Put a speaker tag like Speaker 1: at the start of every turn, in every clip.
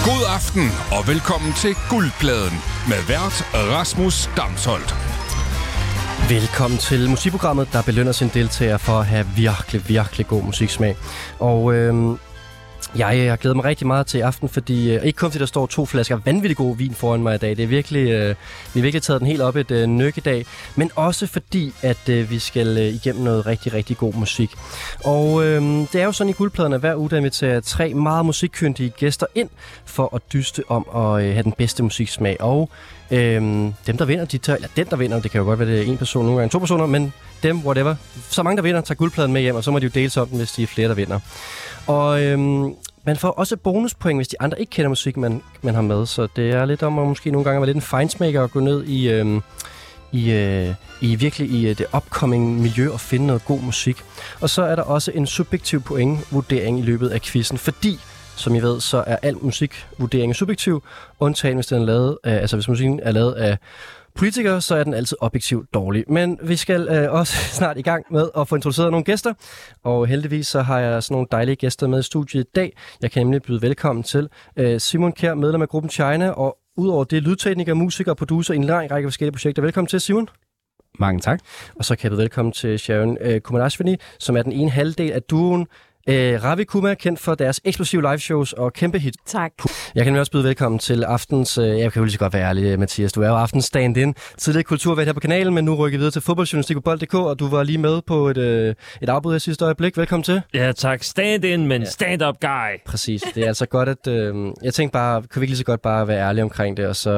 Speaker 1: God aften og velkommen til Guldpladen med vært Rasmus Damsholdt.
Speaker 2: Velkommen til musikprogrammet, der belønner sine deltagere for at have virkelig god musiksmag. Og jeg har glædet mig rigtig meget til aften, fordi ikke kun fordi der står 2 flasker vanvittig god vin foran mig i dag. Det er virkelig, vi har virkelig taget den helt op et nykkedag, men også fordi, at vi skal igennem noget rigtig god musik. Og det er jo sådan i Guldpladen, at hver uge der inviterer 3 meget musikkyndige gæster ind for at dyste om at have den bedste musiksmag. Og dem, der vinder, det kan jo godt være, det er 1 person, nogle gange 2 personer, men dem, whatever. Så mange, der vinder, tager Guldpladen med hjem, og så må de jo dele sig om den, hvis de er flere, der vinder. Og man får også bonuspoint, hvis de andre ikke kender musik, man har med. Så det er lidt om at måske nogle gange være lidt en feinsmaker og gå ned i det upcoming miljø og finde noget god musik. Og så er der også en subjektiv pointvurdering i løbet af quizzen, fordi som I ved, så er al musikvurdering subjektiv, undtagen hvis den er lavet hvis musikken er lavet af politikere, så er den altid objektivt dårlig. Men vi skal også snart i gang med at få introduceret nogle gæster, og heldigvis så har jeg sådan nogle dejlige gæster med i studiet i dag. Jeg kan nemlig byde velkommen til Simon Kjær, medlem af gruppen China, og udover det lydtekniker, musiker og producer i en lang række forskellige projekter. Velkommen til, Simon.
Speaker 3: Mange tak. Og
Speaker 2: så kan jeg byde velkommen til Sharon Kumarashvili, som er den ene halvdel af duoen Ravi Kumar, kendt for deres eksplosive liveshows og kæmpe hit.
Speaker 4: Tak.
Speaker 2: Jeg kan også byde velkommen til aftens, jeg kan jo lige så godt være ærlig, Mathias, du er jo aftens stand-in, tidligere kulturvært her på kanalen, men nu rykker videre til fodboldjournalistik på bold.dk, og du var lige med på et afbud af sidste øjeblik. Velkommen til.
Speaker 5: Ja tak, stand-in, men stand-up guy.
Speaker 2: Præcis, det er altså godt, at jeg tænkte bare, kan vi ikke lige så godt bare være ærlige omkring det, og så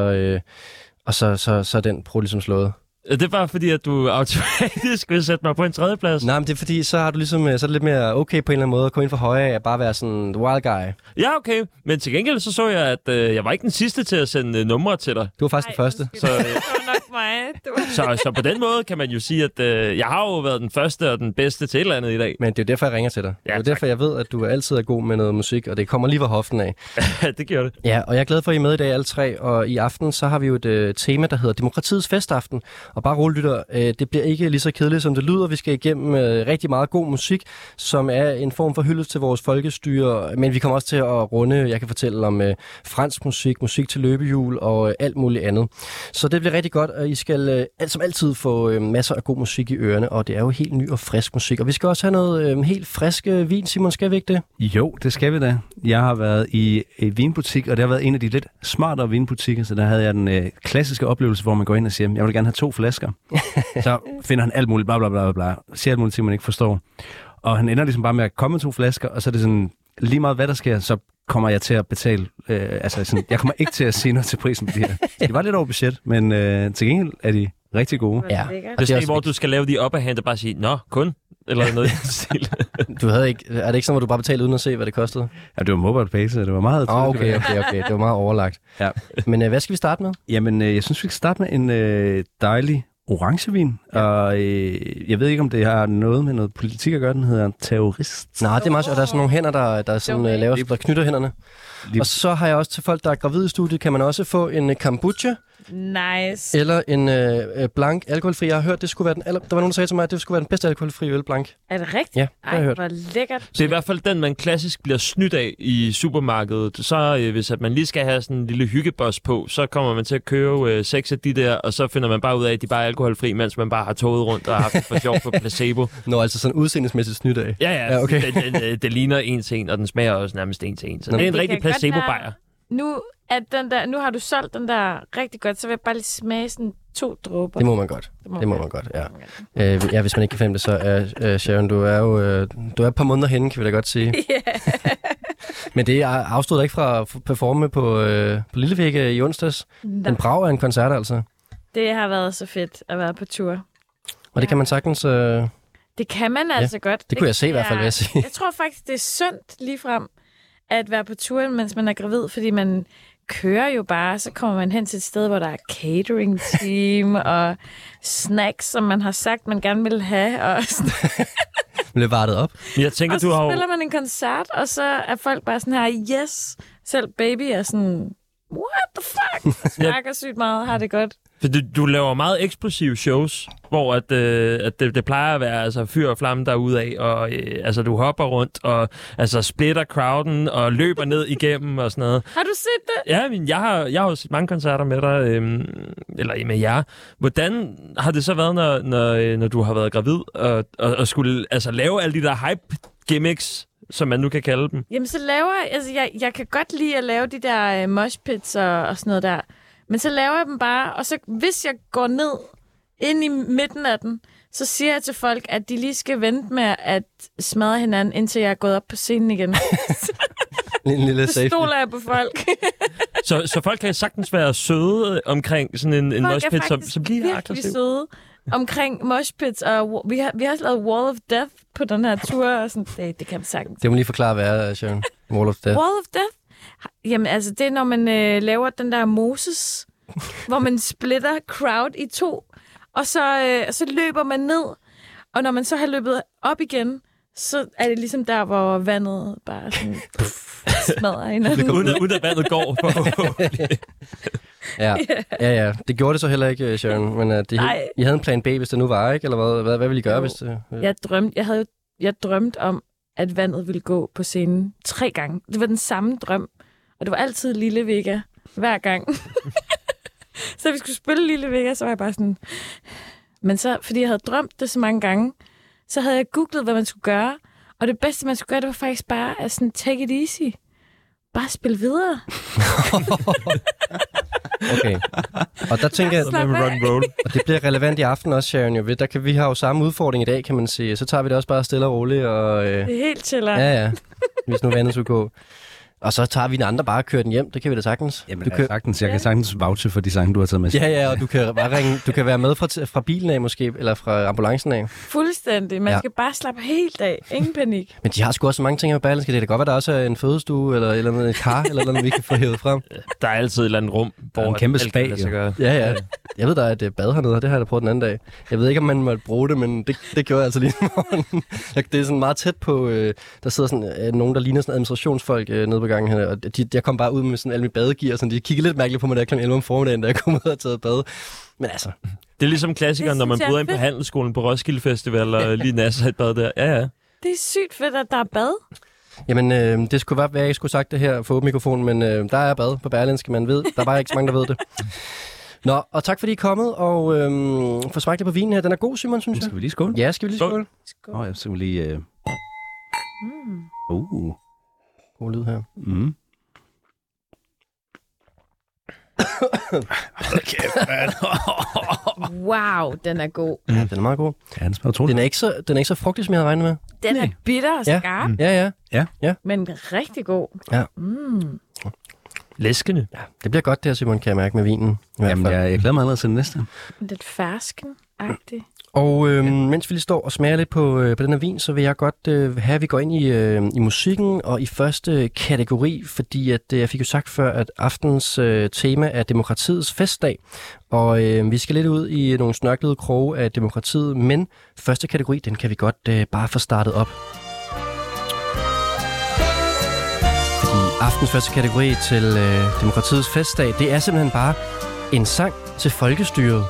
Speaker 2: er den pro ligesom slået.
Speaker 5: Det er bare fordi, at du automatisk vil sætte mig på en 3. plads.
Speaker 2: Nej, men det er fordi, så har du ligesom, så er det lidt mere okay på en eller anden måde at komme ind for højre af, at bare være sådan the wild guy.
Speaker 5: Ja, okay. Men til gengæld så jeg, at jeg var ikke den sidste til at sende numre til dig.
Speaker 2: Du var faktisk den første.
Speaker 4: Så det var nok mig.
Speaker 5: Så på den måde kan man jo sige, at jeg har jo været den første og den bedste til et eller andet i dag.
Speaker 2: Men det er jo derfor, jeg ringer til dig.
Speaker 5: Ja,
Speaker 2: det er derfor, jeg ved, at du altid er god med noget musik, og det kommer lige fra hoften af.
Speaker 5: Det gør det.
Speaker 2: Ja, og jeg er glad for, at I er med i dag alle 3, og i aften så har vi jo et tema, der hedder Demokratiets Festaften. Og bare roligt lytter, det bliver ikke lige så kedeligt, som det lyder. Vi skal igennem rigtig meget god musik, som er en form for hyldest til vores folkestyre, men vi kommer også til at runde, jeg kan fortælle om fransk musik, musik til løbehjul og alt muligt andet. Så det bliver rigtig godt, og I skal som altid få masser af god musik i ørerne, og det er jo helt ny og frisk musik. Og vi skal også have noget helt frisk vin, Simon, skal vi ikke det?
Speaker 3: Jo, det skal vi da. Jeg har været i en vinbutik, og det har været en af de lidt smartere vinbutikker, så der havde jeg den klassiske oplevelse, hvor man går ind og siger, jeg vil gerne have 2 flasker. Så finder han alt muligt, bla bla bla bla, siger alt muligt ting, man ikke forstår. Og han ender ligesom bare med at komme med 2 flasker, og så er det sådan, lige meget hvad der sker, så kommer jeg til at betale, jeg kommer ikke til at sige noget til prisen på de her. Det var lidt over budget, men til gengæld er de rigtig gode.
Speaker 2: Ja.
Speaker 5: Det er hvor du skal lave de upperhand og bare sige, nå, kun, eller noget i den stil.
Speaker 2: Du havde ikke, er det ikke sådan, hvor du bare betalte uden at se, hvad det kostede?
Speaker 3: Ja, det var mobile pay, så det var meget...
Speaker 2: Okay. Det var meget overlagt.
Speaker 3: Ja.
Speaker 2: Men hvad skal vi starte med?
Speaker 3: Jamen, jeg synes, vi skal starte med en dejlig orangevin, og jeg ved ikke, om det har noget med noget politik at gøre, den hedder terrorist.
Speaker 2: Nej, det er meget sjovt. Der er sådan nogle hænder, der sådan, der knytter hænderne. Og så har jeg også til folk, der er gravide i studiet, kan man også få en kombucha.
Speaker 4: Nice.
Speaker 2: Eller en blank alkoholfri. Jeg har hørt, det skulle være der var nogen, der sagde til mig, at det skulle være den bedste alkoholfri øl blank.
Speaker 4: Er det rigtigt?
Speaker 2: Ja, det har jeg hørt.
Speaker 4: Hvor lækkert.
Speaker 5: Det er i hvert fald den, man klassisk bliver snydt af i supermarkedet. Så hvis at man lige skal have sådan en lille hyggeboss på, så kommer man til at købe 6 af de der, og så finder man bare ud af, at de bare er alkoholfri, mens man bare har toget rundt og har haft for sjov på placebo.
Speaker 2: Nå, altså sådan udseendesmæssigt snydt af.
Speaker 5: Ja, okay. Det ligner en til en, og den smager også nærmest en til en. Så det er en rigtig placebo-bajer.
Speaker 4: Nu har du solgt den der rigtig godt, så vil jeg bare lige smage sådan 2 dråber.
Speaker 2: Det må man godt. Det må man godt, ja. Ja, hvis man ikke kan finde det, så er Sharon, du er jo du er et par måneder henne, kan vi da godt sige.
Speaker 4: Yeah.
Speaker 2: Men det afstod dig ikke fra at performe på Lillevæg i onsdags. En brag af en koncert, altså.
Speaker 4: Det har været så fedt at være på tur.
Speaker 2: Og det kan man sagtens...
Speaker 4: Det kan man altså godt.
Speaker 2: Det kunne jeg se i hvert fald, vil jeg sige.
Speaker 4: Jeg tror faktisk, det er sundt ligefrem at være på turen, mens man er gravid, fordi man kører jo bare, så kommer man hen til et sted, hvor der er catering team og snacks, som man har sagt, man gerne vil have. Og
Speaker 2: bliver vartet op.
Speaker 5: Jeg tænker,
Speaker 4: og så spiller man en koncert, og så er folk bare sådan her, yes, selv baby er sådan, what the fuck? Snakker sygt meget, har det godt.
Speaker 5: For du laver meget eksplosive shows, hvor at det plejer at være altså, fyr og flamme derudad, og altså, du hopper rundt og altså, splitter crowden og løber ned igennem og sådan noget.
Speaker 4: Har du set det?
Speaker 5: Ja, men jeg har jo set mange koncerter med dig, eller med jer. Hvordan har det så været, når du har været gravid og skulle altså, lave alle de der hype-gimmicks, som man nu kan kalde dem?
Speaker 4: Jamen, så laver jeg kan godt lide at lave de der moshpits og sådan noget der. Men så laver jeg dem bare, og så hvis jeg går ned ind i midten af den, så siger jeg til folk, at de lige skal vente med at smadre hinanden, indtil jeg er gået op på scenen igen.
Speaker 2: En lille
Speaker 4: Så
Speaker 2: safety.
Speaker 4: stoler jeg på folk.
Speaker 5: Så folk kan sagtens være søde omkring sådan en moshpit, som bliver
Speaker 4: virkelig
Speaker 5: aggressiv.
Speaker 4: søde omkring moshpits, og vi har også lavet Wall of Death på den her tur, og sådan, det kan man sagtens.
Speaker 2: Det må lige forklare, hvad er, Sharon. Wall of Death.
Speaker 4: Wall of Death? Jamen, altså, det er, når man laver den der Moses, hvor man splitter crowd i to, og så løber man ned, og når man så har løbet op igen, så er det ligesom der, hvor vandet bare sådan smadrer hinanden.
Speaker 5: Uden at vandet går.
Speaker 2: Ja. Det gjorde det så heller ikke, Sharon. Men I havde en plan B, hvis det nu var, ikke? Eller hvad ville I gøre, hvis det...
Speaker 4: Jeg drømte om, at vandet ville gå på scenen 3 gange. Det var den samme drøm, og det var altid Lille Vega, hver gang. Så vi skulle spille Lille Vega, så var jeg bare sådan... Men så, fordi jeg havde drømt det så mange gange, så havde jeg googlet, hvad man skulle gøre. Og det bedste, man skulle gøre, det var faktisk bare at sådan, take it easy. Bare spille videre.
Speaker 2: Okay. Og der tænker jeg, og det bliver relevant i aften også, Sharon. Jo. Vi har jo samme udfordring i dag, kan man sige. Så tager vi det også bare stille og roligt. Og,
Speaker 4: det er helt chiller.
Speaker 2: Ja. Hvis nu vandet skulle gå. Og så tager vi den andre bare og kører den hjem. Det kan vi da sagtens.
Speaker 3: Jamen, jeg kan sagtens vouche for de sange, du har taget med.
Speaker 2: Ja, og du kan bare ringe. Du kan være med fra bilen af måske, eller fra ambulancen af.
Speaker 4: Fuldstændig. Man skal bare slappe helt af. Ingen panik.
Speaker 2: Men de har sgu også mange ting med Berlingske. Det kan godt være, der også er en fødestue, eller et kar, eller noget, vi kan få hævet frem.
Speaker 5: Der er altid et eller andet rum, hvor
Speaker 3: en kæmpe
Speaker 5: alt
Speaker 3: spag,
Speaker 5: kan lade sig gøre.
Speaker 2: Ja. Jeg ved, der er et bad hernede, og det har jeg da prøvet den anden dag. Jeg ved ikke, om man måtte bruge det, men det gjorde jeg altså lige i morgen. Det er sådan meget tæt på, der sidder sådan nogen, der ligner sådan administrationsfolk nede på gangen her, og jeg kom bare ud med sådan alle mine badegear, og de kiggede lidt mærkeligt på mig, der kl. 11 om formiddagen, da jeg kom ud og taget bad. Men altså...
Speaker 5: Det er ligesom klassikeren, når man bryder ind på Handelsskolen på Roskilde Festival, og lige nasser et bad der. Ja.
Speaker 4: Det er sygt fedt, at der er bad.
Speaker 2: Jamen, det skulle være, at jeg ikke skulle sagt det her for åben mikrofon, men der er bad på Berlingske, man ved. Der er bare ikke så mange, der ved det. Nå, og tak fordi I er kommet, og få smagt lidt på vinen her. Den er god, Simon, synes jeg.
Speaker 3: Skal vi lige skåle?
Speaker 2: Ja, skal vi lige skåle?
Speaker 3: Åh, jeg skal lige...
Speaker 2: God lyd her.
Speaker 4: Wow, den er god.
Speaker 2: Ja, den er meget god.
Speaker 3: Ja, den smager utroligt.
Speaker 2: Den er ikke så frugtig, som jeg havde regnet med.
Speaker 4: Den er bitter og skarp,
Speaker 2: Ja.
Speaker 4: men rigtig god.
Speaker 2: Ja.
Speaker 5: Læskende.
Speaker 2: Ja, det bliver godt, det her, Simon, kan jeg mærke med vinen.
Speaker 3: Jamen, jeg glæder mig allerede til det næste.
Speaker 4: Lidt fersken-agtig.
Speaker 2: Og mens vi lige står og smager lidt på den her vin, så vil jeg godt have, at vi går ind i musikken og i første kategori, fordi at, jeg fik jo sagt før, at aftens tema er demokratiets festdag. Og vi skal lidt ud i nogle snørklede kroge af demokratiet, men første kategori, den kan vi godt bare få startet op. Aftens første kategori til demokratiets festdag, det er simpelthen bare en sang til folkestyret.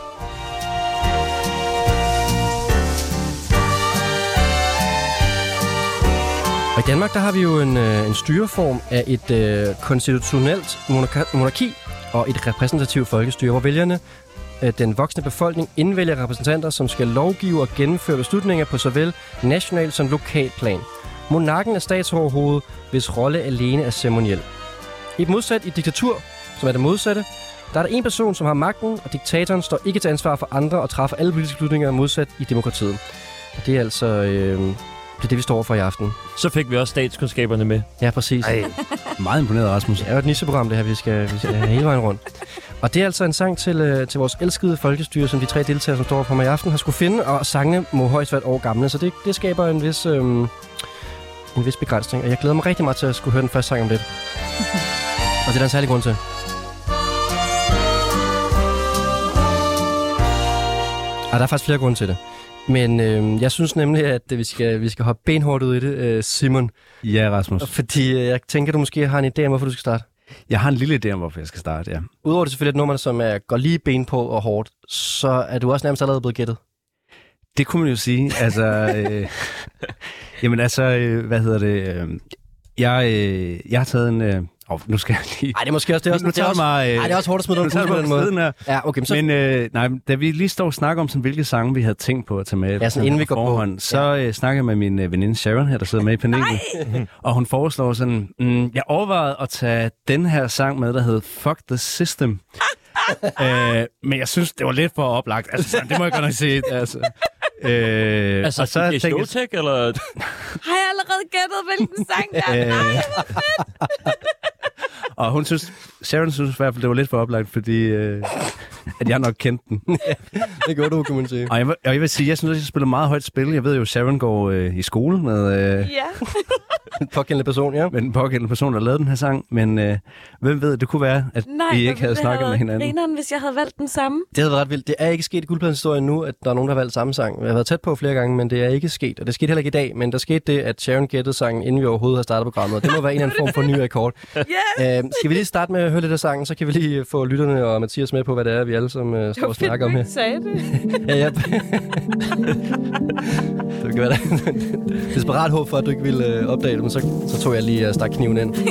Speaker 2: Og i Danmark, der har vi jo en styreform af et konstitutionelt monarki og et repræsentativt folkestyre, hvor vælgerne, den voksne befolkning, indvælger repræsentanter, som skal lovgive og gennemføre beslutninger på såvel national som lokal plan. Monarken er statsoverhoved, hvis rolle alene er ceremoniel. I modsat i diktatur, som er det modsatte, der er der en person, som har magten, og diktatoren står ikke til ansvar for andre og træffer alle politiske beslutninger modsat i demokratiet. Og det er altså det, vi står for i aften.
Speaker 5: Så fik vi også statskundskaberne med.
Speaker 2: Ja, præcis.
Speaker 3: Ej, meget imponeret, Rasmus.
Speaker 2: Det er jo et nicheprogram, det her, vi skal have hele vejen rundt. Og det er altså en sang til vores elskede folkestyre, som de 3 deltagere, som står for mig i aften, har skulle finde, og sangene må højst være et år gamle, så det skaber en vis begrænsning. Og jeg glæder mig rigtig meget til at skulle høre den første sang om lidt. Og det er der en særlig grund til. Og der er faktisk flere grunde til det. Men jeg synes nemlig, at vi skal hoppe benhårdt ud i det, Simon.
Speaker 3: Ja, Rasmus.
Speaker 2: Fordi jeg tænker, du måske har en idé om, hvorfor du skal starte.
Speaker 3: Jeg har en lille idé om, hvorfor jeg skal starte, ja.
Speaker 2: Udover det selvfølgelig et nummer, som går lige ben på og hårdt, så er du også nærmest allerede blevet gættet.
Speaker 3: Det kunne man jo sige. Altså, hvad hedder det? Jeg har taget en... nu skal jeg lige...
Speaker 2: Ej, det er måske også... Det er også hårdt at smide på den måde. Ja, okay, så...
Speaker 3: Men da vi lige står og snakker om, sådan, hvilke sange vi havde tænkt på at tage med,
Speaker 2: sådan, inden vi går
Speaker 3: forhånd, på. Så snakker jeg med min veninde Sharon her, der sidder med i panelet. Og hun foreslår sådan... jeg overvejede at tage den her sang med, der hedder Fuck the System. Men jeg synes, det var lidt for oplagt. Altså, sådan, det må jeg godt nok sige.
Speaker 5: Altså,
Speaker 3: så
Speaker 5: det er Showtek, eller?
Speaker 4: Har jeg allerede gættet, hvilken sang der er? Nej, hvor fedt!
Speaker 3: Og Sharon synes i hvert fald, det var lidt for oplagt, fordi at jeg nok kendte den.
Speaker 2: Det gjorde du, kan man sige.
Speaker 3: Og jeg vil sige, jeg synes, at jeg spiller meget højt spil. Jeg ved jo, Sharon går i skole med...
Speaker 2: en pågældende person, ja.
Speaker 3: Med den pågældende person, der lavede den her sang. Men hvem ved, det kunne være, at I ikke havde snakket med hinanden.
Speaker 4: Nej, hvis jeg havde valgt den samme.
Speaker 2: Det havde været ret vildt. Det er ikke sket i Guldpladens historie nu, at der er nogen, der har valgt samme sang. Jeg har været tæt på flere gange, men det er ikke sket. Og det skete heller ikke i dag, men der skete det, at Sharon gættede sangen, inden vi overhovedet har startet programmet. Det må være en eller anden form for ny rekord.
Speaker 4: Yes!
Speaker 2: Skal vi lige starte med at høre lidt af sangen, så kan vi lige få lytterne og Mathias med på, hvad det er, vi alle som står og snakker om her.
Speaker 4: Det var fedt, du ikke sagde det.
Speaker 2: Det kan være desperat håb for, at du ikke ville opdage det, men så tog jeg lige og stak kniven ind.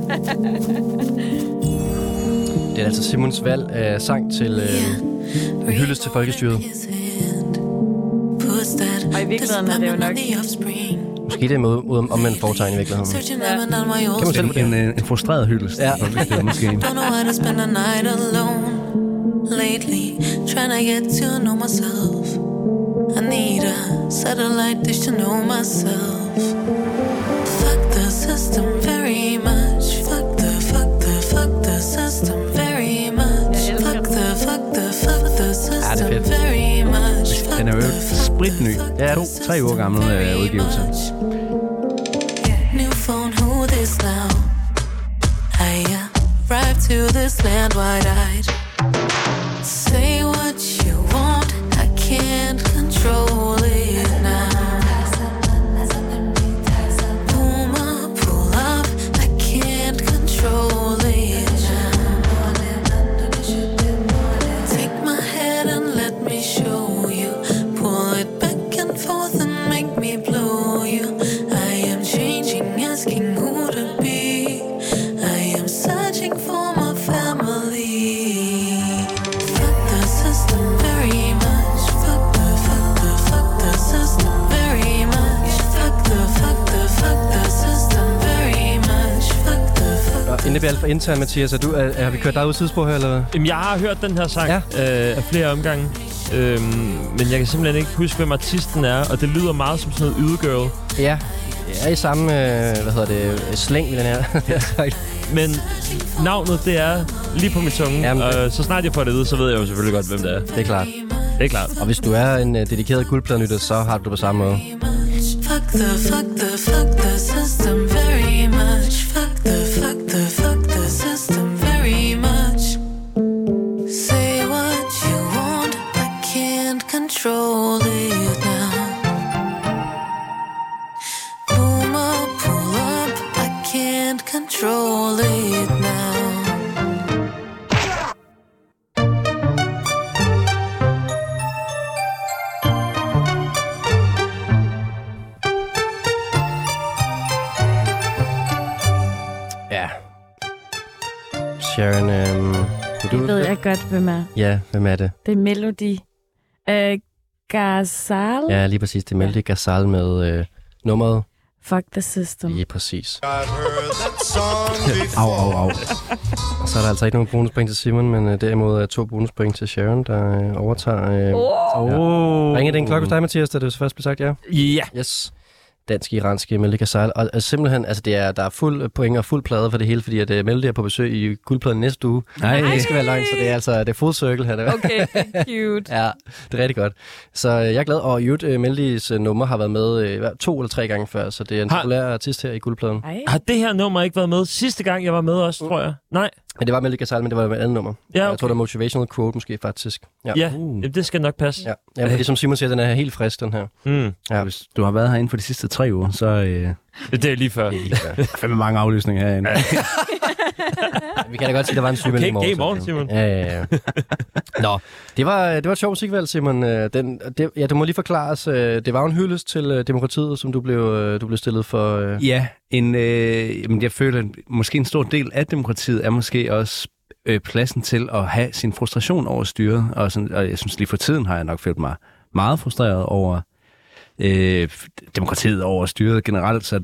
Speaker 2: Det er altså Simons valg af sang til en hyldest til folkestyret.
Speaker 4: Og i virkeligheden er det jo nok...
Speaker 2: Måske det er med om man foretegn i virkeligheden.
Speaker 4: Ja.
Speaker 2: Kan man selv på det?
Speaker 3: En frustreret hyldest.
Speaker 2: Ja.
Speaker 3: Måske.
Speaker 6: Lately, trying to get to know myself. I need a satellite dish to know myself. Fuck the system very much. Fuck the system very much. Fuck the system very much.
Speaker 3: Den er jo spritny.
Speaker 2: Ja,
Speaker 3: 2-3 år gammel udgivelse.
Speaker 6: New phone, who this now? I arrived to this land wide-eyed. Say what you want, I can't control it now. Boom up, pull up, I can't control it now. Take my head and let me show you. Pull it back and forth and make me blow you. I am changing, asking who to be. I am searching for my family.
Speaker 2: Inden det bliver alt for intern, Mathias, har vi kørt dig ud sidespor her, eller hvad?
Speaker 5: Jamen, jeg har hørt den her sang af flere omgange, men jeg kan simpelthen ikke huske, hvem artisten er, og det lyder meget som sådan noget ydegirl.
Speaker 2: Ja, det er i samme, slæng, vil den her.
Speaker 5: Men navnet, det er lige på min tunge,
Speaker 2: jamen,
Speaker 5: og så snart jeg får det ud, så ved jeg jo selvfølgelig godt, hvem det er.
Speaker 2: Det er klart.
Speaker 5: Det er klart.
Speaker 2: Og hvis du er en dedikeret guldpladenytter, så har du det på samme måde.
Speaker 6: Fuck the system very much. Fuck the system very much. Say what you want, I can't control it now. Boom up, pull up, I can't control it now.
Speaker 2: Sharon,
Speaker 4: det ved jeg godt, hvem er.
Speaker 2: Ja, hvem er det?
Speaker 4: Det er Melody Ghazal.
Speaker 2: Ja, lige præcis. Det er Melody Ghazal med nummeret.
Speaker 4: Fuck the system.
Speaker 2: Ja, præcis. Au. Så er der altså ikke nogen bonuspoint til Simon, men derimod 2 bonuspoint til Sharon, der overtager... Ringer det en klokke hos dig, Mathias, da det først blev sagt, ja?
Speaker 5: Ja.
Speaker 2: Yes. Dansk-iranske Melody Ghazal. Og simpelthen, altså der er fuld point og fuld plade for det hele, fordi at Melody er på besøg i Guldpladen næste uge. Nej, det skal være løgn, så det er det er full circle her.
Speaker 4: Okay, cute.
Speaker 2: Ja, det er rigtig godt. Så jeg er glad, og Melodys nummer har været med 2 eller 3 gange før, så det er en populær artist her i Guldpladen.
Speaker 5: Har det her nummer ikke været med sidste gang, jeg var med også, tror jeg? Nej.
Speaker 2: Men det var Melody Ghazal, men det var et andet nummer.
Speaker 5: Ja, okay.
Speaker 2: Jeg tror, det er Motivational Quote måske faktisk.
Speaker 5: Ja, det skal nok passe.
Speaker 2: Ja, men det som Simon siger, den er helt frisk, den her.
Speaker 3: Ja. Hvis du har været herinde for de sidste 3 uger, så...
Speaker 5: Det er lige før.
Speaker 3: Der er fandme mange aflysninger herinde.
Speaker 2: Vi kan da godt sige, der var en sygemelding i morgen.
Speaker 5: Okay, morgen, Simon.
Speaker 2: Ja. Nå, det var et sjovt musikvalg, Simon. Du må lige forklare os. Det var jo en hyldest til demokratiet, som du blev stillet for.
Speaker 3: Ja, jeg føler, at måske en stor del af demokratiet er måske også pladsen til at have sin frustration over styret. Og jeg synes lige for tiden har jeg nok følt mig meget frustreret over demokratiet, over styret generelt. Så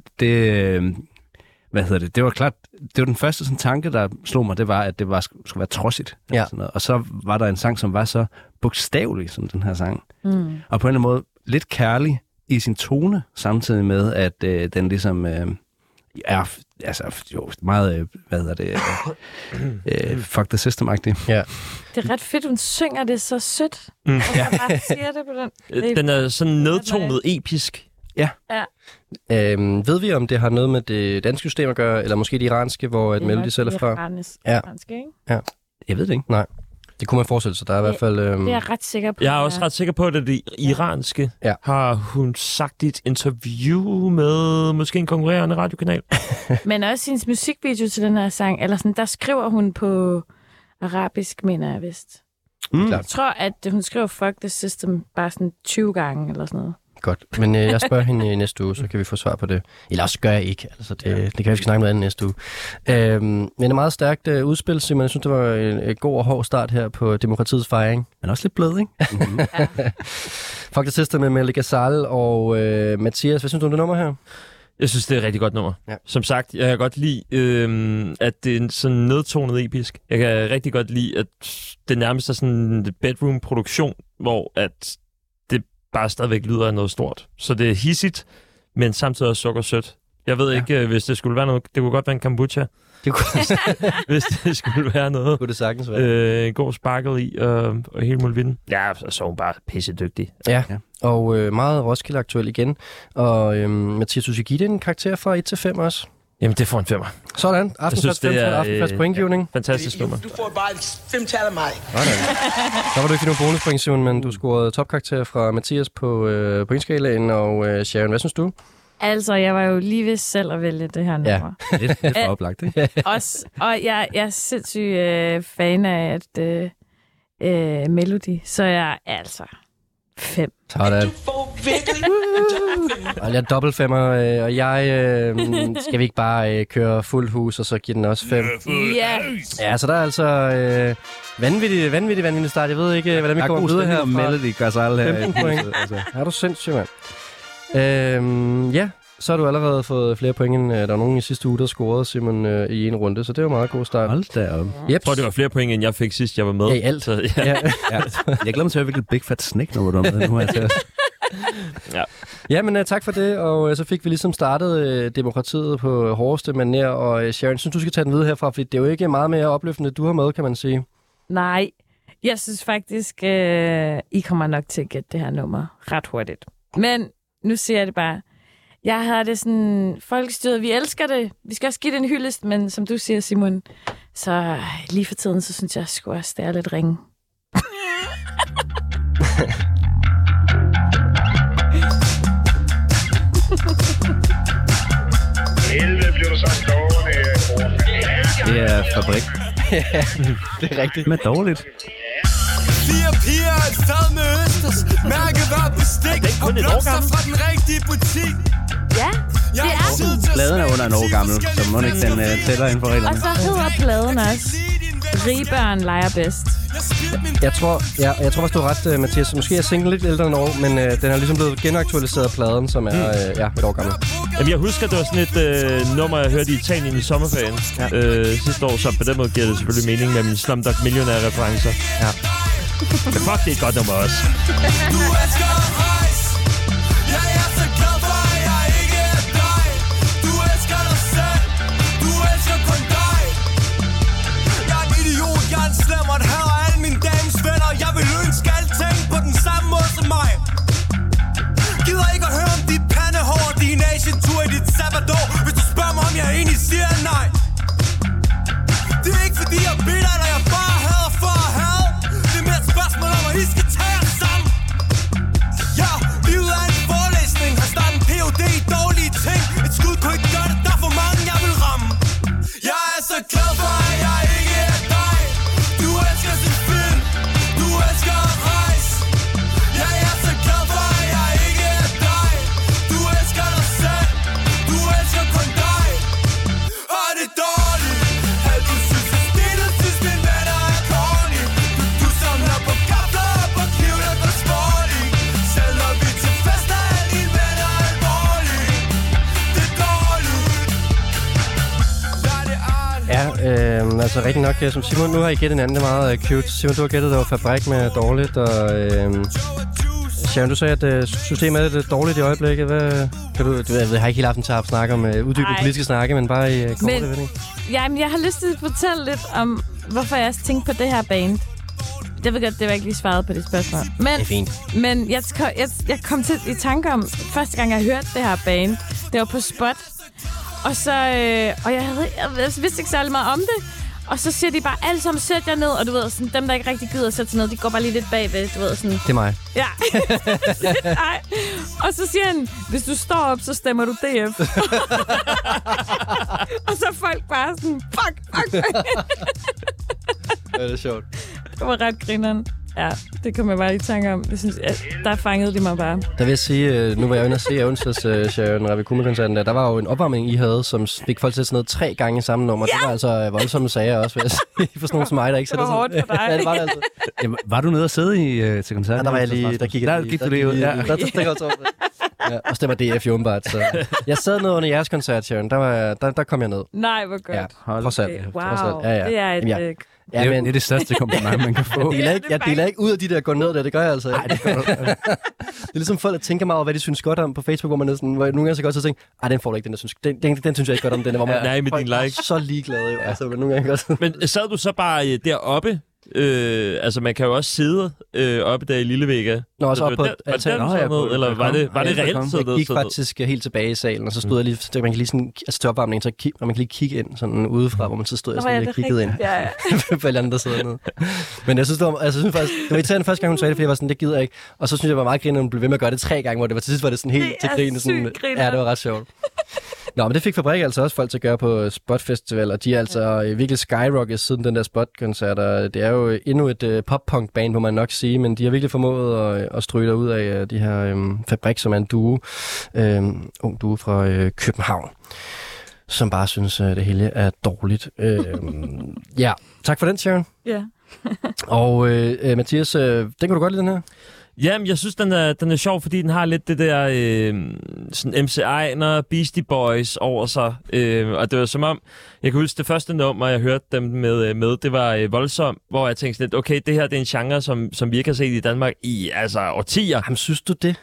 Speaker 3: det var klart, det var den første sådan, tanke, der slog mig, det var, at det skulle være trodsigt.
Speaker 2: Ja.
Speaker 3: Og så var der en sang, som var så bogstavelig som den her sang. Og på en eller anden måde lidt kærlig i sin tone, samtidig med, at den ligesom er meget, fuck the system-agtig.
Speaker 2: Ja.
Speaker 4: Det er ret fedt, hun synger det så sødt. Og så bare siger det på den.
Speaker 5: Den er sådan nedtonet episk.
Speaker 3: Ja.
Speaker 2: Ved vi, om det har noget med det danske system at gøre, eller måske det iranske, hvor et Melody selv er fra?
Speaker 4: Iranske, ikke?
Speaker 2: Ja.
Speaker 3: Jeg ved det ikke.
Speaker 2: Nej. Det kunne man forestille sig. Der er i hvert fald...
Speaker 4: Det er jeg ret sikker på.
Speaker 5: Jeg er også ret sikker på, at det iranske har hun sagt i et interview med måske en konkurrerende radiokanal.
Speaker 4: Men også hendes musikvideo til den her sang, eller sådan, der skriver hun på arabisk, mener jeg vist. Jeg tror, at hun skriver fuck the system bare sådan 20 gange, eller sådan noget.
Speaker 2: Godt, men jeg spørger hende i næste uge, så kan vi få svar på det. Eller også gør jeg ikke, altså det kan vi snakke om noget andet næste uge. Men et meget stærkt udspil, Simon. Jeg synes, det var en god og hård start her på demokratiets fejring.
Speaker 3: Men også lidt blød, ikke?
Speaker 2: Fuck the system med Melody Gazal og Mathias. Hvad synes du om det nummer her?
Speaker 5: Jeg synes, det er et rigtig godt nummer. Ja. Som sagt, jeg kan godt lide, at det er sådan nedtonet episk. Jeg kan rigtig godt lide, at det nærmest er sådan en bedroom-produktion, hvor at det bare stadigvæk lyder af noget stort. Så det er hissigt, men samtidig også sukkersødt. Jeg ved ikke, hvis det skulle være noget... Det kunne godt være en kombucha.
Speaker 2: Det kunne
Speaker 5: hvis det skulle være noget.
Speaker 2: Kunne det sagtens være.
Speaker 5: En god sparkle i og helt muligheden. Ja, så er hun bare pissedygtig.
Speaker 2: Ja. Og meget Roskilde aktuel igen. Og Mathias, du skal give det en karakter fra 1 til 5 også?
Speaker 5: Jamen, det får en 5'er.
Speaker 2: Sådan. Aftenplads 5 aftenplads pointgivning.
Speaker 5: Fantastisk nummer.
Speaker 7: Du får bare et 5-tal af mig.
Speaker 2: Så var du ikke nogen bonuspoint, Simon, men du scorede topkarakter fra Mathias på pointskalaen. Og Sharon, hvad synes du?
Speaker 4: Altså, jeg var jo lige ved selv at vælge det her nummer.
Speaker 3: Ja, lidt for oplagt, ikke?
Speaker 4: Og jeg er sindssygt fan af Melody, så jeg er altså 5.
Speaker 2: Sådan. Og jeg er dobbelt 5'er, og jeg skal vi ikke bare køre fuld hus, og så give den også 5?
Speaker 4: Ja.
Speaker 2: Ja, så der er altså vanvittig start. Jeg ved ikke, hvordan vi kommer videre her.
Speaker 3: Melody Gazal her.
Speaker 2: 15 point. Er du sindssygt, mand? Ja, så har du allerede fået flere point, end der var nogen i sidste uge, der scorede, Simon, i en runde. Så det var meget god start.
Speaker 3: Hold da op.
Speaker 5: Jeg tror, det var flere point, end jeg fik sidst, jeg var med.
Speaker 2: Ja, i alt.
Speaker 5: Så, ja.
Speaker 3: Jeg glæder mig til at høre Big Fat Snake, når du er med nu her.
Speaker 2: Ja, men tak for det, og så fik vi ligesom startet demokratiet på hårdeste manér, og Sharon, synes du skal tage den videre herfra, for det er jo ikke meget mere opløftende, du har med, kan man sige.
Speaker 4: Nej, jeg synes faktisk, I kommer nok til at gætte det her nummer ret hurtigt. Men nu siger jeg det bare. Jeg har det sådan, folkestyret, vi elsker det. Vi skal også give det en hyldest, men som du siger, Simon, så lige for tiden, så synes jeg sgu også, det er lidt ringe.
Speaker 8: Helvede bliver du så stående.
Speaker 3: Det er fabrik.
Speaker 2: Ja, det er rigtigt.
Speaker 3: Men dårligt.
Speaker 7: 4 piger og et fad med østers. Mærkevær bestik og blomster fra den rigtige butik.
Speaker 4: Ja, det er den.
Speaker 3: Pladen er under en år gammel, så må ikke den tæller inden for reglerne.
Speaker 4: Og så hedder pladen også Rige børn leger bedst.
Speaker 2: Jeg tror faktisk, du har ret, Mathias. Måske er singlen lidt ældre end år, men den er ligesom blevet genaktualiseret af pladen, som er et år gammel.
Speaker 5: Jamen, jeg husker, det var sådan et nummer, jeg hørte i Italien i sommerferien sidste år, så på den måde giver det selvfølgelig mening med mine Slumdog Millionaire-referencer.
Speaker 2: Ja.
Speaker 5: Men fuck, det er et godt nummer også.
Speaker 7: Du elsker hejs. Jeg er så glad for, at jeg ikke er dig. Du elsker dig selv. Du elsker kun dig. Jeg er en idiot, jeg er en slemmert. Her er alle mine dames venner. Jeg vil ønske alting på den samme måde som mig. Gider ikke at høre om dit pandehår og din Asian-tur i dit sabbatår. Hvis du spørger mig, om jeg egentlig siger nej. Det er ikke fordi, jeg er bitter, når jeg bare hader for at have. Det er mere et spørgsmål om, at I skal tage jer sammen. Ja, livet er en forelæsning. Har starten
Speaker 2: altså rigtig nok, som Simon, nu har I gættet en anden, det er meget cute. Simon, du har gættet, der var Fabrik med dårligt, og Sharon, du sagde, at systemet er lidt dårligt i øjeblikket. Hvad, kan du, jeg har ikke helt haft en til at snakke om uddybende politiske snakke, men bare i korte vending.
Speaker 4: Jamen, jeg har lyst til at fortælle lidt om, hvorfor jeg tænkte på det her band. Det ved godt, det var ikke lige svaret på det spørgsmål. Men,
Speaker 2: det er fint.
Speaker 4: Men jeg kom til i tanke om, første gang jeg hørte det her band, det var på Spot. Og så, og jeg vidste ikke særlig meget om det. Og så siger de bare, alle sammen sæt jer ned. Og du ved, sådan, dem der ikke rigtig gider at sætte sig ned, de går bare lige lidt bagved, du ved sådan.
Speaker 2: Det er mig.
Speaker 4: Ja. Nej. Og så siger han, hvis du står op, så stemmer du DF. Og så folk bare sådan, fuck.
Speaker 2: Ja, det er sjovt.
Speaker 4: Det var ret grineren. Ja, det kom jeg bare i tanke om. Jeg synes, der fangede de mig bare.
Speaker 2: Der vil jeg sige, nu var jeg inde og se onsdags Sharon Ravikuma-koncerten der var jo en opvarmning, I havde, som fik folk til sådan noget 3 gange i samme nummer. Ja! Det var altså voldsomme sager også, vil jeg sige, for sådan nogen som mig, der ikke
Speaker 4: sætter sig. Det var hårdt for dig.
Speaker 2: Ja, det var det altså.
Speaker 3: Jamen, var du nede og sidde til koncerten?
Speaker 2: Ja, der var jeg lige, der kiggede.
Speaker 3: Der gik du lige ud, ja.
Speaker 2: Ja, og stemmer DF jo åbenbart, så... Jeg sad nede under jeres koncert, Sharon. Der kom jeg ned.
Speaker 4: Nej, hvor godt.
Speaker 2: Ja, trods alt.
Speaker 4: Wow, det er et...
Speaker 2: Ja, men
Speaker 3: det er det største kompliment, man kan få.
Speaker 2: Jeg deler ikke ud af de der går ned der, det gør jeg altså.
Speaker 3: Nej, det gør du.
Speaker 2: Det er ligesom folk, der tænker meget over, hvad de synes godt om på Facebook, hvor man sådan, hvor nogle gange så godt så tænker, den får du ikke, den synes jeg ikke godt om, den der, hvor man
Speaker 5: nej, med din like.
Speaker 2: Så ligeglade jo, altså, men nogle gange godt.
Speaker 5: Men sad du så bare deroppe? Altså, man kan jo også sidde oppe der i Lillevægge.
Speaker 2: Nå, også op på
Speaker 5: eller var det reelt siddet?
Speaker 2: Jeg gik faktisk helt tilbage i salen, og så stod jeg lige, så man kan lige sådan, altså til opvarmningen, så man kan lige kigge ind sådan udefra, hvor man så stod jeg sådan lige kiggede ind.
Speaker 4: Ja.
Speaker 2: For alle andre, der sidder nede. Men jeg synes faktisk, det var irriterende første gang, hun sagde det, fordi jeg var sådan, det gider jeg ikke. Og så synes jeg var meget grinerende, at hun blev ved med at gøre det 3 gange, hvor det var til sidst var det sådan helt til grin. Sådan, ja, det var ret sjovt. Nå, men det fik Fabrik altså også folk til at gøre på Spot Festival, og de er altså virkelig skyrocket siden den der Spot-koncert. Det er jo endnu et pop-punk-band, må man nok sige, men de har virkelig formået at stryge ud af de her Fabrik, som er en duo, ung duo fra København, som bare synes, det hele er dårligt. Ja, tak for den, Sharon.
Speaker 4: Ja.
Speaker 2: Og Mathias, den kan du godt lide, den her?
Speaker 5: Jamen, jeg synes, den er sjov, fordi den har lidt det der sådan MC Einar, Beastie Boys over sig. Og det var som om, jeg kan huske det første nummer, jeg hørte dem med det var Voldsom, hvor jeg tænkte lidt, okay, det her det er en genre, som vi ikke har set i Danmark i årtier.
Speaker 2: Jamen, synes du det?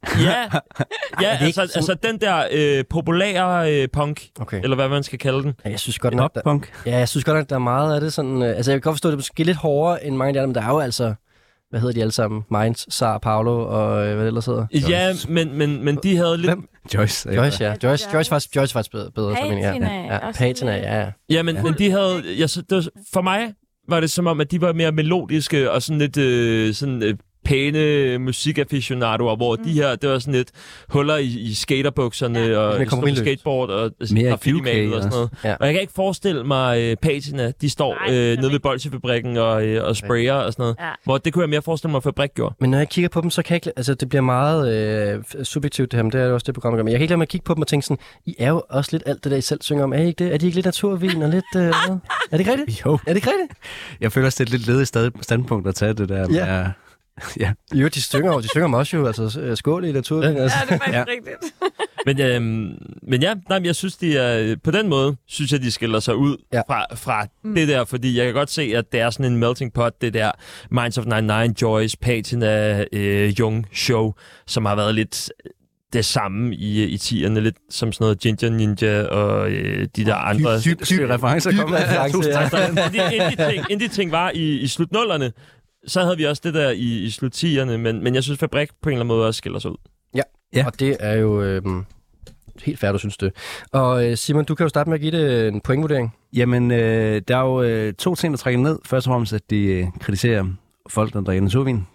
Speaker 5: Ja, altså den der populære punk, eller hvad man skal kalde den.
Speaker 2: Ja, jeg synes godt nok, jeg synes godt nok, der er meget af det sådan... altså, jeg kan godt forstå, at det er måske lidt hårdere end mange af de andre, men der er jo altså... Hvad hedder de alle sammen? Minds, Sar, Paolo og hvad det ellers hedder?
Speaker 5: Ja, men de havde lidt...
Speaker 2: Hvem? Joyce, ja. Joyce faktisk bedre. Patina, ja.
Speaker 5: Ja, men de havde... For mig var det som om, at de var mere melodiske og sådan lidt... pæne musikaficionadoer, hvor de her, det var sådan lidt huller i skaterbukserne og skateboard og graffiti-malet og sådan noget. Ja. Og jeg kan ikke forestille mig Patina, de står nede ved Bolsjefabrikken og sprayer og sådan noget, hvor det kunne jeg mere forestille mig, at Fabrik gjorde.
Speaker 2: Men når jeg kigger på dem, så kan jeg ikke, altså det bliver meget subjektivt det her, men det er jo også det program, men jeg kan ikke lade mig at kigge på dem og tænke sådan, I er jo også lidt alt det der, I selv synger om, er I ikke det? Er de ikke lidt naturvin og lidt... Er det ikke rigtigt?
Speaker 3: Jo.
Speaker 2: Er det ikke rigtigt?
Speaker 3: Jeg føler også, det er lidt ledigt standpunkt at tage det der.
Speaker 2: Ja. Ja. Jo, de synger om også jo, altså skål i naturen. Altså.
Speaker 4: Ja, det er faktisk rigtigt.
Speaker 5: men jeg synes, de er, på den måde, synes jeg, de skiller sig ud fra det der, fordi jeg kan godt se, at det er sådan en melting pot, det der Minds of 99, Joyce, Patina, Young Show, som har været lidt det samme i 10'erne, lidt som sådan noget Ginger Ninja og de der andre...
Speaker 3: Dybe referencer kommer.
Speaker 5: Indie-ting var i slut 0'erne, så havde vi også det der i slut 10'erne, men jeg synes, Fabrik på en eller anden måde også skiller sig ud.
Speaker 2: Ja. Og det er jo helt fair, du synes det. Og Simon, du kan jo starte med at give det en pointvurdering.
Speaker 3: Jamen, der er jo 2 ting, der trækker ned. Først og fremmest, at de kritiserer folk, der drikker naturvin.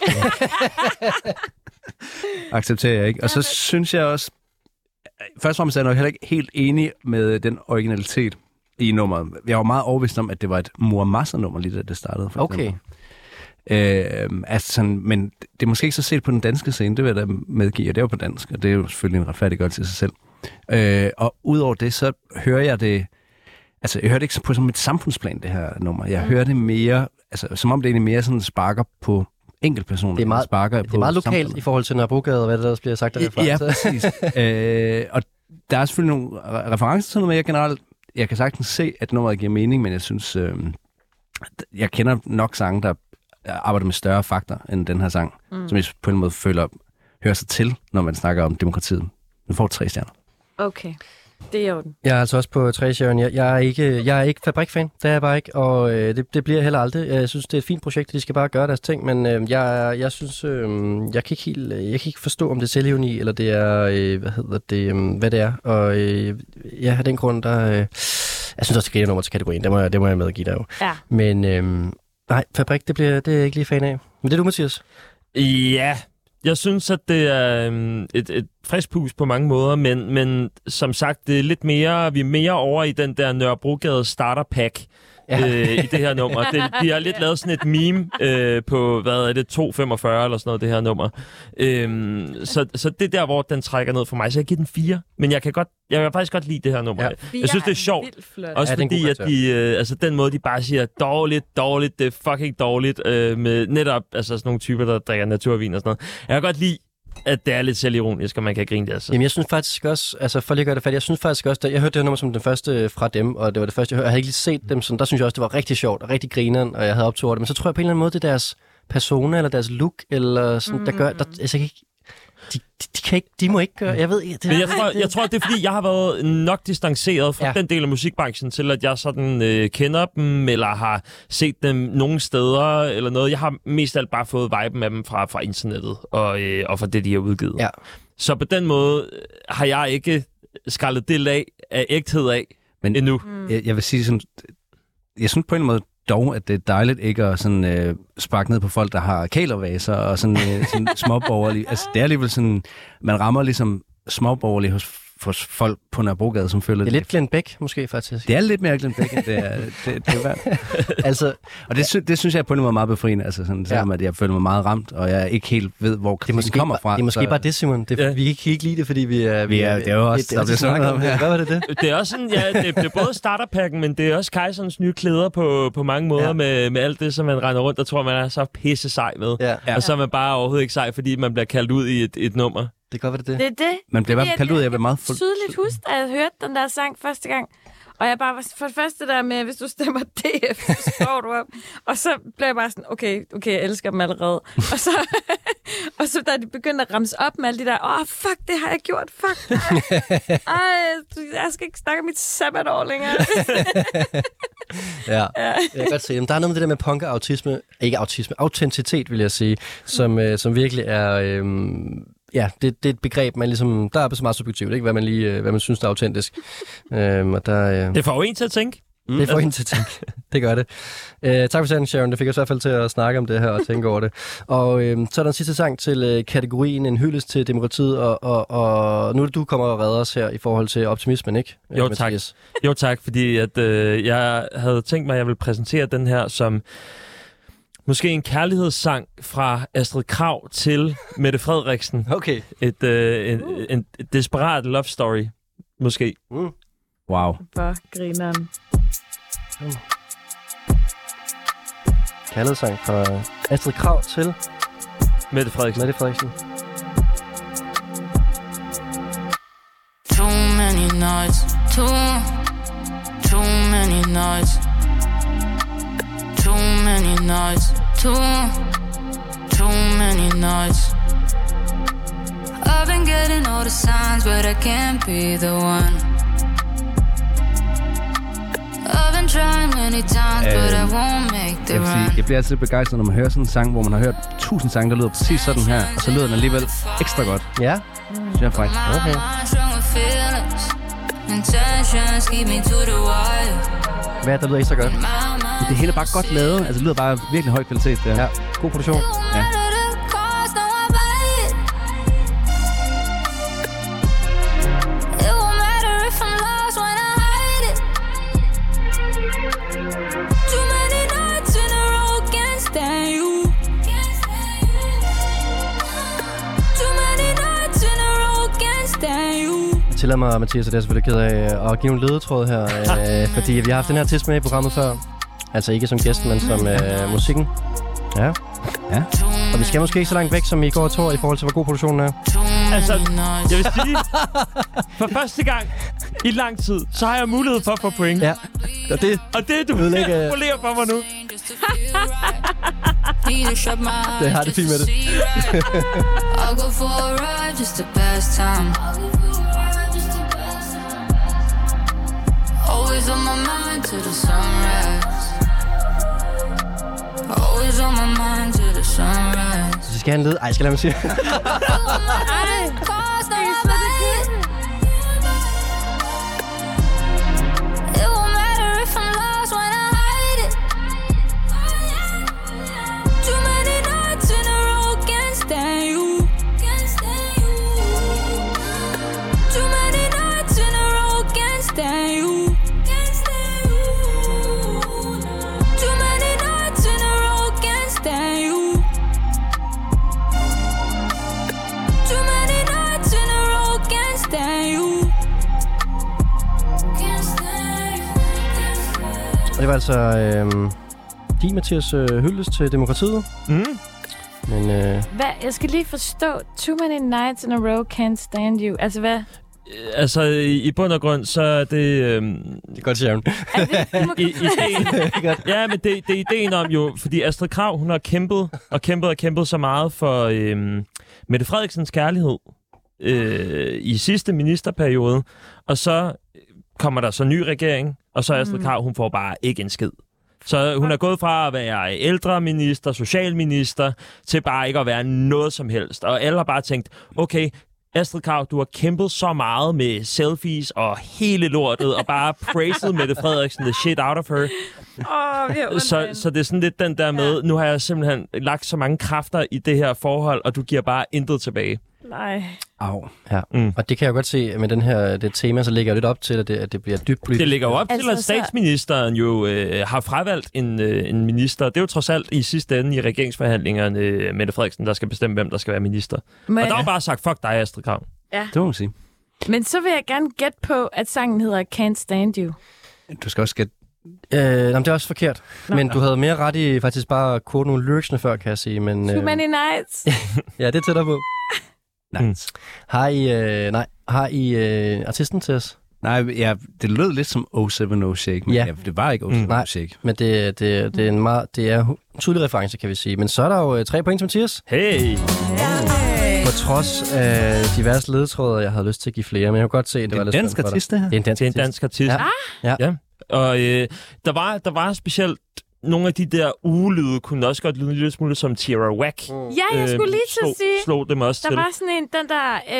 Speaker 3: Accepterer jeg ikke. Og så synes jeg også, først og fremmest er jeg nok heller ikke helt enig med den originalitet i nummeret. Jeg var meget overbevist om, at det var et Muamasa-nummer, lige da det startede.
Speaker 2: Okay.
Speaker 3: Altså sådan, men det er måske ikke så set på den danske scene, det vil jeg da medgive, og det er jo på dansk, og det er jo selvfølgelig en retfærdiggørelse til sig selv. Og udover det, så hører jeg det, altså jeg hører det ikke på som et samfundsplan, det her nummer. Jeg hører det mere, altså som om det egentlig mere sådan sparker på enkeltpersoner.
Speaker 2: Det er meget lokalt samfundet. I forhold til Nørrebrogade, og hvad der bliver sagt derfra.
Speaker 3: Ja, præcis. Og der er selvfølgelig nogle referencer til noget mere generelt. jeg kan sagtens se, at nummeret giver mening, men jeg synes, jeg kender nok sange, der arbejder med større faktor end den her sang, som jeg på en måde hører sig til, når man snakker om demokratiet. Den får 3 stjerner.
Speaker 4: Okay, det er jo den.
Speaker 2: Jeg er altså også på 3 stjerner. Jeg er ikke Fabrik-fan, det er jeg bare ikke, og det bliver jeg heller aldrig. Jeg synes, det er et fint projekt, de skal bare gøre deres ting, men jeg synes, jeg kan ikke forstå, om det er selvivni, eller det er, hvad det er. Og af den grund, jeg synes også, det griner nummer til kategorien. Det må jeg medgive dig jo.
Speaker 4: Ja.
Speaker 2: Men nej, Fabrik, det er jeg ikke lige fan af. Men det er du, Mathias?
Speaker 5: Ja, jeg synes, at det er et frisk pus på mange måder, men som sagt, det er lidt mere, vi er mere over i den der Nørrebrogade starter pack i det her nummer. De har lidt lavet sådan et meme på, hvad er det, 2,45 eller sådan noget, det her nummer. Så det er der, hvor den trækker ned for mig. Så jeg giver den 4, men jeg kan faktisk godt lide det her nummer. Ja. Jeg synes, det er sjovt. Også fordi, at de, den måde, de bare siger, dårligt, det er fucking dårligt, med netop sådan nogle typer, der drikker naturvin og sådan noget. Jeg kan godt lide, at det er lidt selvironisk, og man kan grine det. Altså.
Speaker 2: Jamen, jeg synes faktisk også, for lige at gøre det færdigt, jeg synes faktisk også, jeg hørte det her nummer som den første fra dem, og det var det første, jeg hørte. Jeg havde ikke lige set dem, så der synes jeg også, det var rigtig sjovt og rigtig grineren, og jeg havde optog det. Men så tror jeg på en eller anden måde, det er deres persona, eller deres look, eller sådan, der gør, de må ikke gøre, jeg ved ikke.
Speaker 5: Men jeg tror, det er fordi, jeg har været nok distanceret fra den del af musikbranchen, til at jeg sådan kender dem, eller har set dem nogle steder, eller noget. Jeg har mest alt bare fået viben af dem fra internettet, og fra det, de har udgivet. Ja. Så på den måde har jeg ikke skrællet det af ægthed af endnu.
Speaker 3: Jeg vil sige sådan, jeg synes på en måde dog, at det er dejligt ikke at sådan, sparke ned på folk, der har kælervaser og sådan småborgerlige. Altså, det er alligevel sådan, man rammer ligesom småborgerlige hos folk på Nørrebrogade, som føler
Speaker 2: det. Det er lidt Glenn Beck, måske faktisk.
Speaker 3: Det er lidt mere Glenn Beck, end det er værd. Altså, og det synes jeg på en måde meget befriende, altså sådan, selvom at jeg føler mig meget ramt, og jeg ikke helt ved, hvor kritikken kommer fra. Det
Speaker 2: er måske bare det, Simon. Vi kan ikke lide det, fordi vi er... Det er jo også, der bliver snakket om her. Hvad var det?
Speaker 5: Det er også sådan, det er både starterpakken, men det er også Kejserens nye klæder på mange måder, med alt det, som man render rundt og tror, man er så pisse sej med. Ja. Og så er man bare overhovedet ikke sej, fordi man bliver kaldt ud i et nummer.
Speaker 2: Det kan godt være
Speaker 4: det. Det er det.
Speaker 3: Man bliver bare kaldt ud af at være meget fuld.
Speaker 4: Tydeligt husk, at jeg hørte den der sang første gang. Og jeg bare var for det første der med, hvis du stemmer DF, så står du op. Og så blev jeg bare sådan, okay, jeg elsker dem allerede. Og så da de begyndte at ramse op med alle de der, fuck, det har jeg gjort, fuck. Jeg skal ikke snakke om mit sabbatår længere.
Speaker 2: Ja, jeg kan godt se. Der er noget med det der med punk og autenticitet, vil jeg sige, som virkelig er... det er et begreb, man ligesom... Der er så meget subjektivt, ikke? Hvad man synes, der er autentisk. Og der,
Speaker 5: det får en til at tænke.
Speaker 2: Det får en til at tænke. Det gør det. Tak for sagen, Sharon. Det fik os i hvert fald til at snakke om det her og tænke over det. Og så er der en sidste sang til kategorien En hyldest til demokratiet. Og nu er det, du kommer og redder os her i forhold til optimismen, ikke?
Speaker 5: Jo, tak. Jo, tak, fordi at, jeg havde tænkt mig, at jeg ville præsentere den her som... Måske en kærlighedssang fra Astrid Krag til Mette Frederiksen.
Speaker 2: Okay.
Speaker 5: En desperat love story, måske.
Speaker 3: Wow.
Speaker 4: For grineren.
Speaker 2: Kærlighedssang fra Astrid Krag til
Speaker 5: Mette Frederiksen.
Speaker 6: Too many nights, too many nights. Too many nights, too many nights. I've been getting all the signs, but I can't be the one. I've been trying many times, but I won't make the run.
Speaker 3: Jeg bliver altid begejstret, når man hører sådan en sang, hvor man har hørt 1000 sange, der lyder præcis sådan her, og så lyder den alligevel ekstra godt.
Speaker 2: Ja,
Speaker 3: det er faktisk.
Speaker 2: Okay. Hvad er der lyder ekstra godt?
Speaker 3: Det hele er bare godt lavet. Altså, det lyder bare virkelig høj kvalitet. Der.
Speaker 2: Ja, god produktion.
Speaker 3: Ja.
Speaker 2: Tillad mig, Mathias, og det er selvfølgelig ked af at give en ledetråd her, fordi vi har haft den her artist med i programmet før. Altså ikke som gæst, men som musikken. Ja. Og vi skal måske ikke så langt væk, som i går og i forhold til, hvor god produktionen er.
Speaker 5: Altså, jeg vil sige, for første gang i lang tid, så har jeg mulighed for at få point.
Speaker 2: Ja, og det
Speaker 5: du polerer for mig nu.
Speaker 2: Det har det fint med det.
Speaker 6: I'll go for a ride just to pass time. Always on my mind till the sunrise. Always on my mind till the sunrise.
Speaker 2: Så skal han lede. Ej, skal lade mig sige. Og det var altså din, Mathias, hyldest til demokratiet.
Speaker 5: Mm.
Speaker 2: Men,
Speaker 4: Hvad? Jeg skal lige forstå. Too many nights in a row can't stand you. Altså, hvad?
Speaker 5: Altså, i bund og grund, så er det...
Speaker 2: det er godt, Sharon.
Speaker 5: Ja, men det er ideen om jo... Fordi Astrid Krag, hun har kæmpet så meget for Mette Frederiksens kærlighed i sidste ministerperiode. Og så kommer der så ny regering, og så Astrid Krag, hun får bare ikke en skid. Så hun er gået fra at være ældreminister, socialminister, til bare ikke at være noget som helst. Og alle har bare tænkt, okay, Astrid Krag, du har kæmpet så meget med selfies og hele lortet, og bare praised Mette Frederiksen the shit out of her. Så det er sådan lidt den der med, nu har jeg simpelthen lagt så mange kræfter i det her forhold, og du giver bare intet tilbage.
Speaker 4: Nej.
Speaker 2: Au. Ja. Og det kan jeg godt se med det tema, så ligger jo lidt op til, at det bliver dybt politisk.
Speaker 5: Det ligger jo op til, at statsministeren jo har fravalgt en minister. Det er jo trods alt i sidste ende i regeringsforhandlingerne Mette Frederiksen, der skal bestemme, hvem der skal være minister. Og der var bare sagt, fuck dig, Astrid Krag.
Speaker 4: Ja.
Speaker 3: Det må man sige.
Speaker 4: Men så vil jeg gerne gætte på, at sangen hedder Can't Stand You.
Speaker 3: Du skal også gætte.
Speaker 2: Jamen, det er også forkert. Men du havde mere ret i faktisk bare at kode nogle lyricsene før, kan jeg sige. Men,
Speaker 4: Too many nights.
Speaker 2: Ja, det er tættere på.
Speaker 3: Nice.
Speaker 2: Har I artisten til os?
Speaker 3: Nej, ja, det lød lidt som 070 Shake, men det var ikke 070 Shake.
Speaker 2: Men det er en tydelig reference, kan vi sige. Men så er der jo 3 point til Mathias.
Speaker 5: Hey!
Speaker 2: På trods af diverse ledetråder, jeg havde lyst til at give flere, men jeg kunne godt se, at det var lidt
Speaker 3: dansk
Speaker 2: spændt for
Speaker 3: artist, det her?
Speaker 2: Det er en dansk artist.
Speaker 5: Ja. Og der var specielt nogle af de der ugelyde kunne også godt lyde en lille smule som Tierra Whack.
Speaker 4: Ja, jeg skulle lige til at sige.
Speaker 5: Slog dem også
Speaker 4: der
Speaker 5: til.
Speaker 4: var sådan en, den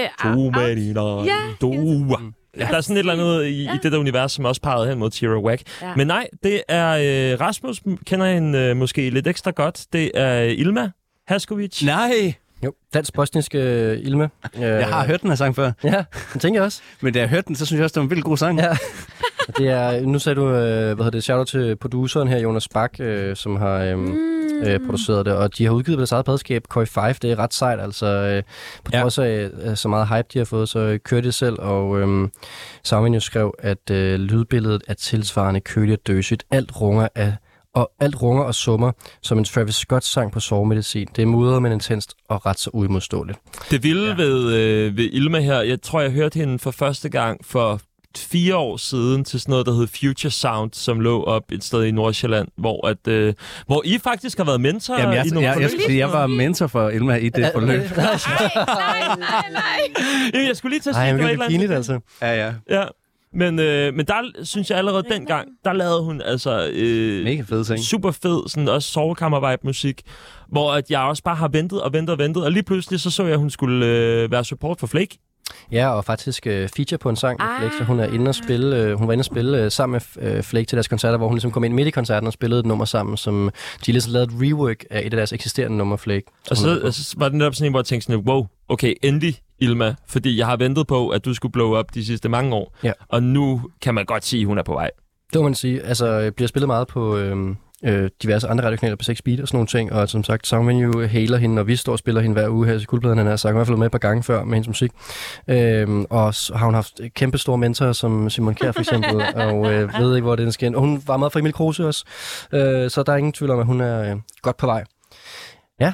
Speaker 4: der...
Speaker 5: Der er sådan et eller andet i det der univers, som også pegede hen mod Tierra Whack. Ja. Men nej, det er Rasmus, kender hende måske lidt ekstra godt. Det er Ilma Haskovic.
Speaker 3: Nej!
Speaker 2: Jo, dansk-bosniske Ilma.
Speaker 3: Jeg har hørt den her sang før.
Speaker 2: Ja, den tænker jeg også.
Speaker 3: Men da jeg hørte den, så synes jeg også, det var en vildt god sang.
Speaker 2: Ja. Det er, nu sagde du, shout-out til produceren her, Jonas Bak, som har produceret det, og de har udgivet deres eget pladskab, Koi 5, det er ret sejt, altså på trods af så meget hype, de har fået, så kørte det selv, og Soundvenue jo skrev, at lydbilledet er tilsvarende køligt og døsigt, alt runger og summer som en Travis Scott-sang på sovemedicin. Det er mudret, men intenst og ret så uimodståeligt.
Speaker 5: Det vilde ved Ilma her, jeg tror, jeg hørte hende for første gang for 4 år siden til sådan noget, der hed Future Sound, som lå op et sted i Nordsjælland, hvor I faktisk har været mentor i nogle forløb.
Speaker 3: Jeg var mentor for Ilma i det forløb.
Speaker 4: Nej.
Speaker 5: Jeg skulle lige til at sige,
Speaker 2: det var et eller andet. Altså.
Speaker 5: Ja. Men der synes jeg allerede dengang, der lavede hun altså
Speaker 3: mega fed ting.
Speaker 5: Super fed, sådan også sovekammer-vibe musik, hvor at jeg også bare har ventet, og lige pludselig så jeg, at hun skulle være support for Flake.
Speaker 2: Ja, og faktisk feature på en sang med Flake, så hun er inde og spille, hun var inde og spille sammen med Flake til deres koncerter, hvor hun ligesom kom ind midt i koncerten og spillede et nummer sammen, som de ligesom lavede et rework af et af deres eksisterende nummer, Flake.
Speaker 5: Og så var det netop sådan en, hvor jeg tænkte sådan, wow, okay, endelig Ilma, fordi jeg har ventet på, at du skulle blow up de sidste mange år, og nu kan man godt sige, at hun er på vej.
Speaker 2: Det må man sige. Altså, bliver spillet meget på diverse andre radiokanaler på 6 Beat og sådan nogle ting, og som sagt, Soundvenue haler hende, og vi står og spiller hende hver uge her i Guldpladen, han har sagt, i hvert fald med et par gange før med hendes musik. Og så har hun haft kæmpe store mentorer, som Simon Kjær for eksempel, og ved ikke, hvor det skal ind. Og hun var meget for Emil Kruse også, så der er ingen tvivl om, at hun er godt på vej. Ja,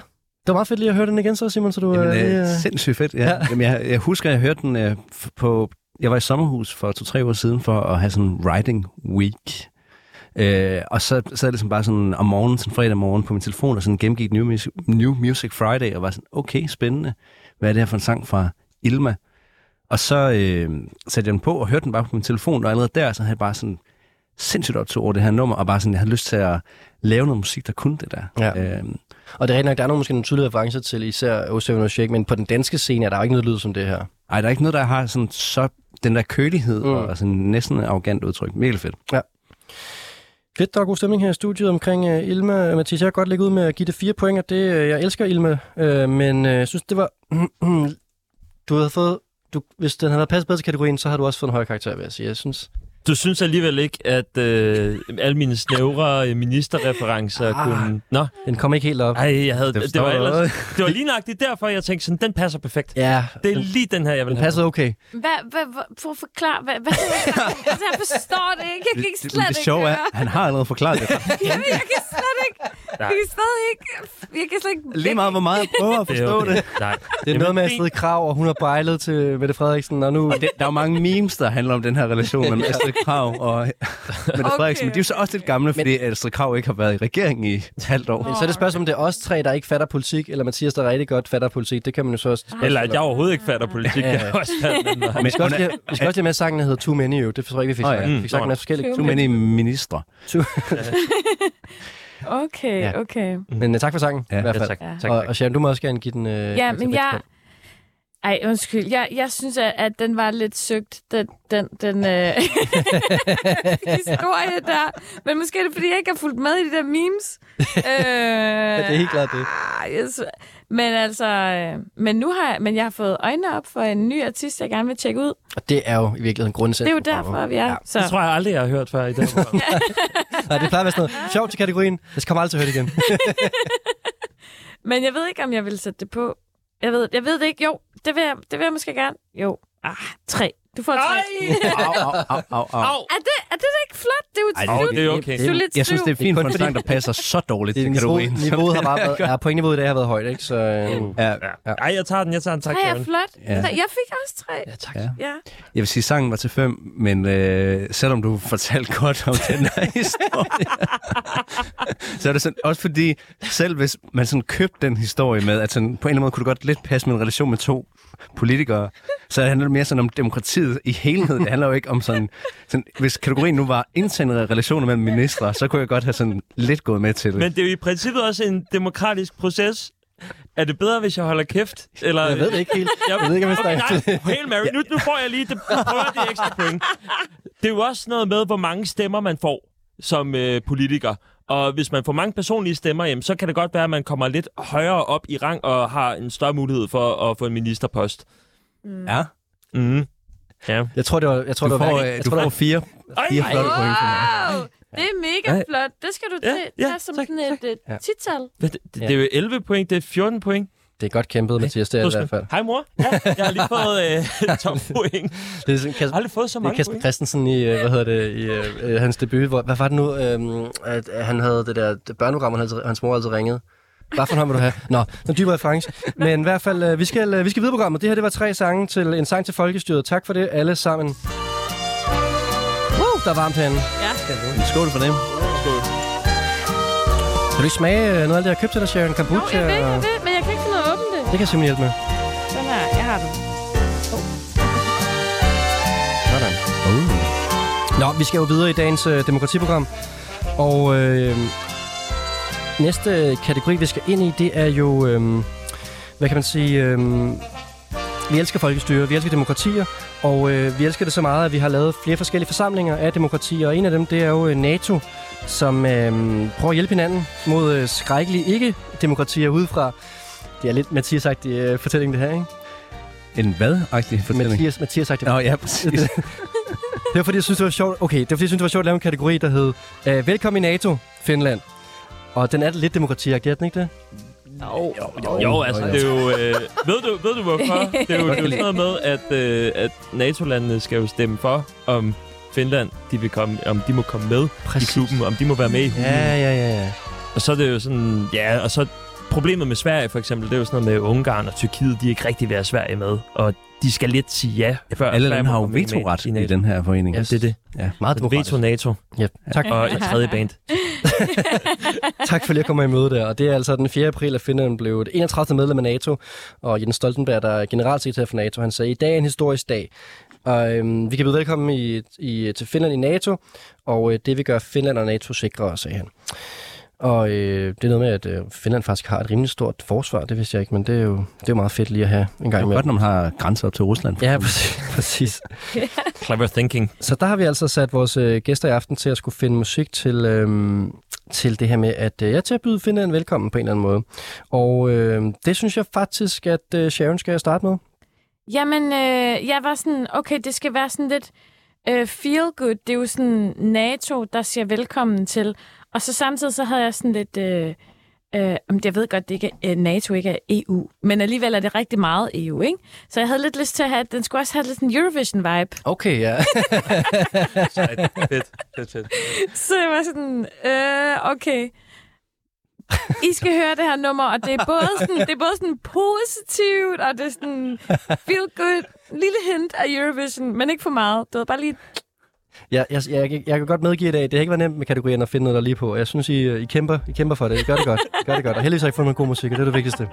Speaker 2: Det var meget fedt lige at høre den igen så, Simon, så du...
Speaker 3: Sindssygt fedt, ja. Jamen, jeg husker, jeg hørte den på... Jeg var i sommerhus for 2-3 år siden for at have sådan en writing week. Og så sad jeg ligesom bare sådan om morgenen, sådan fredag morgen på min telefon, og sådan gennemgik New Music Friday, og var sådan, okay, spændende. Hvad er det her for en sang fra Ilma? Og så satte jeg den på og hørte den bare på min telefon, og allerede der, så havde jeg bare sådan sindssygt optog over det her nummer, og bare sådan, jeg havde lyst til at lave noget musik, der kunne det der.
Speaker 2: Ja. Og det er rigtig nok, der er måske nogle tydelige referencer til især O7 Shake, men på den danske scene er der jo ikke noget lyd som det her.
Speaker 3: Nej, der er ikke noget, der har sådan så den der kølighed og sådan næsten arrogant udtryk. Mega fedt.
Speaker 2: Ja. Fedt, der er god stemning her i studiet omkring Ilma. Mathias, jeg kan godt lægge ud med at give det 4 point, og det, jeg elsker Ilma, men jeg synes, det var... du havde fået... hvis den havde været passet bedre til kategorien, så har du også fået en høj karakter, vil jeg sige. Jeg synes...
Speaker 5: Du synes alligevel ikke, at alle mine snævre ministerreferencer kunne... Nå?
Speaker 2: Den kom ikke helt op.
Speaker 5: Ej, jeg havde... Det var lige nøjagtigt derfor, jeg tænkte sådan, den passer perfekt.
Speaker 2: Ja.
Speaker 5: Det er lige den her, jeg vil have.
Speaker 2: Den passer okay.
Speaker 4: For at forklare, hvad jeg forstår det ikke. Jeg kan ikke slet ikke
Speaker 3: det sjove er, han har allerede forklaret det.
Speaker 4: Jamen, jeg kan slet ikke... Jeg kan slet ikke...
Speaker 2: Lige meget, hvor meget jeg prøver at forstå det.
Speaker 5: Nej.
Speaker 2: Det er noget med Astrid Krag, og hun har bejlet til Mette Frederiksen, og nu...
Speaker 3: Der er jo mange memes, der handler om den her relation mellem Astrid Krag og Mette Frederiksen. Men de er jo så også lidt gamle, fordi Astrid Krag ikke har været i regeringen i et halvt år.
Speaker 2: Men så er det spørgsmål, om det er os tre, der ikke fatter politik, eller Mathias, der rigtig godt fatter politik. Det kan man jo så også...
Speaker 5: Eller at jeg overhovedet ikke fatter politik. Jeg også
Speaker 2: vi skal også lige med sangen, der hedder Too Many jo. Det forstår jeg ikke, vi fik sagt. Vi fik sagt en masse forskellige...
Speaker 3: Too many ministre.
Speaker 4: Okay.
Speaker 2: Men tak for sangen, i hvert fald.
Speaker 5: Tak.
Speaker 2: Og Sharon, du må også gerne give den...
Speaker 4: Ja, men jeg... Ej, undskyld. Jeg synes, at den var lidt søgt, den historie der. Men måske er det, fordi jeg ikke har fulgt med i de der memes.
Speaker 2: Ja, det er helt klart det.
Speaker 4: Men altså... Men jeg har fået øjnene op for en ny artist, jeg gerne vil tjekke ud.
Speaker 2: Og det er jo i virkeligheden grundsætningen.
Speaker 4: Det er jo derfor, vi er. Ja.
Speaker 5: Så. Det tror jeg aldrig, jeg har hørt før i den.
Speaker 2: Nej, det plejer at være sådan noget sjovt til kategorien. Det kommer aldrig til at høre det igen.
Speaker 4: Men jeg ved ikke, om jeg vil sætte det på. Jeg ved det ikke. Jo, det vil jeg måske gerne. Jo. 3. Du får 3.
Speaker 3: Au.
Speaker 4: Er det ikke flot? Det er jo
Speaker 5: det er okay.
Speaker 3: Jeg synes, det er fint for en sang, der passer så dårligt til kategorien.
Speaker 2: Niveauet har bare været... pointniveauet i dag har været højt, ikke? Så,
Speaker 5: Ej, jeg tager den. Tak,
Speaker 4: Sharon. Er flot? Ja. Jeg fik også 3.
Speaker 2: Ja, tak.
Speaker 4: Ja.
Speaker 3: Jeg vil sige, at sangen var til 5, men selvom du fortalte godt om den her historie, så er det sådan, også fordi, selv hvis man sådan købte den historie med, at sådan, på en eller anden måde kunne det godt lidt passe med en relation med 2 politikere, så handler det mere sådan om demokratiet i helhed. Det handler jo ikke om sådan hvis kategorien nu var interne relationer mellem ministre, så kunne jeg godt have sådan lidt gået med til det.
Speaker 5: Men det er jo i princippet også en demokratisk proces. Er det bedre, hvis jeg holder kæft? Eller...
Speaker 2: Jeg ved det ikke helt. Jeg ved ikke, om jeg
Speaker 5: nej, Hail Mary. Nu får jeg lige det ekstra point. Det er jo også noget med, hvor mange stemmer man får som politiker. Og hvis man får mange personlige stemmer, jamen, så kan det godt være, at man kommer lidt højere op i rang og har en større mulighed for at få en ministerpost.
Speaker 3: Ja.
Speaker 2: Ja. Jeg tror, det var...
Speaker 3: Du får 4 flotte point for mig.
Speaker 4: Det er mega flot. Det skal du tage som sådan et tital.
Speaker 5: Det er jo 11 point, det er 14 point.
Speaker 2: Det er godt kæmpet, Mathias, det er i hvert fald.
Speaker 5: Hej mor. Ja, jeg har lige fået toppoint. Jeg har aldrig fået så mange
Speaker 2: point. Det er Kasper Christensen i, hans debut. Hvad var det nu, at han havde det der børneprogram, hans mor altid ringede? Hvad for en hånd vil du have? Nå, en dybere reference. Men i hvert fald, vi skal videre programmet. Det her, det var 3 sange til en sang til folkestyret. Tak for det, alle sammen. Der er varmt herinde.
Speaker 4: Ja.
Speaker 3: Skål for dem.
Speaker 5: Skål.
Speaker 2: Kan du ikke smage noget af det, jeg købte til dig, Sharon? Kombucha?
Speaker 4: Jo, jeg ved, men jeg kan ikke finde noget at åbne det.
Speaker 2: Det kan jeg simpelthen hjælpe med.
Speaker 4: Sådan her, jeg har den.
Speaker 2: Sådan. Nå, vi skal jo videre i dagens demokratiprogram. Og næste kategori, vi skal ind i, det er jo, hvad kan man sige, vi elsker folkestyre, vi elsker demokratier, og vi elsker det så meget, at vi har lavet flere forskellige forsamlinger af demokratier, og en af dem, det er jo NATO, som prøver at hjælpe hinanden mod skrækkelige ikke-demokratier udefra. Det er lidt Mathias-agtig fortælling, det her, ikke?
Speaker 3: En hvad-agtig fortælling?
Speaker 2: Mathias-agtig.
Speaker 3: Nå, ja, præcis.
Speaker 2: Det var fordi, jeg synes, det var sjovt. Okay, det var fordi, jeg synes, det var sjovt at lave en kategori, der hed Velkommen i NATO, Finland. Og den er lidt demokratiagtig, er den ikke det?
Speaker 5: Jo, altså, det er jo... ved du hvorfor? Det er jo sådan noget med, at NATO-landene skal jo stemme for, om Finland, om de må komme med i klubben, om de må være med i hulen.
Speaker 2: Ja.
Speaker 5: Og så er det jo sådan... Ja, og så problemet med Sverige for eksempel, det er jo sådan noget med Ungarn og Tyrkiet, de er ikke rigtig ved at Sverige med, og de skal lidt sige ja, før
Speaker 3: Alle lande har jo
Speaker 5: Sverige må komme
Speaker 3: vetoret
Speaker 5: med
Speaker 3: i den her forening.
Speaker 5: Ja, det er det.
Speaker 3: Ja.
Speaker 2: Meget demokratisk.
Speaker 5: Veto NATO
Speaker 2: Ja, tak.
Speaker 5: og et tredje band.
Speaker 2: Tak for lige at komme i møde der. Og det er altså den 4. april, at Finland blev det 31. medlem af NATO. Og Jens Stoltenberg, der er generalsekretær for NATO, han sagde, i dag er en historisk dag. Og vi kan byde velkommen til Finland i NATO, og det vil gøre Finland og NATO sikrere, sagde han. Og det er noget med, at Finland faktisk har et rimelig stort forsvar, det vidste jeg ikke, men det er jo meget fedt lige at have en gang
Speaker 3: Det er
Speaker 2: imellem.
Speaker 3: godt, når man har grænser op til Rusland.
Speaker 2: Ja, præcis.
Speaker 5: Clever thinking.
Speaker 2: Så der har vi altså sat vores gæster i aften til at skulle finde musik til det her med, til at byde Finland velkommen på en eller anden måde. Og det synes jeg faktisk, at Sharon skal starte med.
Speaker 4: Jamen, jeg var sådan, okay, det skal være sådan lidt feel good. Det er jo sådan NATO, der siger velkommen til. Og så samtidig så havde jeg sådan lidt... jeg ved godt, det ikke er, NATO ikke er EU, men alligevel er det rigtig meget EU, ikke? Så jeg havde lidt lyst til at have... Den skulle også have lidt sådan Eurovision-vibe.
Speaker 2: Okay, ja.
Speaker 5: Fedt.
Speaker 4: Så jeg var sådan, okay... I skal høre det her nummer, og det er både sådan positivt, og det er sådan feel good, lille hint af Eurovision, men ikke for meget. Det var bare lige...
Speaker 2: Ja, jeg kan godt medgive i dag, det har ikke været nemt med kategorierne at finde noget der lige på. Jeg synes, I kæmper for det. I gør det godt. Og heldigvis har I fundet noget god musik, og det er det vigtigste.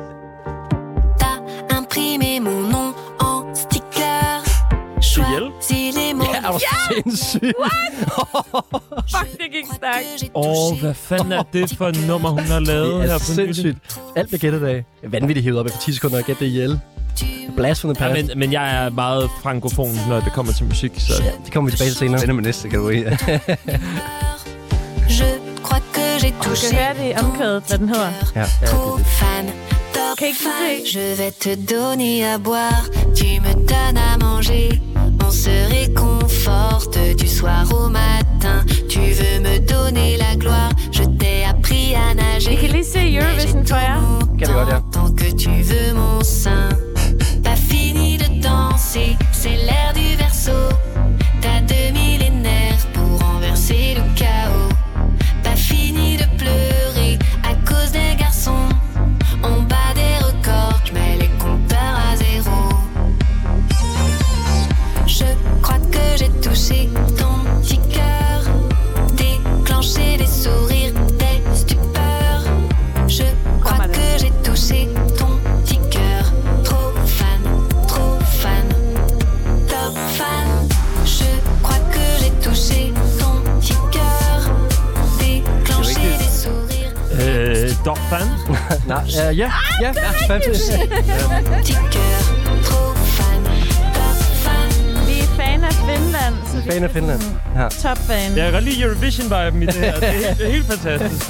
Speaker 6: T'as imprimé mon nom en sticker. Choisis les mots.
Speaker 2: Ja, hvor sindssygt.
Speaker 4: Fuck, det gik stærkt.
Speaker 5: Hvad fanden er det for et nummer, hun har lavet
Speaker 2: Det
Speaker 5: her
Speaker 2: er
Speaker 5: på
Speaker 2: sindssygt. Alt bliver gættet af. Vanvittigt hævet op efter 10 sekunder og gætte det ihjel. Blast from the past.
Speaker 5: Ja, men jeg er meget frankofon, når det kommer til musik, så...
Speaker 2: Ja, det kommer vi tilbage til senere.
Speaker 3: Det er med næste kategori.
Speaker 6: Je crois que j'ai
Speaker 4: Du
Speaker 6: touché
Speaker 4: skal høre det i omkvædet, hvad den hedder.
Speaker 2: Ja.
Speaker 6: trop fan. Top
Speaker 4: Kan ikke se.
Speaker 6: fan, je vais te donner à boire. Tu me donnes à manger. On se réconforte du soir au matin. Tu veux me donner la gloire. Je t'ai appris à nager.
Speaker 4: I kan lige se Eurovision for jer.
Speaker 2: Kan vi godt, ja.
Speaker 6: Tant que tu veux mon sein. Pas fini de danser, c'est l'air du verso. T'as 2 millénaires pour renverser le chaos. Pas fini de pleurer à cause des garçons. On bat des records, je mets les compteurs à zéro. Je crois que j'ai touché ton petit cœur. Déclenché des sourires, des stupeurs. Je crois que j'ai touché ton petit cœur. Trop fan, top fan. Je crois que j'ai touché ton petit cœur. Déclenché des sourires,
Speaker 5: Dog fan?
Speaker 2: Nej, ja. Fantastisk.
Speaker 6: petit cœur. Trop fan, top fan.
Speaker 4: Vi er fan af Finland. Så vi
Speaker 2: Fan af
Speaker 4: er
Speaker 2: Finland.
Speaker 4: sådan
Speaker 2: Ja.
Speaker 4: Top-fan.
Speaker 5: Jeg kan godt lide Eurovision-viben i det her. Det er helt fantastisk.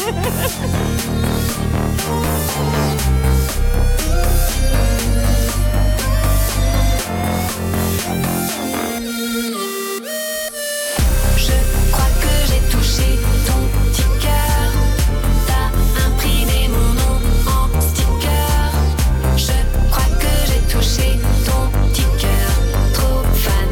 Speaker 6: Je crois que j'ai touché ton petit cœur. T'as imprimé mon nom en sticker. Je crois que j'ai touché ton petit cœur. Trop fan,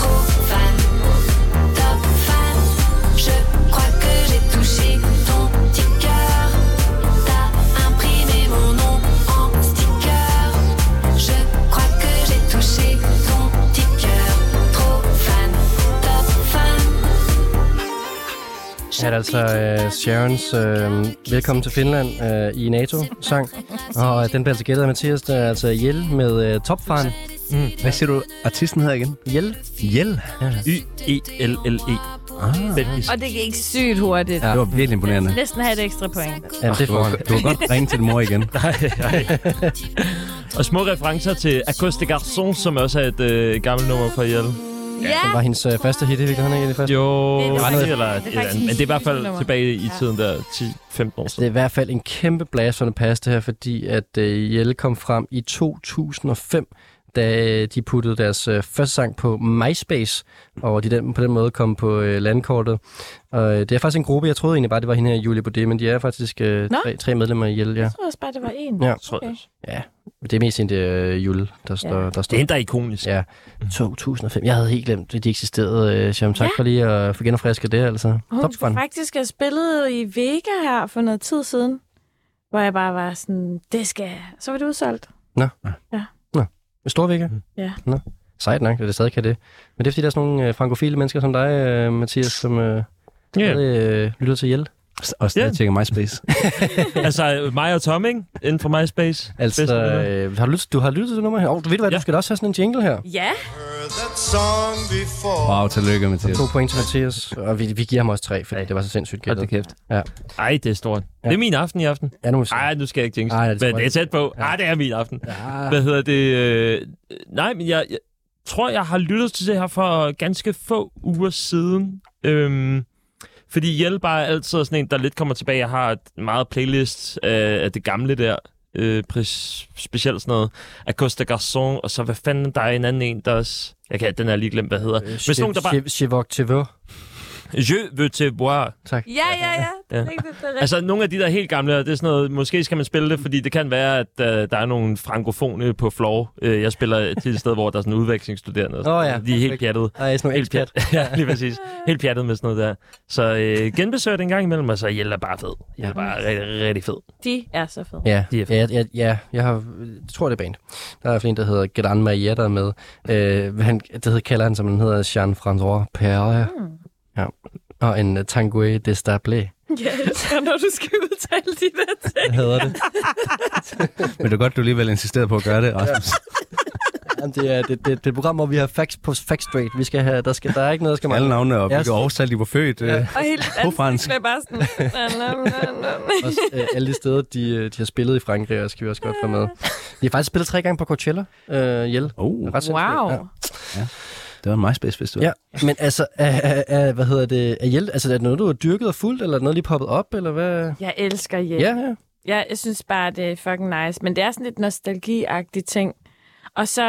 Speaker 6: top fan. Je crois que j'ai touché ton petit cœur. T'as imprimé mon nom en sticker. Je crois que j'ai touché ton petit cœur. Trop fan, top fan.
Speaker 2: Her er altså Sharons Velkommen til Finland i NATO-sang. Og den bliver altså gættet af Mathias, der er altså Jell med Topfaren.
Speaker 3: Hvad siger du, artisten hedder igen?
Speaker 2: Jell.
Speaker 3: Jell.
Speaker 5: Y-E-L-L-E. Belgisk.
Speaker 4: Og det gik sygt hurtigt.
Speaker 2: Ja.
Speaker 3: Det var virkelig imponerende.
Speaker 4: Næsten have et ekstra point.
Speaker 2: Ja, det får han.
Speaker 3: Du kan godt ringe til din mor igen.
Speaker 5: Nej. Og små referencer til Acoste Garçon, som også er et gammelt nummer fra Jell.
Speaker 2: Det var hendes første hit, ikke? Han er det første.
Speaker 5: Jo,
Speaker 4: Det er faktisk-
Speaker 5: eller
Speaker 4: det er
Speaker 5: et
Speaker 4: faktisk
Speaker 5: andet. Men det er i hvert fald
Speaker 4: nummer.
Speaker 5: tilbage i tiden der 10-15 år
Speaker 2: Det
Speaker 5: siden.
Speaker 2: er i hvert fald en kæmpe blast for pas det her, fordi at Jell kom frem i 2005, da de puttede deres første sang på MySpace, og de på den måde kom på landkortet. Og det er faktisk en gruppe, jeg troede egentlig bare, det var hende her, Julie Baudet, men de er faktisk tre medlemmer i Jell, ja.
Speaker 4: Jeg tror også bare, det var en.
Speaker 2: Ja.
Speaker 5: Tror jeg.
Speaker 2: Ja, det er mest en, det er Jule, der står.
Speaker 5: Det er en, der er ikonisk.
Speaker 2: Ja, 2005. Jeg havde helt glemt, at de eksisterede. Tak for lige at få genopfrisket det, altså.
Speaker 4: Hun skulle faktisk have spillet i Vega her for noget tid siden. hvor jeg bare var sådan, det skal jeg. Så var det udsolgt.
Speaker 2: Storvægge?
Speaker 4: Ja.
Speaker 2: Nå. Sejt nok, at det stadig kan det. Men det er fordi, der er sådan nogle frankofile mennesker som dig, Mathias, som lytter til Hjel.
Speaker 3: Og stadig tjekker MySpace.
Speaker 5: Altså mig og Tom, ikke? Inden for MySpace.
Speaker 2: Altså, du har lyttet til det nummer her? Du ved hvad, du skal da også have sådan en jingle her.
Speaker 4: Ja.
Speaker 3: Wow, tillykke, Mathias.
Speaker 2: 2 point til Mathias, og vi giver ham også 3, fordi det var så sindssygt gættet.
Speaker 5: Hold da kæft.
Speaker 2: Ja.
Speaker 5: Ej, det er stort. Ja. Det er min aften i aften.
Speaker 2: Ja, nu
Speaker 5: skal jeg ikke jinx.
Speaker 2: Men
Speaker 5: det er tæt på.
Speaker 2: Ja.
Speaker 5: Det er min aften.
Speaker 2: Ja.
Speaker 5: Hvad hedder det? Nej, men jeg tror, jeg har lyttet til det her for ganske få uger siden. Fordi Hjælp er altid sådan en, der lidt kommer tilbage. Jeg har et meget playlist af det gamle der. Specielt sådan noget Acosta Garçon, og så hvad fanden, der er en anden der også... den er lige glemt, hvad hedder. Men sådan der bare...
Speaker 2: Chevok te veux.
Speaker 5: Je veux te boire.
Speaker 2: Tak.
Speaker 4: Ja. Det er rigtigt.
Speaker 5: Altså, nogle af de der helt gamle, det er sådan noget, måske skal man spille det, fordi det kan være, at der er nogle frankofone på floor. Jeg spiller til et sted, hvor der er sådan udvekslingsstuderende. De er helt pjattede.
Speaker 2: Nej, sådan helt pjat.
Speaker 5: Ja, lige præcis. Helt pjattet med sådan noget der. Så genbesøg det en gang imellem, og så Hjælp er bare fed. Hjælp er bare rigtig, rigtig fed.
Speaker 4: De er så fede.
Speaker 2: Ja,
Speaker 5: de er fede.
Speaker 2: Jeg tror, det er band. Der er en, der hedder Gran Maria, der er med. Kalder han, som han hedder, Jean-François Perre. Ja. Og en Tanguay de Stablé.
Speaker 4: Ja, når du skal udtale de der ting.
Speaker 2: Hvad hedder det?
Speaker 3: Men det er godt, du alligevel insisterede på at gøre det, Rasmus.
Speaker 2: Jamen, det er et program, hvor vi har facts på fact straight. Vi skal have, der er ikke noget, der skal
Speaker 3: alle navne og hvilket årstal de var født
Speaker 4: og helt
Speaker 3: på fransk.
Speaker 4: Med bare sådan...
Speaker 2: Også, alle de steder, de har spillet i Frankrig, og skal vi også godt få med. De har faktisk spillet 3 gange på Coachella. Hjælp.
Speaker 4: Wow.
Speaker 3: Ja. Det var en MySpace-festival.
Speaker 2: Ja, men altså, hvad hedder det? Er Hjælp, altså, er det noget, du har dyrket og fulgt, eller er det noget, lige poppet op, eller hvad?
Speaker 4: Jeg elsker Hjælp.
Speaker 2: Ja.
Speaker 4: Ja, jeg synes bare, det er fucking nice. Men det er sådan lidt nostalgi-agtig ting. Og så,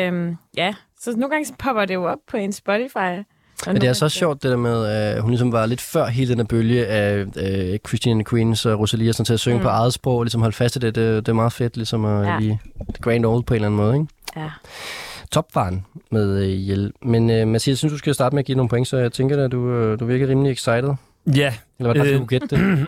Speaker 4: så nogle gange så popper det jo op på en Spotify.
Speaker 2: Men det er så sjovt, det der med, at hun ligesom var lidt før hele den der bølge af Christine and the Queens og Rosalie sådan til at synge på eget sprog, og ligesom holde fast i det. Det er meget fedt, ligesom at lige grand old på en eller anden måde, ikke?
Speaker 4: Ja.
Speaker 2: Topfaren med Hjælp. Men Mathias, jeg synes, du skal starte med at give nogle point, så jeg tænker, at du virker rimelig excited.
Speaker 5: Ja.
Speaker 2: Eller hvad der du gætte det?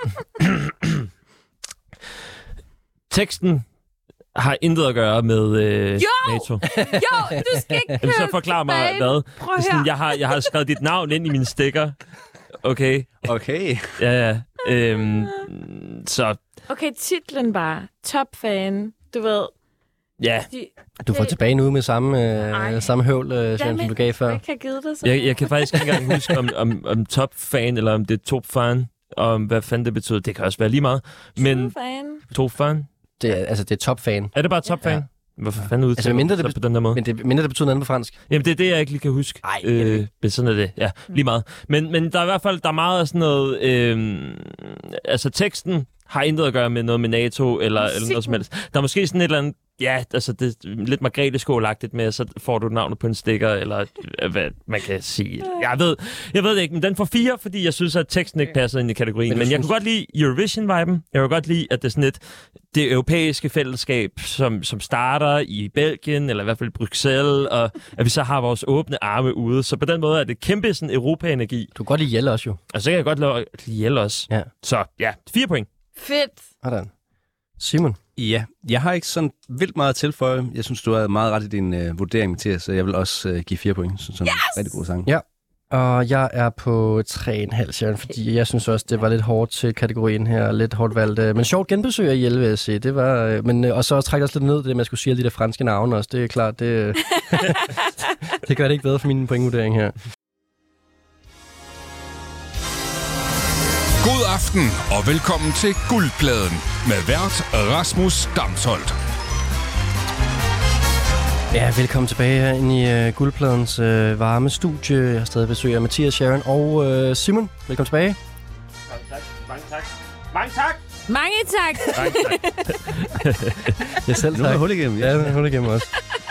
Speaker 5: Teksten har intet at gøre med NATO.
Speaker 4: Jo, du skal ikke
Speaker 5: jeg vil så forklare mig, hvad. Sådan, jeg har skrevet dit navn ind i mine stikker. Okay. Ja. Så...
Speaker 4: Okay, titlen bare. Topfan. Du ved...
Speaker 5: Ja.
Speaker 2: Du får tilbage nu med samme høvl, som du gav før.
Speaker 4: Jeg kan give det så.
Speaker 5: Jeg kan faktisk ikke engang huske, om topfan, eller om det er topfan, og hvad fanden det betyder. Det kan også være lige meget. Men topfan?
Speaker 2: Det er topfan.
Speaker 5: Er det bare topfan? Ja. Hvorfor fanden udtaler det på den der måde?
Speaker 2: Men det mindre det betyder noget på fransk.
Speaker 5: Jamen, det er det, jeg ikke lige kan huske. Men sådan er det. Ja, lige meget. Men der er i hvert fald meget af sådan noget... altså, teksten har intet at gøre med noget med NATO, eller noget som helst. Der er måske sådan et eller andet... Ja, altså det er lidt Margrethe-skålagtigt med, så får du navnet på en stikker, eller hvad man kan sige. Jeg ved det ikke, men den får 4, fordi jeg synes, at teksten ikke passer ind i kategorien. Men jeg kan godt lide Eurovision-viben. Jeg kan godt lide, at det er sådan det europæiske fællesskab, som starter i Belgien, eller i hvert fald Bruxelles, og at vi så har vores åbne arme ude. Så på den måde er det kæmpe sådan Europa-energi.
Speaker 2: Du kan godt lide Hjælp også, jo.
Speaker 5: Og så kan jeg godt lide Hjælp også.
Speaker 2: Ja.
Speaker 5: Så ja, 4 point.
Speaker 4: Fedt.
Speaker 2: Hvordan? Simon?
Speaker 3: Ja, jeg har ikke sådan vildt meget at tilføje. Jeg synes, du har meget ret i din vurdering, Mathias, så jeg vil også give 4 point. Sådan en rigtig god sang.
Speaker 2: Ja, og jeg er på 3,5, Sharon, fordi jeg synes også, det var lidt hårdt til kategorien her, lidt hårdt valgt. Men sjovt genbesøg af Hjælp, vil jeg sige. Det var, men og så trækker også lidt ned, det med at skulle sige alle de der franske navne også. Det er klart, det gør det ikke bedre for min pointvurdering her.
Speaker 1: God aften og velkommen til Guldpladen med vært Rasmus Damsholdt.
Speaker 2: Ja, velkommen tilbage her ind i Guldpladens varme studie. Jeg har stadig besøg af Mathias, Sharon og Simon. Velkommen tilbage.
Speaker 5: Mange tak.
Speaker 2: Jeg selv tak.
Speaker 3: Nu er hul igennem.
Speaker 2: Ja, hul igennem også.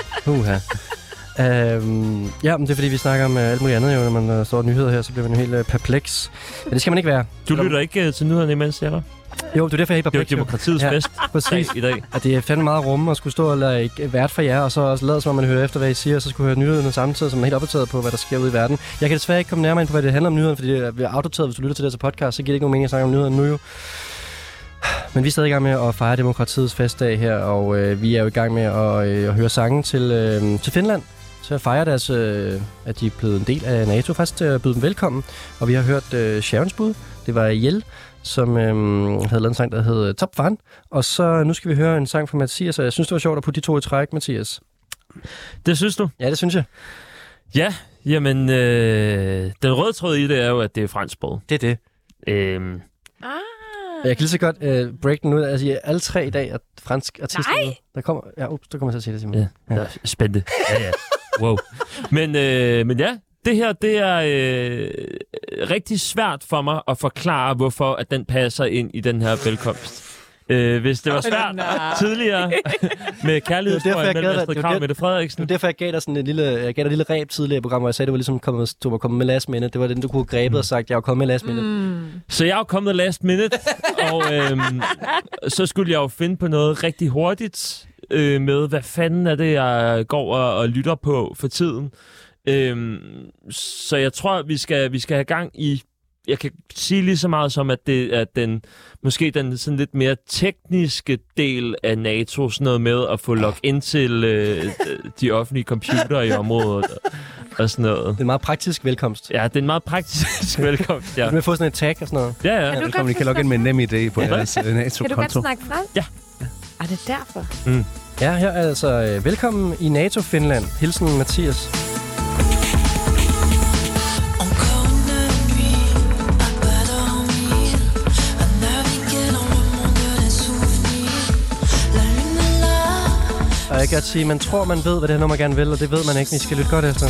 Speaker 2: Ja, men det er fordi, vi snakker om alt muligt andet, jo. Når man står nyheder her, så bliver man jo helt perpleks. Men det skal man ikke være.
Speaker 5: Du lytter ikke til nyhederne imens, eller?
Speaker 2: Jo, det er derfor, jeg er helt perpleks.
Speaker 5: Det er jo demokratiets fest
Speaker 2: præcis.
Speaker 5: I dag.
Speaker 2: Og det er fandme meget rumme at skulle stå og lade vært for jer, og så også lade som om man hører efter, hvad I siger, og så skulle høre nyhederne samtidig, så man er helt opdateret på, hvad der sker ude i verden. Jeg kan desværre ikke komme nærmere ind på, hvad det handler om nyhederne, fordi det er autodateret, hvis du lytter til det her podcast, så giver det ikke nogen mening at snakke om nyhederne nu jo. Men vi er stadig i gang med at fejre demokratiets festdag her, og vi er jo i gang med at høre sange til Finland. Til at fejre deres, at de er blevet en del af NATO. Faktisk til at byde dem velkommen. Og vi har hørt Sharons bud. Det var Jell, som havde lavet en sang, der hed Top Fan. Og så nu skal vi høre en sang fra Mathias, og jeg synes, det var sjovt at putte de to i træk, Mathias.
Speaker 5: Det synes du?
Speaker 2: Ja, det synes jeg.
Speaker 5: Ja, jamen, den røde tråd i det er jo, at det er fransksproget.
Speaker 2: Det er det. Jeg kan lige så godt break den ud. Altså, alle tre i dag er fransk artister.
Speaker 4: Nej!
Speaker 2: Der kommer jeg til at sige det, Simon.
Speaker 5: Ja. Spændende. Ja. Wow. Men ja, det her, det er rigtig svært for mig at forklare, hvorfor at den passer ind i den her velkomst. Hvis det var svært tidligere med kærlighedshistorien mellem Astrid Krag og Mette Frederiksen.
Speaker 2: Det var derfor, jeg gav dig sådan en lille ræb tidligere i programmet, hvor jeg sagde, det var ligesom, du var kommet med last minute. Det var den, du kunne have grebet og sagt, jeg var kommet med last minute.
Speaker 5: Så jeg er jo kommet last minute, og så skulle jeg jo finde på noget rigtig hurtigt med, hvad fanden er det, jeg går og lytter på for tiden. Så jeg tror, vi skal have gang i. Jeg kan sige lige så meget som, at det er måske den sådan lidt mere tekniske del af NATO, sådan noget med at få logget ind til de offentlige computer i området og sådan noget.
Speaker 2: Det er en meget praktisk velkomst.
Speaker 5: Ja, det er en meget praktisk velkomst, ja.
Speaker 2: Du kan få sådan et tag og sådan noget.
Speaker 5: Ja.
Speaker 3: Velkommen, I kan logge ind med en nem idé på jeres NATO-konto.
Speaker 4: Kan du godt snakke fransk?
Speaker 5: Ja.
Speaker 4: Er det derfor?
Speaker 2: Ja, her er altså velkommen i NATO Finland. Hilsen Mathias. Og jeg kan godt sige, man tror, man ved, hvad det her nummer gerne vil, og det ved man ikke. Vi skal lytte godt efter.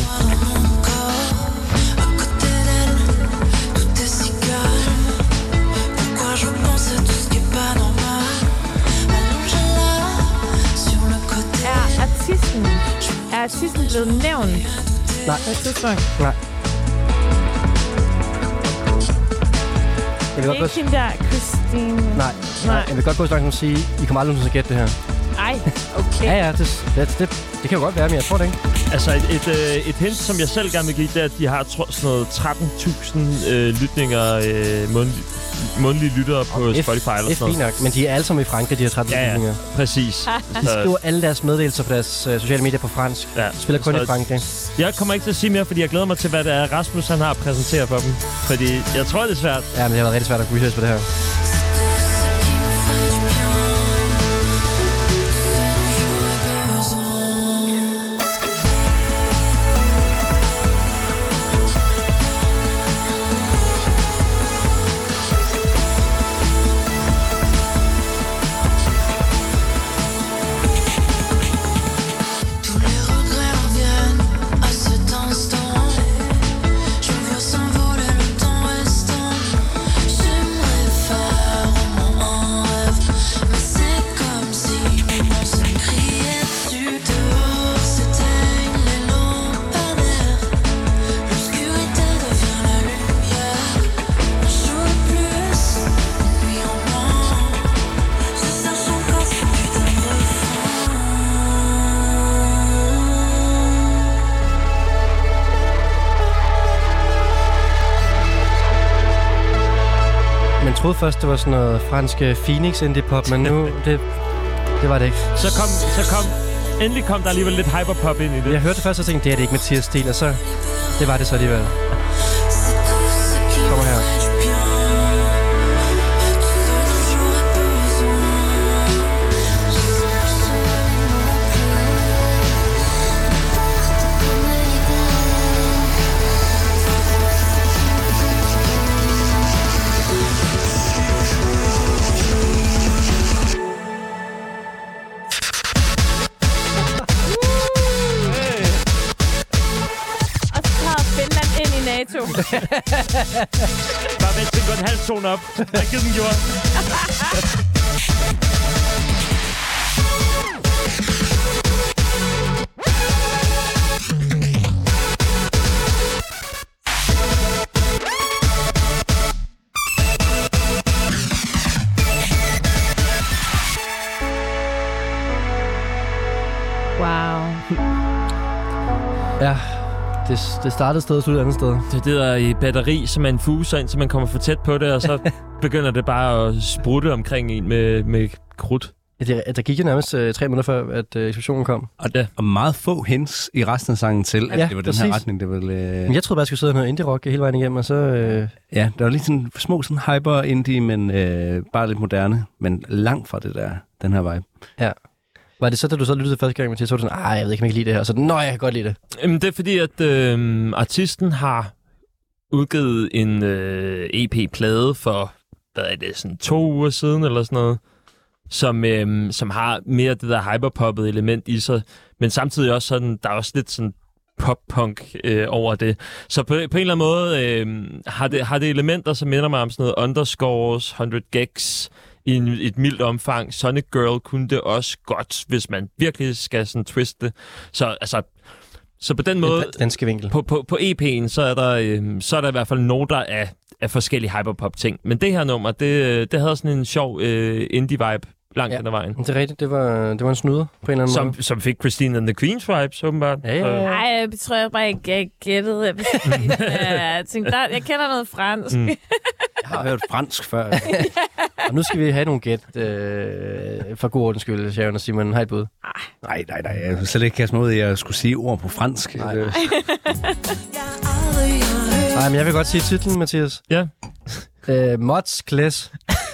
Speaker 4: Er artisten blevet nævnt?
Speaker 2: Nej.
Speaker 4: På et tidspunkt?
Speaker 2: Nej. Jeg vil godt
Speaker 4: Ikke hende der, Christine.
Speaker 2: Nej. Jeg vil godt gå så langt og sige, I kommer aldrig til at gætte det her.
Speaker 4: Ej, okay.
Speaker 2: Ja, det kan jo godt være, men jeg tror det ikke.
Speaker 5: Altså et hint, som jeg selv gerne vil give, det er, at de har sådan noget 13.000 lytninger, mundtlige lyttere på Spotify eller sådan noget.
Speaker 2: Nok, men de er alle sammen i Frankrig, de her 13.000 lytninger.
Speaker 5: Ja, præcis.
Speaker 2: De skriver alle deres meddelelser på deres sociale medier på fransk.
Speaker 5: Ja,
Speaker 2: de spiller kun i Frankrig.
Speaker 5: Jeg kommer ikke til at sige mere, fordi jeg glæder mig til, hvad det er, Rasmus han har at præsentere for dem. Fordi jeg tror, det er svært.
Speaker 2: Ja, men det har været rigtig svært at research på det her. Jeg troede først, det var sådan noget franske Phoenix indie-pop, men nu, det var det ikke.
Speaker 5: Så kom, endelig kom der alligevel lidt hyperpop ind i det.
Speaker 2: Jeg hørte det først og tænkte, det er det ikke Mathias stil, og så, det var det så alligevel. Kommer her.
Speaker 5: Bare vent til at gå en halv tone op. Jeg har givet den gjort.
Speaker 2: Ja, det startede et sted og sluttede et andet sted.
Speaker 5: Det er det der i batteri, som man infuser ind, så man kommer for tæt på det, og så begynder det bare at sprutte omkring en med krudt.
Speaker 2: Ja, der gik jo nærmest 3 minutter før, at eksplosionen kom.
Speaker 3: Og meget få hints i resten af sangen til, at det var den her retning, det ville...
Speaker 2: Men jeg troede bare, jeg skulle sidde og høre indie-rock hele vejen igennem, og så...
Speaker 3: Ja, der var lige sådan små sådan hyper-indie, men bare lidt moderne, men langt fra det der, den her vibe.
Speaker 2: Ja. Var det så, da du så lyttede første gang, Mathias, så var du sådan, jeg ved ikke, om jeg kan lide det her, og så jeg kan godt lide det.
Speaker 5: Jamen, det er fordi, at artisten har udgivet en EP-plade for, hvad er det, sådan 2 uger siden, eller sådan noget, som har mere det der hyperpoppet element i sig, men samtidig også sådan, der er også lidt sådan pop-punk over det. Så på en eller anden måde har det elementer, som minder mig om sådan noget underscores, 100 gags i et mildt omfang. Sonic Girl kunne det også godt, hvis man virkelig skal sådan twiste det. Så på den måde,
Speaker 2: danske vinkel.
Speaker 5: På EP'en, så er der i hvert fald noter af forskellige hyperpop-ting. Men det her nummer, det havde sådan en sjov indie-vibe langt hen ad vejen.
Speaker 2: Det er rigtigt. Det var en snyder på en eller anden måde.
Speaker 5: Som fik Christine and the Queens vibes, åbenbart.
Speaker 4: Nej, jeg tror jeg bare ikke, jeg gættede. Jeg tænkte, jeg kender noget fransk.
Speaker 3: Jeg har hørt fransk før.
Speaker 2: Og nu skal vi have nogle gæt for god ordens skyld, Sharon og Simon. Har et bud?
Speaker 3: Nej. Jeg vil slet ikke kaste mig ud i at skulle sige ord på fransk.
Speaker 2: Nej, men jeg vil godt sige titlen, Mathias.
Speaker 5: Ja.
Speaker 2: Mods Klæs.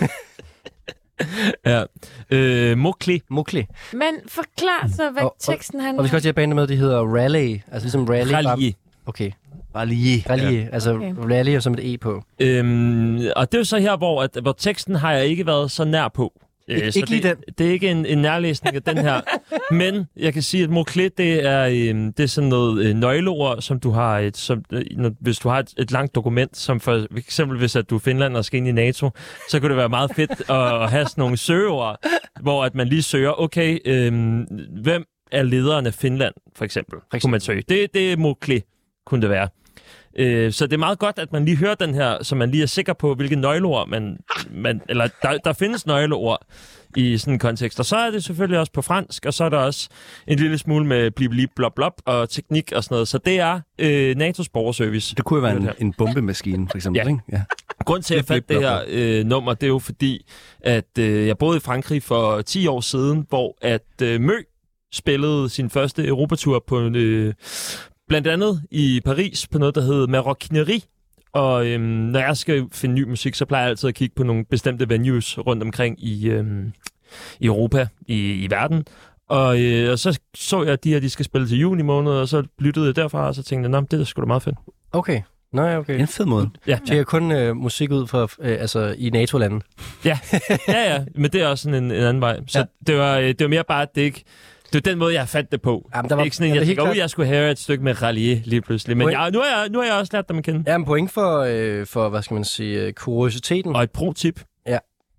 Speaker 5: Ja. Mokli.
Speaker 4: Men forklar så, hvad teksten handler om.
Speaker 2: Og vi skal også have bandet med, de hedder Rally. Altså ligesom Rally.
Speaker 5: Rally.
Speaker 2: Okay.
Speaker 3: Rally.
Speaker 2: Ja. Altså Rally og som et E på.
Speaker 5: Og det er jo så her, hvor teksten har jeg ikke været så nær på.
Speaker 2: Ikke lige den.
Speaker 5: Det er ikke en nærlæsning af den her. Men jeg kan sige, at mot-clé, det er sådan noget nøgleord, som du har hvis du har et langt dokument, som for eksempel hvis at du er Finland og skal ind i NATO, så kunne det være meget fedt at have sådan nogle søgeord, hvor at man lige søger, okay, hvem er lederen af Finland, for eksempel, kunne man søge. Det er mot-clé, kunne det være. Så det er meget godt, at man lige hører den her, så man lige er sikker på, hvilke nøgleord eller der findes nøgleord i sådan en kontekst. Og så er det selvfølgelig også på fransk, og så er der også en lille smule med blib blop blop og teknik og sådan noget. Så det er NATO's borgerservice.
Speaker 3: Det kunne jo være en bombemaskine, for eksempel, ikke? Ja.
Speaker 5: Grund til, at jeg fandt det her nummer, det er jo fordi, at jeg boede i Frankrig for 10 år siden, hvor at Mø spillede sin første Europatur på blandt andet i Paris på noget, der hedder Maroquinerie. Og når jeg skal finde ny musik, så plejer jeg altid at kigge på nogle bestemte venues rundt omkring i Europa, i verden. Og så jeg, de skal spille til juni måned, og så lyttede jeg derfra, og så tænkte jeg, det er sgu da meget fedt.
Speaker 2: Okay. Okay.
Speaker 3: En fed måde.
Speaker 2: Ja. Tjekker kun musik ud fra, i NATO-landet.
Speaker 5: Ja, men det er også sådan en anden vej. Så det var mere bare, at det ikke... Det er den måde, jeg fandt det på. Jamen, ikke sådan, jeg tænker, jeg skulle have et stykke med Rallier lige pludselig. Men nu har jeg også lært dem at kende.
Speaker 2: Jamen, point for, hvad skal man sige, kuriositeten.
Speaker 5: Og et pro-tip.
Speaker 2: Ja.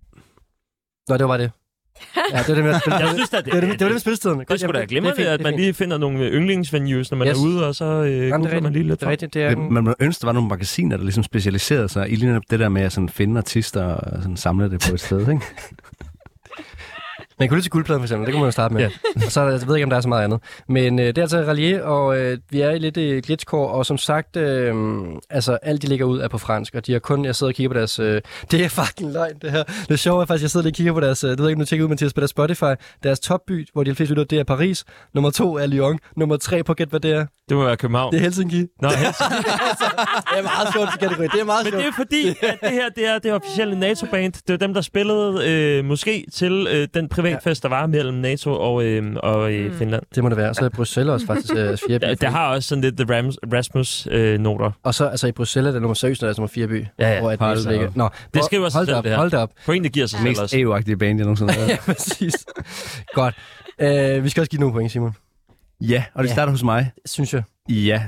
Speaker 2: Nå, det var det. Ja, det var det med at spille.
Speaker 5: Jeg synes,
Speaker 2: det var det med spilletiden.
Speaker 5: Det skulle da glemme det, at man lige finder nogle yndlingsvenues, når man er ude, og så googler man lige lidt.
Speaker 2: Det er rigtigt.
Speaker 3: Man må ønske, der var nogle magasiner, der ligesom specialiserede sig i lige det der med at sådan finde artister og sådan samle det på et sted, ikke?
Speaker 2: Man kan lytte til Guldpladen for eksempel, det kan man jo starte med. Yeah. Og så jeg ved ikke, om der er så meget andet. Men det er altså Rallier, og vi er i lidt glitchcore, og som sagt, alt de ligger ud er på fransk, og de har kun, jeg sidder og kigger på deres, det er fucking løgn det her. Det sjove er faktisk, jeg sidder og kigger på deres, det ved jeg ikke, om du tjekker ud, Mathias, på deres Spotify, deres topby, hvor de fleste lytter, det er Paris, nummer 2 er Lyon, nummer 3 på gæt, hvad det er.
Speaker 5: Det må være København.
Speaker 2: Det er Helsinki.
Speaker 5: Nå, Helsinki.
Speaker 2: Det er meget sjovt kategori, det er meget sjovt.
Speaker 5: Men det er fordi, at det her, det er det officielle NATO-band. Det er dem, der spillede måske til den privatfest, der var mellem NATO og Finland.
Speaker 2: Det må det være. Så er Bruxelles også faktisk 4 by.
Speaker 5: Der har også sådan lidt The Rasmus-noter.
Speaker 2: Og så altså i Bruxelles er det nummer 6, der er nummer 4 by.
Speaker 5: Ja.
Speaker 2: Nå,
Speaker 5: det skriver sig selv, det her.
Speaker 2: Hold da op.
Speaker 5: Point, det giver sig selv også.
Speaker 3: Mest EU-agtige band, jeg nogensinde har.
Speaker 2: Ja, præcis. Godt. Vi skal også give nogle point, Simon.
Speaker 3: Ja, og det starter hos mig.
Speaker 2: Synes jeg.
Speaker 3: Ja.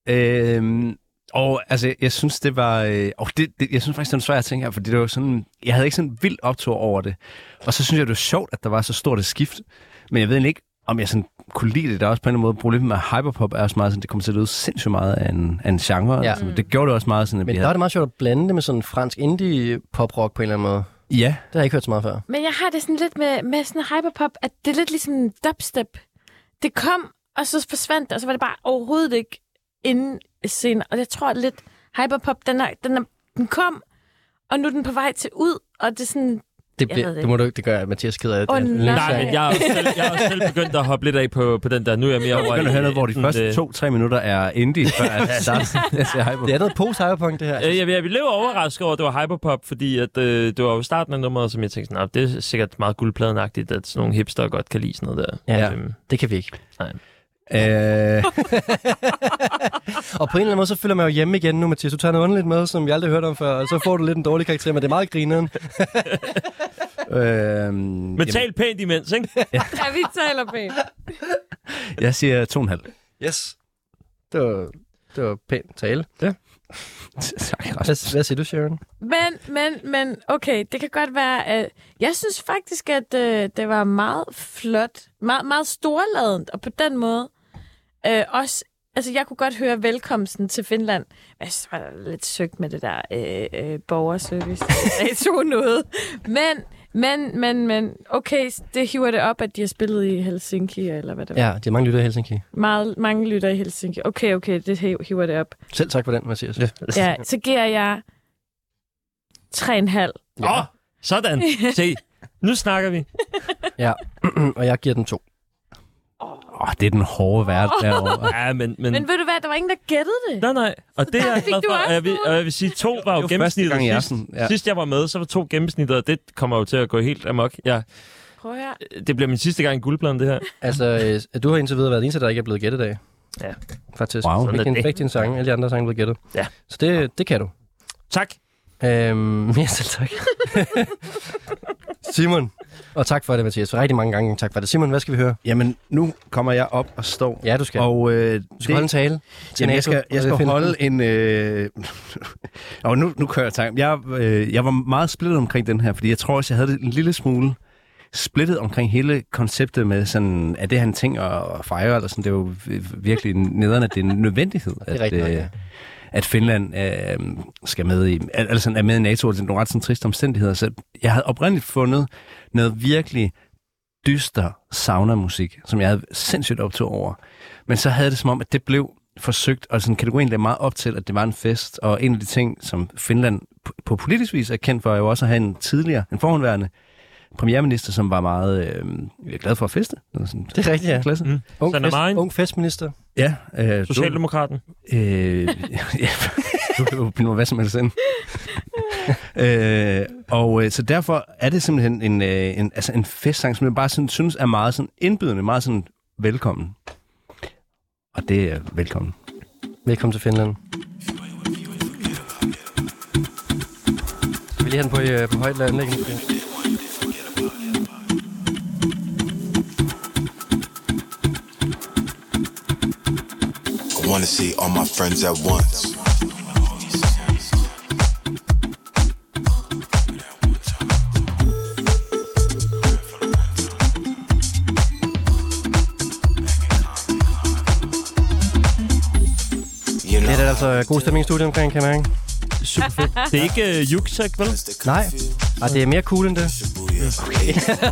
Speaker 3: Og altså, jeg synes, det var... jeg synes faktisk, det var svært at tænke her, fordi det var sådan... Jeg havde ikke sådan en vild optur over det. Og så synes jeg, det var sjovt, at der var så stort et skift. Men jeg ved ikke, om jeg sådan kunne lide det. Der er også på en eller anden måde problemet med hyperpop er også meget sådan, det kommer til at lyde sindssygt meget af en genre. Ja. Altså, det gjorde det også meget sådan, at
Speaker 2: men der er det meget sjovt at blande det med sådan fransk indie-pop-rock på en eller anden måde.
Speaker 3: Ja.
Speaker 2: Det har jeg ikke hørt så meget før.
Speaker 4: Men jeg har det sådan lidt med sådan hyperpop, at det er lidt ligesom dubstep. Det kom, og så forsvandt det, og så var det bare overhovedet ikke inden scenen, og jeg tror lidt, hyperpop, den kom, og nu er den på vej til ud, og det er sådan...
Speaker 2: Det gør Mathias ked af.
Speaker 5: Nej, men jeg er også selv begyndt at hoppe lidt af på den der. Nu er jeg mere over...
Speaker 3: Jeg begynder at høre noget, hvor de første 2-3 minutter er indie, før jeg
Speaker 2: det er noget post-hyperpunk, det her.
Speaker 5: Jeg blev overrasket over, at det var hyperpop, fordi at, det var jo starten af nummeret, som jeg tænkte sådan, det er sikkert meget guldpladenagtigt, at sådan nogle hipster godt kan lide sådan noget der.
Speaker 2: Ja, det kan vi ikke.
Speaker 5: Nej.
Speaker 2: Og på en eller anden måde, så føler man jo hjemme igen nu, Mathias. Du tager noget underligt med, som vi aldrig har hørt om før, og så får du lidt en dårlig karakter, men det er meget grineren.
Speaker 5: Men tal pænt imens, ikke?
Speaker 4: Ja, vi taler pænt.
Speaker 3: Jeg siger 2,5.
Speaker 2: Yes. Det var pænt tale.
Speaker 3: Ja.
Speaker 2: Hvad siger du, Sharon?
Speaker 4: Men okay, det kan godt være, at jeg synes faktisk, at det var meget flot, meget storladent, og på den måde også, altså jeg kunne godt høre velkomsten til Finland. Jeg synes, det var lidt søgt med det der borgerservice. Jeg tog noget. Men okay, det hiver det op, at de har spillet i Helsinki, eller hvad det var.
Speaker 2: Ja, de har mange lytter i Helsinki.
Speaker 4: Mange lytter i Helsinki. Okay, det hiver det op.
Speaker 2: Selv tak for den, Mathias.
Speaker 4: Ja, så giver jeg 3,5.
Speaker 5: Sådan. Se, nu snakker vi.
Speaker 2: Ja, og jeg giver den 2.
Speaker 3: Det er den hårde vært derovre.
Speaker 5: Ja, men
Speaker 4: ved du hvad, der var ingen, der gættede det.
Speaker 5: Nej. Og det er jeg glad for. Jeg vil sige, 2 var jo gennemsnittet. Sidst jeg var med, så var 2 gennemsnittet, og det kommer jo til at gå helt amok. Ja.
Speaker 4: Prøv at høre.
Speaker 5: Det bliver min sidste gang i guldpladen, det her.
Speaker 2: Altså, du har indtil videre været den eneste, der ikke er blevet gættet af.
Speaker 5: Ja.
Speaker 2: Faktisk.
Speaker 3: Wow.
Speaker 2: Ikke en rigtig sang. Alle de andre sange er blevet gættet.
Speaker 5: Ja.
Speaker 2: Så det kan du.
Speaker 5: Tak.
Speaker 2: Mere selv tak. Simon. Og tak for det, Mathias. For rigtig mange gange tak for det. Simon, hvad skal vi høre?
Speaker 3: Jamen, nu kommer jeg op og står.
Speaker 2: Ja, du skal.
Speaker 3: Og,
Speaker 2: du skal holde en tale.
Speaker 3: Jamen, jeg skal holde en... nu kører jeg tanken. Jeg var meget splittet omkring den her, fordi jeg tror også, jeg havde det en lille smule splittet omkring hele konceptet med sådan, er det han ting at fejre, eller sådan. Det er jo virkelig nederen, at det er en nødvendighed.
Speaker 2: Det er rigtigt,
Speaker 3: at Finland skal med i, altså er med i NATO, og det er nogle ret sådan triste omstændigheder. Så jeg havde oprindeligt fundet noget virkelig dyster sauna-musik, som jeg havde sindssygt optog over. Men så havde det som om, at det blev forsøgt, og sådan kategorien lagde meget op til, at det var en fest. Og en af de ting, som Finland på politisk vis er kendt for, er jo også at have en forhåndværende premierminister, som var meget glad for at feste. Sådan,
Speaker 2: det er rigtigt, ja.
Speaker 3: Klasse.
Speaker 2: Ung festminister.
Speaker 3: Ja.
Speaker 5: Socialdemokraten.
Speaker 3: Du kan jo blive hvad som helst ind. Og så derfor er det simpelthen en festsang, som jeg bare sådan, synes er meget sådan indbydende, meget sådan velkommen. Og det er velkommen.
Speaker 2: Velkommen til Finland. Skal vi lige have den på højt anlæg?
Speaker 9: I wanna see all my friends at once.
Speaker 2: Det er altså god stemning i studiet omkring, kan man mærke.
Speaker 5: Super fedt. Det er ikke Yuksak, vel?
Speaker 2: Nej, og det er mere cool end det. Okay.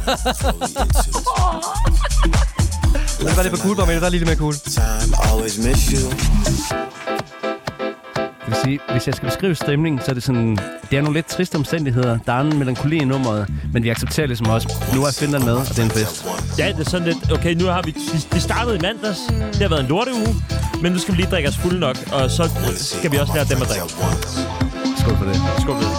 Speaker 2: Det var lidt for cool, men det var lige lidt mere cool.
Speaker 3: Jeg vil sige, hvis jeg skal beskrive stemningen, så er det sådan... Det er nogle lidt triste omstændigheder. Der er en melankoli i nummeret, men vi accepterer ligesom også. Nu er Finland med, og det er en fest.
Speaker 5: Ja, det er sådan lidt... Okay, nu har vi startede i mandags. Det har været en lorteuge. Men nu skal vi lige drikke os fulde nok, og så skal vi også lære dem at drikke.
Speaker 3: Skål for det.
Speaker 5: Skål for det.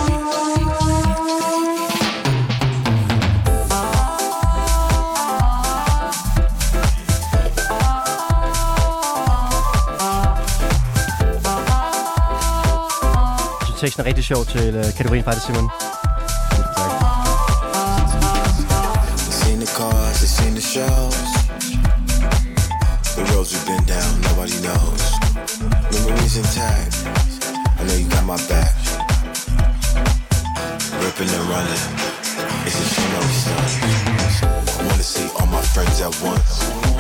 Speaker 2: Teksten er rigtig sjov til kategorien fra det, Simon.
Speaker 3: Tak.
Speaker 9: Seen the cars, they seen the shows. The roads we've been down, nobody knows. Memories intact, I know you got my back. Ripping and running, it's a shame that we son. I wanna see all my friends at once.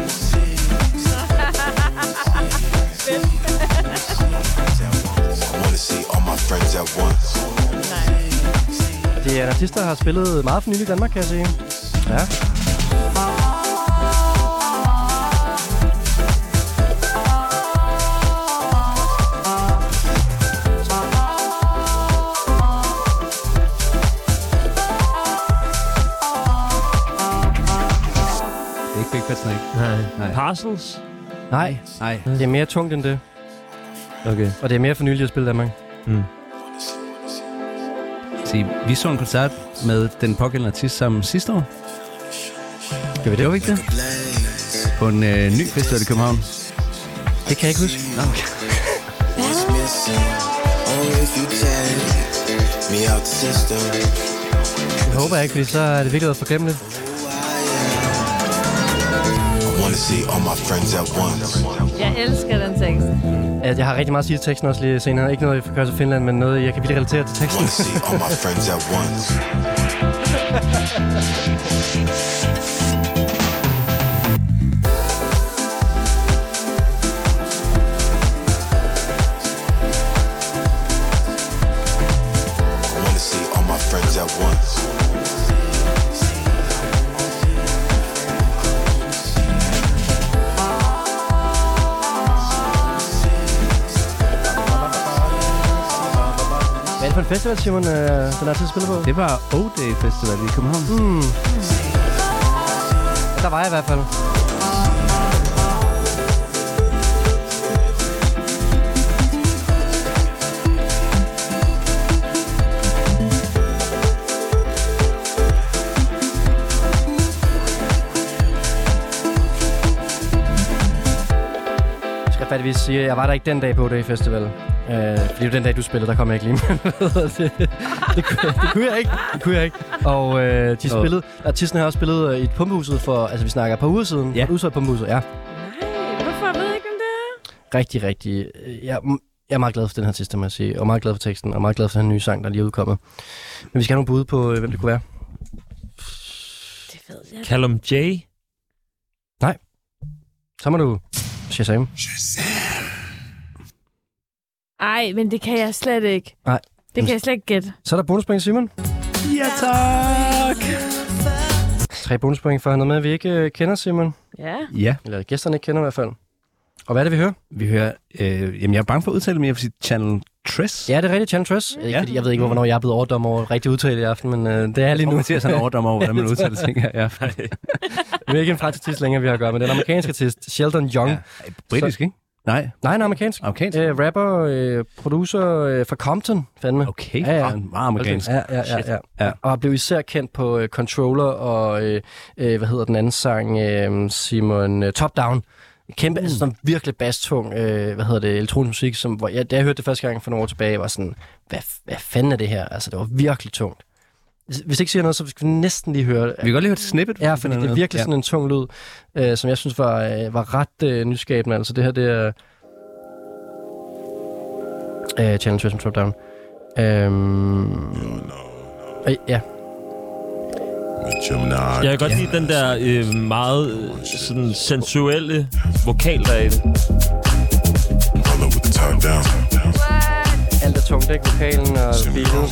Speaker 9: I wanna see all my friends at once.
Speaker 2: Det er en artist, der har spillet meget for nylig i Danmark, kan jeg sige. Ja.
Speaker 5: Nej. Parcels?
Speaker 2: Nej, det er mere tungt end det.
Speaker 5: Okay.
Speaker 2: Og det er mere for nylig at spille Danmark.
Speaker 3: Så vi så en koncert med den pågældende artist sammen sidste år.
Speaker 2: Skal vi det?
Speaker 3: Var vi ikke det? På en ny festival i København.
Speaker 2: Det kan jeg ikke huske.
Speaker 3: Okay.
Speaker 2: Det håber jeg ikke, fordi så er det virkelig været forglemmeligt.
Speaker 4: Jeg elsker den tekst.
Speaker 2: Jeg har rigtig meget at sige til teksten også lige senere. Ikke noget, jeg gør til Finland, men noget, jeg kan virkelig relatere til teksten. Hvad er det for en festival, Simon, den artist spiller på?
Speaker 3: Det var O-Day Festival i København.
Speaker 2: Der var jeg i hvert fald. Jeg skal sige, jeg var der ikke den dag på O-Day Festival. Fordi det var den dag, du spillede, der kom jeg ikke lige med. det kunne jeg ikke. Og de spillede, artisten har også spillet i et pumpehuset for, altså vi snakker et par uger siden.
Speaker 3: Ja.
Speaker 2: Udsolgt pumpehuset, ja.
Speaker 4: Nej, hvorfor ved jeg ikke om det?
Speaker 2: Rigtig. Jeg er meget glad for den her artist, må jeg sige. Og meget glad for teksten, og meget glad for den nye sang, der lige er udkommet. Men vi skal have nogle bud på, hvem det kunne være.
Speaker 4: Det ved jeg.
Speaker 5: Callum J.
Speaker 2: Nej. Så må du Shazam.
Speaker 4: Ej, men det kan jeg slet ikke.
Speaker 2: Nej.
Speaker 4: Det kan jeg slet ikke gætte.
Speaker 2: Så er der bonuspoint, Simon.
Speaker 3: Ja, tak!
Speaker 2: 3 bonuspoint for noget med, vi ikke kender, Simon.
Speaker 4: Ja.
Speaker 3: Ja.
Speaker 2: Eller gæsterne ikke kender i hvert fald. Og hvad er det, vi hører?
Speaker 3: Vi hører... jamen, jeg er bange for at udtale mere, for sit Channel Tres.
Speaker 2: Ja, det er rigtigt, Channel Tres.
Speaker 3: Ja.
Speaker 2: Fordi jeg ved ikke, hvornår jeg er blevet overdommer over rigtig udtale i aften, men det er lige nu.
Speaker 3: Man siger sådan en overdommer over, hvordan man udtaler ting her. Ja.
Speaker 2: Det er ikke en fransk artist længere, vi har at gøre med. Det er en amerikansk artist, Sheldon Young.
Speaker 3: Ja. Britisk, ikke? Nej.
Speaker 2: Nej, en amerikansk.
Speaker 3: Amerikansk?
Speaker 2: Rapper, producer fra Compton, fandme.
Speaker 3: Okay,
Speaker 2: Ja.
Speaker 3: meget amerikansk.
Speaker 2: Ja. Og blev især kendt på Controller og, hvad hedder den anden sang, Simon, Top Down. Kæmpe, altså sådan virkelig basstung, elektronisk musik, som, hvor da jeg hørte det første gang for nogle år tilbage, var sådan, hvad fanden er det her? Altså, det var virkelig tungt. Hvis det ikke siger noget, så skal vi næsten lige høre...
Speaker 3: Vi kan godt lige høre et snippet.
Speaker 2: Ja, fordi det er virkelig sådan en tung lyd, som jeg synes var ret nyskabende. Altså, det her, det er... Channel 2 som Top Down. Ja.
Speaker 5: Jeg kan godt lide den der meget sådan sensuelle vokal, der er i det.
Speaker 2: Alt er tungt, ikke? Vokalen og beatet.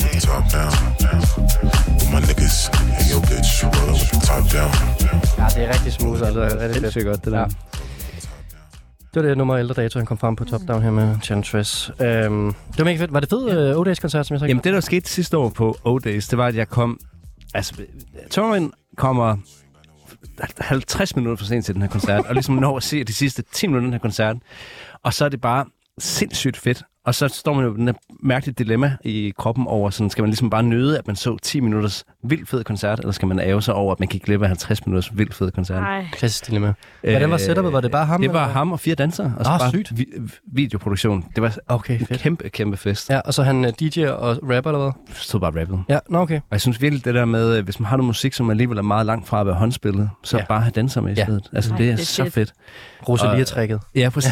Speaker 2: Ja, det er rigtig smooth, og det er rigtig fedt.
Speaker 3: Godt, det der.
Speaker 2: Ja. Det var det nummer ældre dato, han kom frem på Top Down her med Channel Tres. Det var mega fedt. Var det fed O-Days-koncert, som jeg sagde?
Speaker 3: Jamen, det der skete sidste år på O-Days, det var, at jeg kom... Altså, Torben kommer 50 minutter for sent til den her koncert, og ligesom når at se de sidste 10 minutter af den her koncert. Og så er det bare sindssygt fedt. Og så står man jo i den her mærkelige dilemma i kroppen over, sådan, skal man ligesom bare nyde, at man så 10 minutters vildt fed koncert, eller skal man ære sig over, at man gik glip af 50 minutters vildt fed koncert?
Speaker 4: Nej.
Speaker 2: Klassisk dilemma. Hvordan var setupet? Var det bare ham?
Speaker 3: Det var
Speaker 2: eller?
Speaker 3: ham og 4 dansere, og så bare
Speaker 2: sygt.
Speaker 3: Videoproduktion. Det var
Speaker 2: okay, fedt.
Speaker 3: Kæmpe fest.
Speaker 2: Ja, og så han DJ og rapper, eller hvad?
Speaker 3: Stod bare rappet.
Speaker 2: Ja, okay.
Speaker 3: Og jeg synes virkelig, det der med, hvis man har noget musik, som alligevel er meget langt fra at være håndspillet, så bare have danser med i stedet. Altså, det er så fedt.
Speaker 2: Rosalia-trækket.
Speaker 3: Ja, præcis.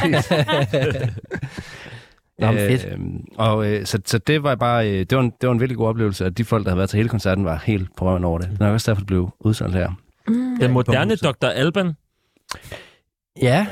Speaker 2: Nå, fedt.
Speaker 3: Så det var bare det var en virkelig god oplevelse, at de folk, der havde været til hele koncerten, var helt på røven over det. Det er også derfor, det blev udsolgt her.
Speaker 5: Den moderne Dr. Alban.
Speaker 2: Ja.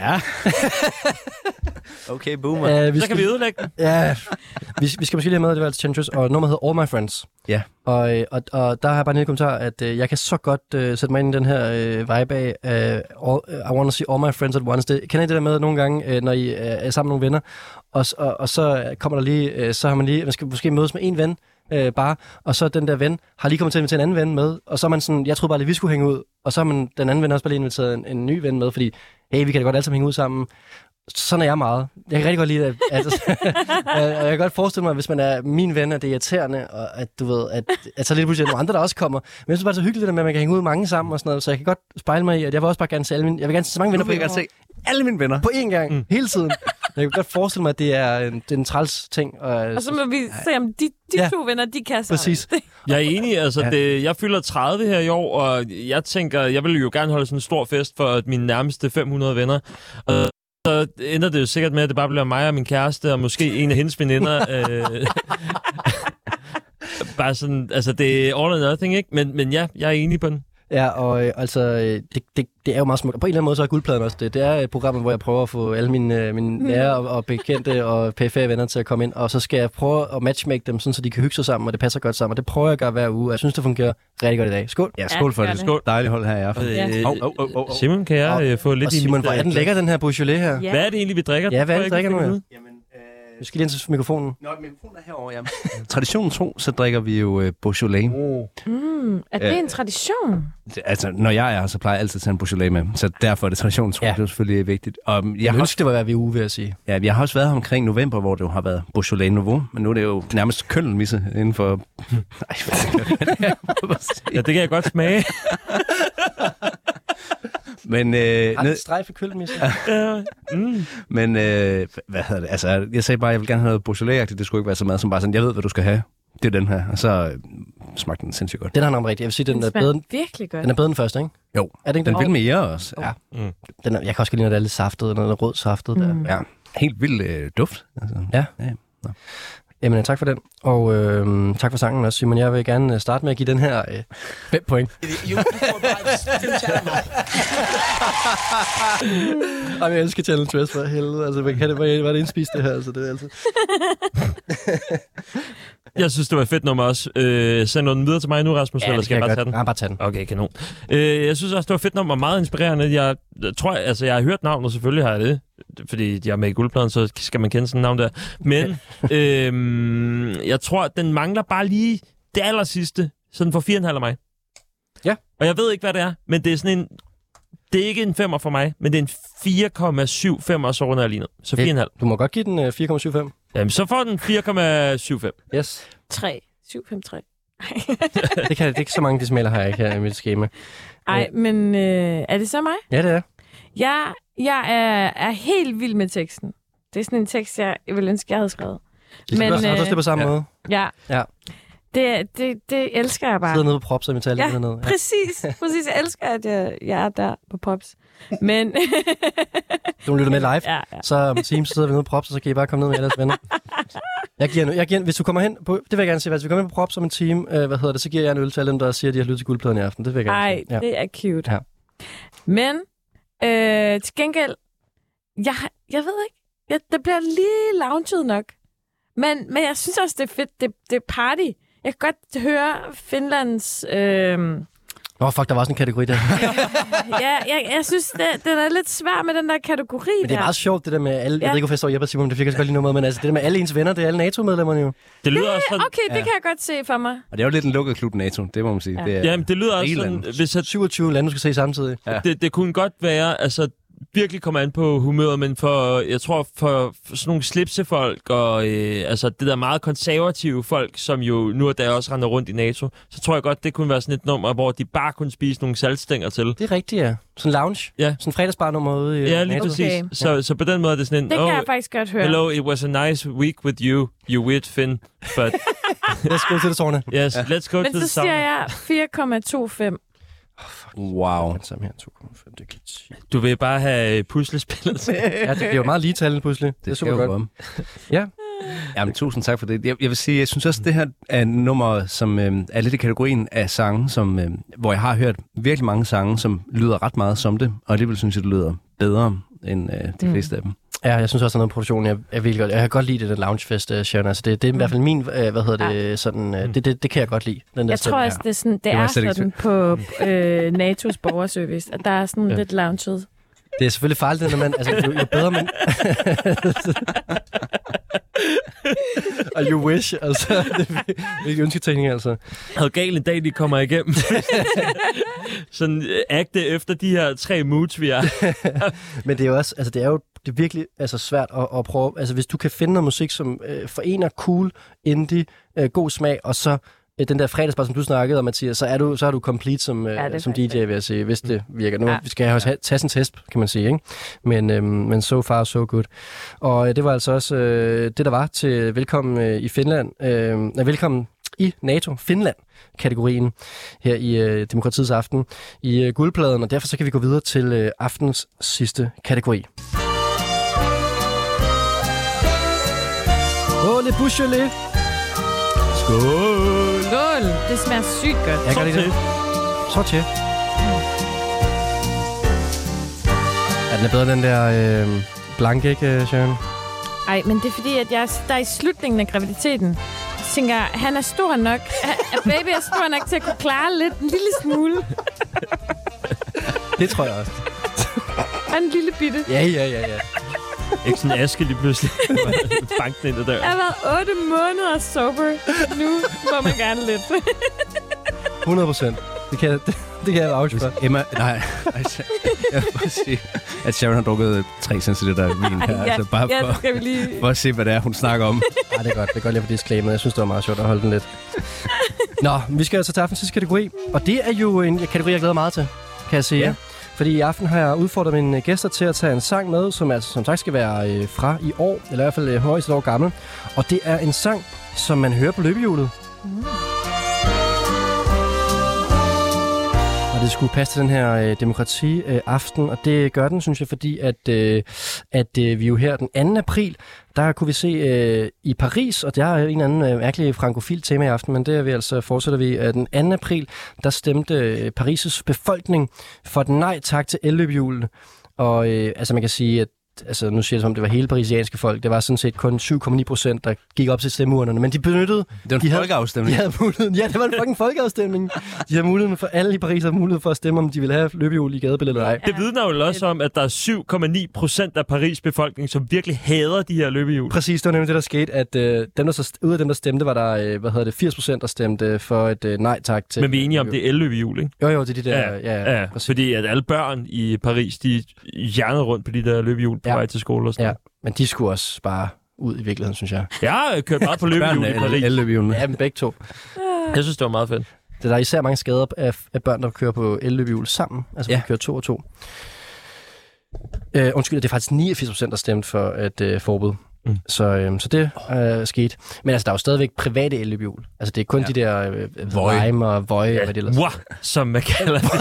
Speaker 3: Okay, boomer.
Speaker 5: Så kan vi ødelægge den.
Speaker 2: Ja, vi skal måske lige have med, det var altså Channel og nummeret hedder All My Friends.
Speaker 3: Ja.
Speaker 2: Og der har jeg bare en lille kommentar, at jeg kan så godt sætte mig ind i den her vibe af I want to see all my friends at once. Kender I det der med nogle gange, når I er sammen med nogle venner, og så kommer der lige, så har man skal måske mødes med en ven, bare, og så den der ven har lige kommet til at invitere en anden ven med, og så er man sådan, jeg troede bare lige, vi skulle hænge ud, og så har man den anden ven også bare lige inviteret en ny ven med, fordi, hey, vi kan da godt alle sammen hænge ud sammen. Sådan er jeg meget. Jeg kan rigtig godt lide det. Og jeg kan godt forestille mig, hvis man er min ven, at det er irriterende, og at du ved, at så lidt pludselig nogle andre, der også kommer. Men jeg synes bare, det er så hyggeligt, det med, at man kan hænge ud mange sammen og sådan noget, så jeg kan godt spejle mig i, at jeg vil også bare gerne se jeg vil gerne se så mange venner på en gang.
Speaker 3: Alle mine venner.
Speaker 2: På én gang, hele tiden. Jeg kan godt forestille mig, at det er en træls ting.
Speaker 4: Og så må vi se, om de to venner, de kan sammen.
Speaker 2: Præcis.
Speaker 5: Jeg er enig, altså jeg fylder 30 her i år, og jeg tænker, jeg vil jo gerne holde sådan en stor fest for mine nærmeste 500 venner. Og så ender det jo sikkert med, at det bare bliver mig og min kæreste, og måske en af hendes veninder. Bare sådan, altså det er all or nothing, ikke? Men ja, jeg er enig på den.
Speaker 2: Ja, og altså, det er jo meget smukt. På en eller anden måde, så er Guldpladen også det. Det er et program, hvor jeg prøver at få alle mine nære og bekendte og PFA-venner til at komme ind, og så skal jeg prøve at matchmake dem, sådan, så de kan hygge sig sammen, og det passer godt sammen. Og det prøver jeg at gøre hver uge, og jeg synes, det fungerer rigtig godt i dag. Skål!
Speaker 3: Ja, skål for det. Skål. Dejligt hold her i aften.
Speaker 5: Simon, kan jeg få lidt
Speaker 2: og Simon, hvor er den lækker, den her Beaujolais her?
Speaker 5: Ja. Hvad er det egentlig, vi drikker?
Speaker 2: Ja, hvad er det, vi drikker nu? Vi skal lige ind til mikrofonen.
Speaker 3: Nå, mikrofonen er herovre, ja. Traditionen tro, så drikker vi jo Beaujolais.
Speaker 4: Er det en tradition?
Speaker 3: Altså, når jeg er her, så plejer jeg altid at tage en Beaujolais med. Så derfor er det traditionen tro, det er selvfølgelig vigtigt. Og
Speaker 2: jeg ønsker, det var hver uge, vil jeg sige.
Speaker 3: Ja, jeg har også været her omkring november, hvor det jo har været Beaujolais Nouveau. Men nu er det jo nærmest køllenmisse inden for...
Speaker 5: Ja, det kan jeg godt smage.
Speaker 2: Men streg for køllemisse.
Speaker 3: Men hvad hedder det? Altså, jeg sagde bare, at jeg vil gerne have noget Beaujolais-agtigt. Det skulle ikke være så meget som bare sådan, jeg ved, hvad du skal have. Det er den her. Og så smagte den sindssygt godt.
Speaker 2: Den har nok rigtigt. Jeg vil sige, den er bedre.
Speaker 4: Virkelig godt.
Speaker 2: Den er bedre end første, ikke?
Speaker 3: Jo.
Speaker 2: Er det ikke
Speaker 3: den vil mere også. Ja.
Speaker 2: Den er, jeg kan også lide, når det er lidt saftet, når det er rød saftet. Der.
Speaker 3: Ja. Helt vild duft. Altså.
Speaker 2: Ja. Jamen, tak for den. Og tak for sangen også, Simon. Jeg vil gerne starte med at give den her 5 point. Jeg elsker Channel 2 for helvede. Altså, hvad kan det være indspist det her? Altså, det er altså...
Speaker 5: Jeg synes, det var et fedt nummer også. Send noget videre til mig nu, Rasmus, eller skal jeg bare tage den?
Speaker 2: Ja, bare tage den.
Speaker 5: Okay, kanon. Jeg synes også, det var et fedt nummer, meget inspirerende. Jeg tror, altså, jeg har hørt navnet, selvfølgelig har jeg det. Fordi jeg er med i Guldpladen, så skal man kende sådan et navn der. Men jeg tror, den mangler bare lige det aller sidste. Sådan for 4,5 af mig.
Speaker 2: Ja.
Speaker 5: Og jeg ved ikke, hvad det er, men det er sådan en... Det er ikke en 5'er for mig, men det er en 4,75, så runder jeg lige ned. Så 4,5.
Speaker 2: Du må godt give den 4,75.
Speaker 5: Jamen, så får den 4,75.
Speaker 2: Yes.
Speaker 4: 3. 7,53.
Speaker 2: Det er ikke så mange decimaler, har jeg ikke her i mit schema.
Speaker 4: Ej, men er det så mig?
Speaker 2: Ja, det er.
Speaker 4: Jeg er helt vild med teksten. Det er sådan en tekst, jeg ville ønske, jeg havde skrevet.
Speaker 2: Men har du også det på samme måde?
Speaker 4: Ja. Det elsker jeg bare.
Speaker 2: Sidder nede på Props og metal.
Speaker 4: Ja,
Speaker 2: nede.
Speaker 4: præcis. Jeg elsker, at jeg er der på Props. Men...
Speaker 2: Du lytter med live, så om time så sidder vi nede på Props, og så kan I bare komme ned med jeres venner. Jeg giver, hvis du kommer hen på... Det vil jeg gerne se. Hvis du kommer hen på Props om en time, så giver jeg en øl til alle dem, der siger, at de har lyttet til Guldpladen i aften. Det vil jeg gerne se.
Speaker 4: Ej, det er cute.
Speaker 2: Ja.
Speaker 4: Men til gengæld... Jeg ved ikke. Det bliver lige lounget nok. Men jeg synes også, det er fedt. Det er party. Jeg kan godt høre Finlands...
Speaker 2: Fuck, der var også en kategori der.
Speaker 4: Jeg synes, den er lidt svær med den der kategori.
Speaker 2: Men det er meget sjovt, det der med alle... Jeg ved ikke, hvorfor jeg står hjemme, Simon, det fik jeg så godt lige noget med, men altså det der med alle ens venner, det er alle NATO-medlemmerne jo.
Speaker 5: Det lyder også sådan...
Speaker 4: Okay, det kan jeg godt se for mig.
Speaker 3: Og det er jo lidt en lukket klub, NATO, det må man sige.
Speaker 5: Ja. Jamen, det lyder også sådan...
Speaker 2: Hvis 27 lande, du skal se samtidig.
Speaker 5: Ja. Det kunne godt være, altså... virkelig kommer an på humøret, men jeg tror for sådan nogle slipsefolk og altså det der meget konservative folk, som jo nu og da også render rundt i NATO, så tror jeg godt, det kunne være sådan et nummer, hvor de bare kunne spise nogle saltstænger til.
Speaker 2: Det er rigtigt, ja. Sådan lounge.
Speaker 5: Ja.
Speaker 2: Sådan fredagsbarnummer ude i
Speaker 5: ja, lige præcis.
Speaker 4: Okay.
Speaker 5: Så på den måde er det sådan en...
Speaker 4: Det kan jeg faktisk godt høre.
Speaker 5: Hello, it was a nice week with you, you weird Finn, but...
Speaker 2: Let's go to the sauna.
Speaker 5: Yes, let's go to the sauna.
Speaker 4: Men så siger jeg 4,25.
Speaker 3: Wow.
Speaker 5: Du vil bare have puslespillet.
Speaker 2: Ja, det bliver jo meget lige talende pludselig. Det er super godt. Ja.
Speaker 3: Jamen, tusind tak for det. Jeg vil sige, jeg synes også, det her er nummer, som er lidt i kategorien af sange, hvor jeg har hørt virkelig mange sange, som lyder ret meget som det, og alligevel synes jeg, det lyder bedre end de fleste af dem.
Speaker 2: Ja, jeg synes også, at noget produktion, jeg virkelig godt. Jeg kan godt lide det loungefest, Sharon. Altså, det er i hvert fald min, sådan, det kan jeg godt lide. Den der
Speaker 4: jeg tror også, det er sådan på NATO's borgerservice, at der er sådan lidt lounget.
Speaker 2: Det er selvfølgelig farligt, når man... Altså, jo bedre man... Og you wish, altså. Det er ikke ønsketænkning, altså.
Speaker 5: Havde galt en dag, de kommer igennem. Sådan agte efter de her 3 moods, vi er.
Speaker 2: Men det er jo også, altså det er virkelig altså, svært at prøve. Altså hvis du kan finde noget musik, som forener cool, indie, god smag, og så den der fredagsbar, som du snakkede om, Mathias, så er du complete som DJ, vil jeg sige, hvis det virker. Nu vi skal også tage sådan en test, kan man sige, ikke? Men so far, so good. Og det var altså også det, der var til Velkommen i Finland. Velkommen i NATO Finland-kategorien her i Demokratiets Aften i Guldpladen, og derfor så kan vi gå videre til aftens sidste kategori. Le Beaujolais.
Speaker 5: Skål!
Speaker 4: Skål! Det smager sygt godt.
Speaker 2: Jeg gør lige det. Så til. Er den bedre, den der blanke, ikke, Sharon?
Speaker 4: Ej, men det er fordi, at der er i slutningen af graviditeten, tænker jeg, han er stor nok. Baby er stor nok til at kunne klare lidt, en lille smule.
Speaker 2: Det tror jeg også.
Speaker 4: Han er en lille bitte.
Speaker 2: Ja.
Speaker 5: Ikke sådan en aske lige pludselig. Bank den ind der.
Speaker 4: Jeg har været 8 måneder sober. Nu må man gerne lidt.
Speaker 2: 100%. Det kan jeg vouch for.
Speaker 3: Emma, nej. Jeg vil bare sige, at Sharon har drukket 3 centiliter vin her. Altså bare for at se, hvad det er, hun snakker om.
Speaker 2: Nej, det er godt. Det er godt lige for disclaimer. Jeg synes, det var meget sjovt at holde den lidt. Nå, vi skal altså til aftens sidste kategori. Og det er jo en kategori, jeg glæder meget til, kan jeg sige. Ja. Fordi i aften har jeg udfordret mine gæster til at tage en sang med, som altså som sagt skal være fra i år, eller i hvert fald højst et år gammel. Og det er en sang, som man hører på løbehjulet. Og det skulle passe til den her demokrati-aften, og det gør den, synes jeg, fordi at vi jo her den 2. april, der kunne vi se i Paris, og det er en anden mærkelig frankofil tema i aften, men det er vi altså fortsætter vi. Den 2. april, der stemte Paris' befolkning for et nej tak til elløbehjulene. Og altså man kan sige, at altså nu siger jeg, som det var hele parisianske folk. Det var sådan set kun 7,9%, der gik op til stemmeurnerne. Men de benyttede...
Speaker 3: Det var en folkeafstemning.
Speaker 2: De havde muligheden. Ja, det var en fucking folkeafstemning. De havde muligheden for alle i Paris havde mulighed for at stemme, om de ville have løbehjul i gadebilledet eller ej.
Speaker 5: Det vidner jo også om, at der er 7,9% af Paris' befolkning, som virkelig hader de her løbehjul.
Speaker 2: Præcis, det var nemlig det, der skete, at ud af dem, der stemte, var der 80%, der stemte for et nej tak til...
Speaker 5: Men vi er enige om, det er elløbehjul, ikke?
Speaker 2: Jo, det er de der...
Speaker 5: Ja, fordi at alle børn i Paris, de hjernede rundt på de der løbehjul på vej til skole og sådan.
Speaker 2: Ja, men de skulle også bare ud i virkeligheden, synes jeg.
Speaker 5: Jeg har kørt meget på løbehjul i Paris.
Speaker 2: Ja, men begge to.
Speaker 5: Jeg synes, det var meget fedt.
Speaker 2: Der er især mange skader af børn, der kører på elløbehjul sammen. Altså, man kører 2 og 2. Undskyld, det er faktisk 89%, der stemte for et forbud. Så det er sket. Men altså, der er jo stadigvæk private elløbehjul. Altså, det er kun de der Lime og Voy, og hvad det ellers
Speaker 5: er. Som man kalder det.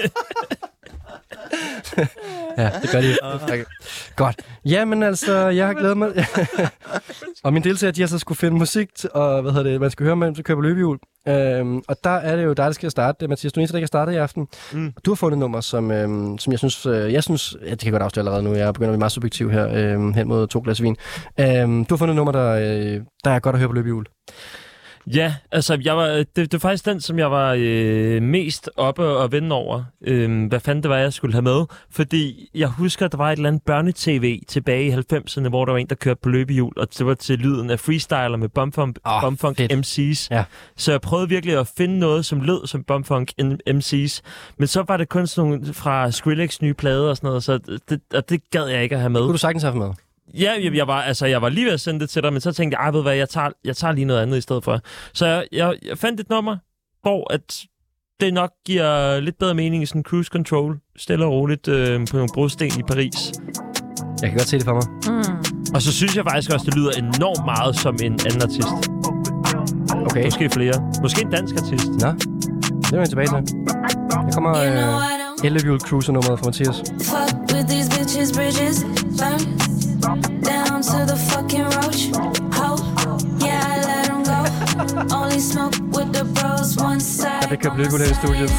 Speaker 2: Ja, det gør de. Okay. Godt. Jamen altså, jeg har glædet mig. Og mine deltagere, de har så skulle finde musik, og man skal høre, mens man kører på løbehjul. Og der er det jo dig, der skal starte det. Mathias, du er eneste, der ikke har startet i aften. Du har fundet et nummer, som jeg synes, det kan godt afsløre allerede nu. Jeg begynder at blive meget subjektiv her, hen mod 2 glas vin. Du har fundet et nummer, der er godt at høre på løbehjul.
Speaker 5: Ja, altså det var faktisk den, som jeg var mest oppe og vende over. Hvad fanden det var, jeg skulle have med. Fordi jeg husker, at der var et eller andet børnetv tilbage i 90'erne, hvor der var en, der kørte på løbehjul, og det var til lyden af freestyler med Bumfunk MC's. Ja. Så jeg prøvede virkelig at finde noget, som lød som Bumfunk MC's. Men så var det kun sådan nogle fra Skrillex nye plader og sådan noget, så det gad jeg ikke at have med.
Speaker 2: Kunne du sagtens have med?
Speaker 5: Ja, jeg var lige ved at sende det til dig, men så tænkte jeg, ved hvad, jeg tager lige noget andet i stedet for. Så jeg fandt et nummer, hvor at det nok giver lidt bedre mening i sådan cruise control, stille og roligt på nogle brosten i Paris.
Speaker 2: Jeg kan godt se det for mig.
Speaker 5: Og så synes jeg faktisk også, det lyder enormt meget som en anden artist.
Speaker 2: Okay.
Speaker 5: Måske flere. Måske en dansk artist.
Speaker 2: Nå, det er vi tilbage til. Jeg kommer elløbehjul cruiser-nummeret fra Mathias.
Speaker 6: Fuck with these bitches, bridges, burn down to the fucking roach. Ho, yeah, I let them go. Only smoke with the bros, one side.
Speaker 2: Jeg kører løbehjul her i studiet.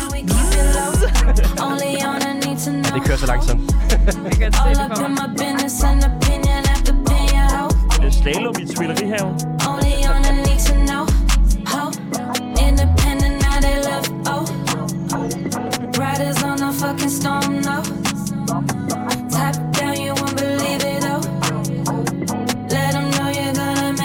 Speaker 2: Ja, det kører så langsomt.
Speaker 4: Jeg kan se det for mig.
Speaker 5: Det er slalom i Tuileries-haven.
Speaker 6: Only on a need to know. Ho, independent, now they love, oh. Riders on a fucking storm, no. Top down, you won't believe it, oh. Let them know you're gonna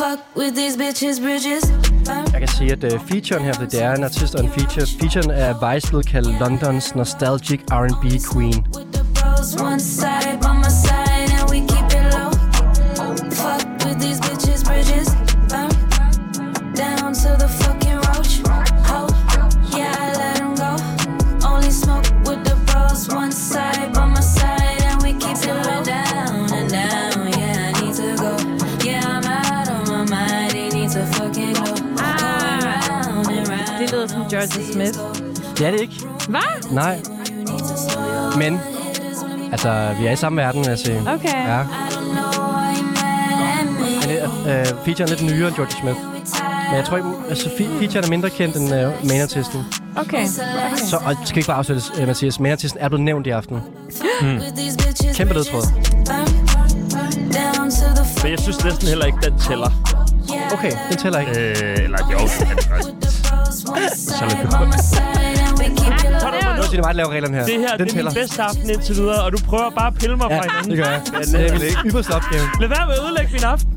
Speaker 6: Fuck with these bitches, bridges.
Speaker 2: Jeg kan sige, at featuren her, det er en artist og en feature. Featuren er Vice blevet kaldt Londons nostalgic R&B queen.
Speaker 6: With the bros, one side by my side, and we keep it low. Fuck with these bitches, bridges. Down to the fucking roach. Ho, yeah, I let them go. Only smoke with the bros, one side by my side, and we keep it low. Down and down, yeah, I need to go. Yeah, I'm out of my mind, they need to fucking go.
Speaker 4: Det lyder som Georgia Smith.
Speaker 2: Det er det ikke.
Speaker 4: Hvad?
Speaker 2: Nej. Men, altså, vi er i samme verden, vil jeg sige.
Speaker 4: Okay.
Speaker 2: Ja. Featuren er lidt nyere end Georgia Smith. Men jeg tror ikke, altså, featuren er mindre kendt end main-artisten.
Speaker 4: Okay.
Speaker 2: Så og skal vi ikke bare afsluttes, Mathias. Main-artisten er blevet nævnt i aften. Kæmpe ledtråd.
Speaker 5: Men jeg synes næsten heller ikke, den tæller.
Speaker 2: Okay, den tæller ikke.
Speaker 5: Eller jo, det kan det godt. Så lidt godt.
Speaker 2: Nu siger det mig, at lave reglerne her.
Speaker 5: Det her,
Speaker 2: den
Speaker 5: det er
Speaker 2: tæller.
Speaker 5: min bedste aften indtil videre, og du prøver bare at pille mig fra hinanden.
Speaker 2: det gør jeg. Det er min ypperste opgave.
Speaker 5: Lad være med at ødelægge min aften.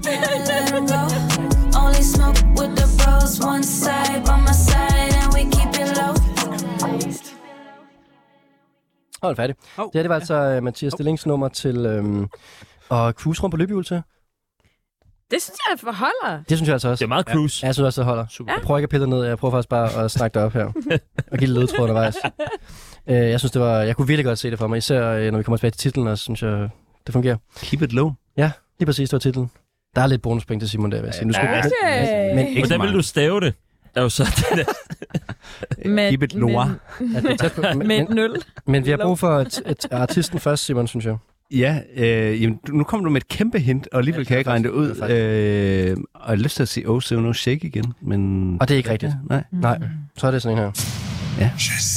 Speaker 6: Only smoke with the bros, one side by my side, and we keep it low.
Speaker 2: Hold færdig. Det var altså Mathias Stillings nummer til at cruise rundt på løbeøvelse.
Speaker 4: Det synes jeg forholder.
Speaker 2: Det synes jeg altså også.
Speaker 5: Det er meget cruise.
Speaker 2: Ja, jeg synes også, det holder.
Speaker 5: Super.
Speaker 2: Jeg prøver ikke at pille ned. Jeg prøver faktisk bare at snakke det op her. Og give det ledtråd undervejs. Jeg synes, det var... Jeg kunne virkelig godt se det for mig. Især når vi kommer tilbage til titlen, og synes jeg, det fungerer.
Speaker 3: Keep it low.
Speaker 2: Ja, lige præcis, det var titlen. Der er lidt bonuspoint til Simon der, vil jeg sige. Nu skal
Speaker 5: Men ikke hvordan vil du stave det? Der er jo så det der.
Speaker 3: Keep it low.
Speaker 4: Med et 0.
Speaker 2: Men vi har brug for et artisten først, Simon, synes jeg.
Speaker 3: Ja, jamen, nu kommer du med et kæmpe hint, og alligevel kan jeg ikke regne det ud. Og jeg har lyst til at sige Oh, so no shake igen, men...
Speaker 2: Og det er ikke rigtigt.
Speaker 3: Nej.
Speaker 2: Så er det sådan en her.
Speaker 3: Ja.